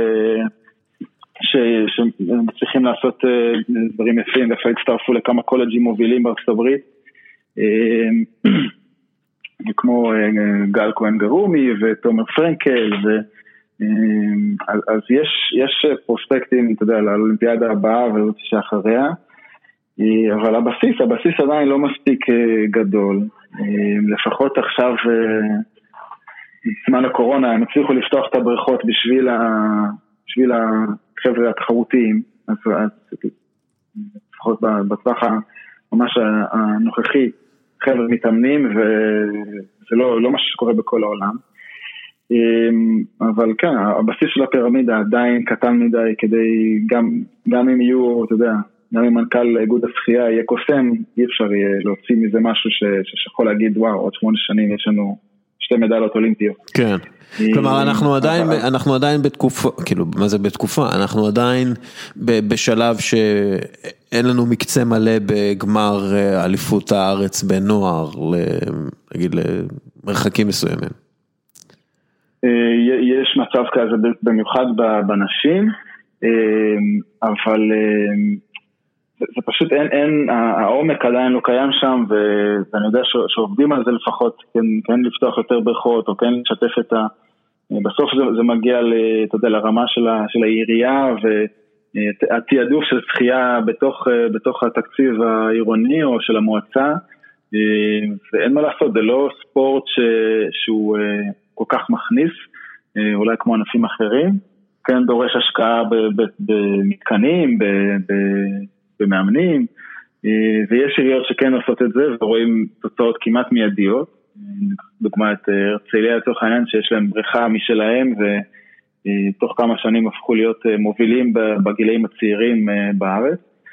שצריכים לעשות דברים יפים, דווקא הצטרפו לכמה קולג'ים מובילים בארצות הברית, כמו גל כהן גרומי ותומר פרנקל, אז יש פרוספקטים, אתה יודע, לאולימפיאדה הבאה ולא שאחריה, אבל הבסיס, הבסיס עדיין לא מספיק גדול, לפחות עכשיו, בזמן הקורונה, הם הצליחו לפתוח את הבריכות בשביל בשביל החבר'ה התחרותיים, אז לפחות בטווח ממש הנוכחי, חבר'ה מתאמנים, וזה לא, לא מה שקורה בכל העולם. אבל כן, הבסיס של הפירמידה עדיין קטן מדי, כדי גם, גם אם יהיו, אתה יודע, גם אם מנכ"ל איגוד השחייה יהיה קוסם, אי אפשר יהיה להוציא מזה משהו שיכול להגיד, וואו, עוד שמונה שנים יש לנו שתי מדליות אולימפיות. כן. כלומר, אנחנו עדיין, אנחנו עדיין בתקופה, כאילו, מה זה בתקופה? אנחנו עדיין בשלב שאין לנו מקצה מלא בגמר אליפות הארץ בנוער, להגיד, למרחקים מסוימים. יש מצב כזה במיוחד בנשים, אבל זה פשוט אין, אין, העומק עדיין לא קיים שם, ואני יודע שעובדים על זה לפחות, כן, כן לפתוח יותר בריכות, או כן לשתף את ה... בסוף זה, זה מגיע, אתה יודע, לרמה של, ה, של העירייה, והתיעדוף של שחייה בתוך, בתוך התקציב העירוני, או של המועצה, ואין מה לעשות, זה לא ספורט ש, שהוא כל כך מכניס, אולי כמו ענפים אחרים, כן דורש השקעה במתקנים, ב... ב במאמנים, ויש עיריות שכן עושות את זה, ורואים תוצאות כמעט מיידיות, דוגמה את הרצליה לצורך העניין, שיש להם בריכה משלהם, ותוך כמה שנים הפכו להיות מובילים בגילאים הצעירים בארץ,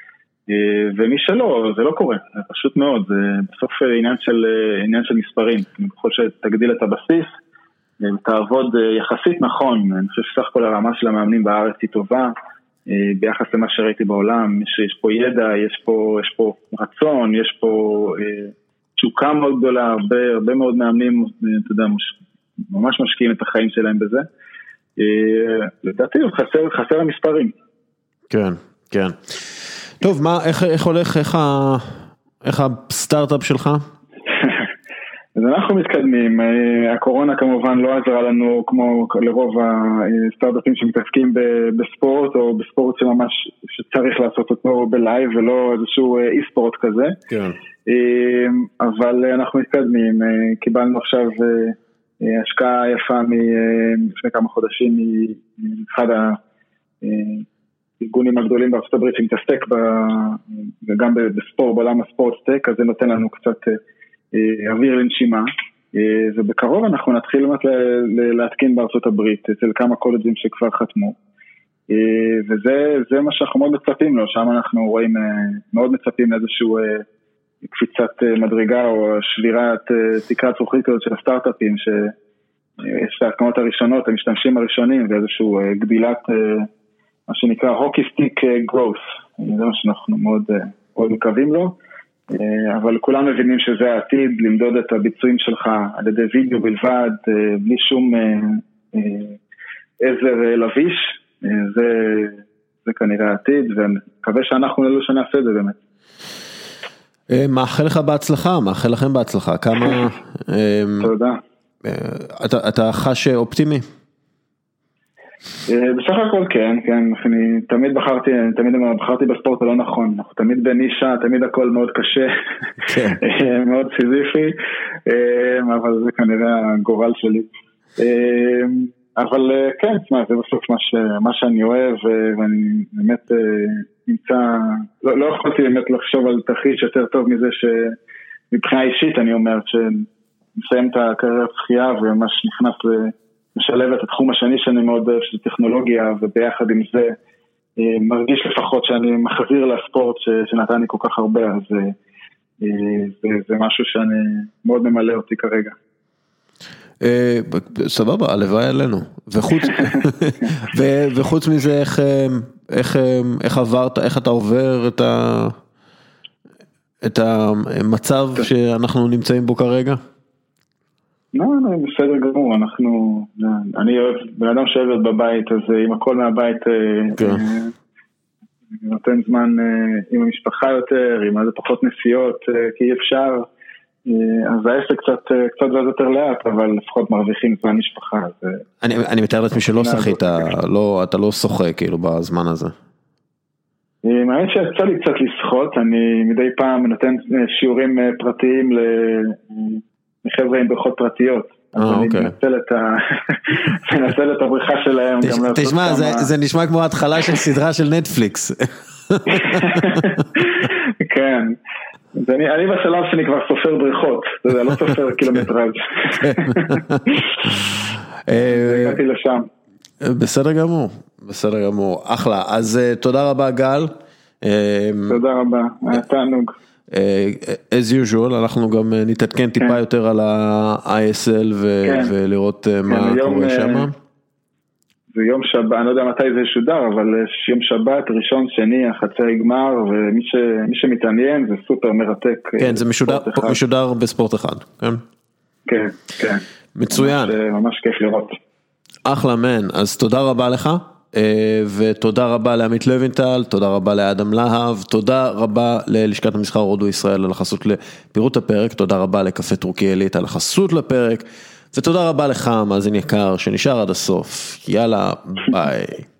ומי שלא, זה לא קורה, זה פשוט מאוד, זה בסוף עניין של, עניין של מספרים, ככל שתגדיל את הבסיס, תעבוד יחסית נכון, אני חושב שסך כל הרמה של המאמנים בארץ היא טובה, ביחס למה שראיתי בעולם, יש פה ידע, יש פה, יש פה רצון, יש פה תשוקה מאוד גדולה, הרבה, הרבה מאוד מאמנים, אתה יודע, ממש משקיעים את החיים שלהם בזה, לדעתי חסר, חסר המספרים. כן, כן. טוב, מה, איך, איך הולך, איך, ה, איך הסטארט-אפ שלך? אז אנחנו מתקדמים, הקורונה כמובן לא עזרה לנו כמו לרוב הסטארט-אפים שמתעסקים בספורט או בספורט שממש שצריך לעשות אותו בלייב ולא איזשהו אי ספורט כזה. כן. אבל אנחנו מתקדמים, קיבלנו עכשיו השקעה יפה לפני כמה חודשים מאחד הארגונים הגדולים בארצות הברית שמתעסק גם בספורט, בעולם הספורט טק, אז זה נותן לנו קצת אוויר לנשימה, ובקרוב אנחנו נתחיל להתקין בארצות הברית, אצל כמה קולג'ים שכבר חתמו, וזה מה שאנחנו מאוד מצפים לו, שם אנחנו רואים, מאוד מצפים לאיזשהו קפיצת מדרגה או שבירת תקרת זכוכית כזאת של הסטארט-אפים, שיש את ההקמות הראשונות, המשתמשים הראשונים, ואיזשהו גדילת, מה שנקרא הוקי סטיק גרוס, זה מה שאנחנו מאוד, מאוד מקווים לו, אבל כולם מבינים שזה העתיד, למדוד את הביצועים שלך על ידי וידאו בלבד, בלי שום עזר לביש, זה, זה כנראה העתיד, ומקווה שאנחנו נלו שנעשה את זה באמת. מאחל לך בהצלחה, מאחל לכם בהצלחה, כמה... תודה. אתה, אתה חש אופטימי? בסך הכל כן, כן, אני תמיד בחרתי, תמיד בחרתי בספורט הלא נכון, אנחנו תמיד בנישה, תמיד הכל מאוד קשה, מאוד סיזיפי, אבל זה כנראה הגורל שלי. אבל כן, זה בסוף מה שאני אוהב, ואני באמת נמצא, לא יכולתי באמת לחשוב על תרחיש יותר טוב מזה שמבחינה אישית אני אומר, שמסיים את הקריירת שחייה וממש נכנס ל... משלב את התחום השני שאני מאוד אוהב, שזה טכנולוגיה, וביחד עם זה מרגיש לפחות שאני מחזיר לספורט שנתן לי כל כך הרבה, אז זה, זה משהו שאני מאוד ממלא אותי כרגע. סבבה, הלוואי עלינו. וחוץ, וחוץ מזה, איך, איך, איך עברת, איך אתה עובר את ה, את המצב שאנחנו נמצאים בו כרגע? לא, לא, בסדר גמור, אנחנו, אני אוהב, בן אדם שאוהב בבית, אז אם הכל מהבית, נותן זמן עם המשפחה יותר, עם איזה פחות נסיעות, כי אי אפשר, אז העסק קצת, קצת ואז יותר לאט, אבל לפחות מרוויחים זמן משפחה. אני, אני מתאר לעצמי שלא שחית, לא, אתה לא שוחה כאילו בזמן הזה. האמת שיצא לי קצת לשחות, אני מדי פעם נותן שיעורים פרטיים ל... מחבר'ה עם בריכות פרטיות. אז אני מנצל את הבריכה שלהם. תשמע, זה נשמע כמו ההתחלה של סדרה של נטפליקס. כן. אני בשלב שאני כבר סופר בריכות. זה לא סופר קילומטראז'. הגעתי לשם. בסדר גמור. בסדר גמור. אחלה. אז תודה רבה גל. תודה רבה. היה תענוג. as usual, אנחנו גם נתעדכן טיפה יותר על ה-איי אס אל ולראות מה קורה שם. זה יום שבת, אני לא יודע מתי זה שודר, אבל יום שבת, ראשון, שני, החצי גמר, ומי שמתעניין זה סופר מרתק. כן, זה משודר בספורט אחד, כן? כן, כן. מצוין. ממש כיף לראות. אחלה מן, אז תודה רבה לך. ותודה רבה לעמית לוינטל, תודה רבה לאדם להב, תודה רבה ללשכת המסחר הודו ישראל על החסות לפירוט הפרק, תודה רבה לקפה טורקי עילית על החסות לפרק, ותודה רבה לך מאזין יקר שנשאר עד הסוף. יאללה, ביי.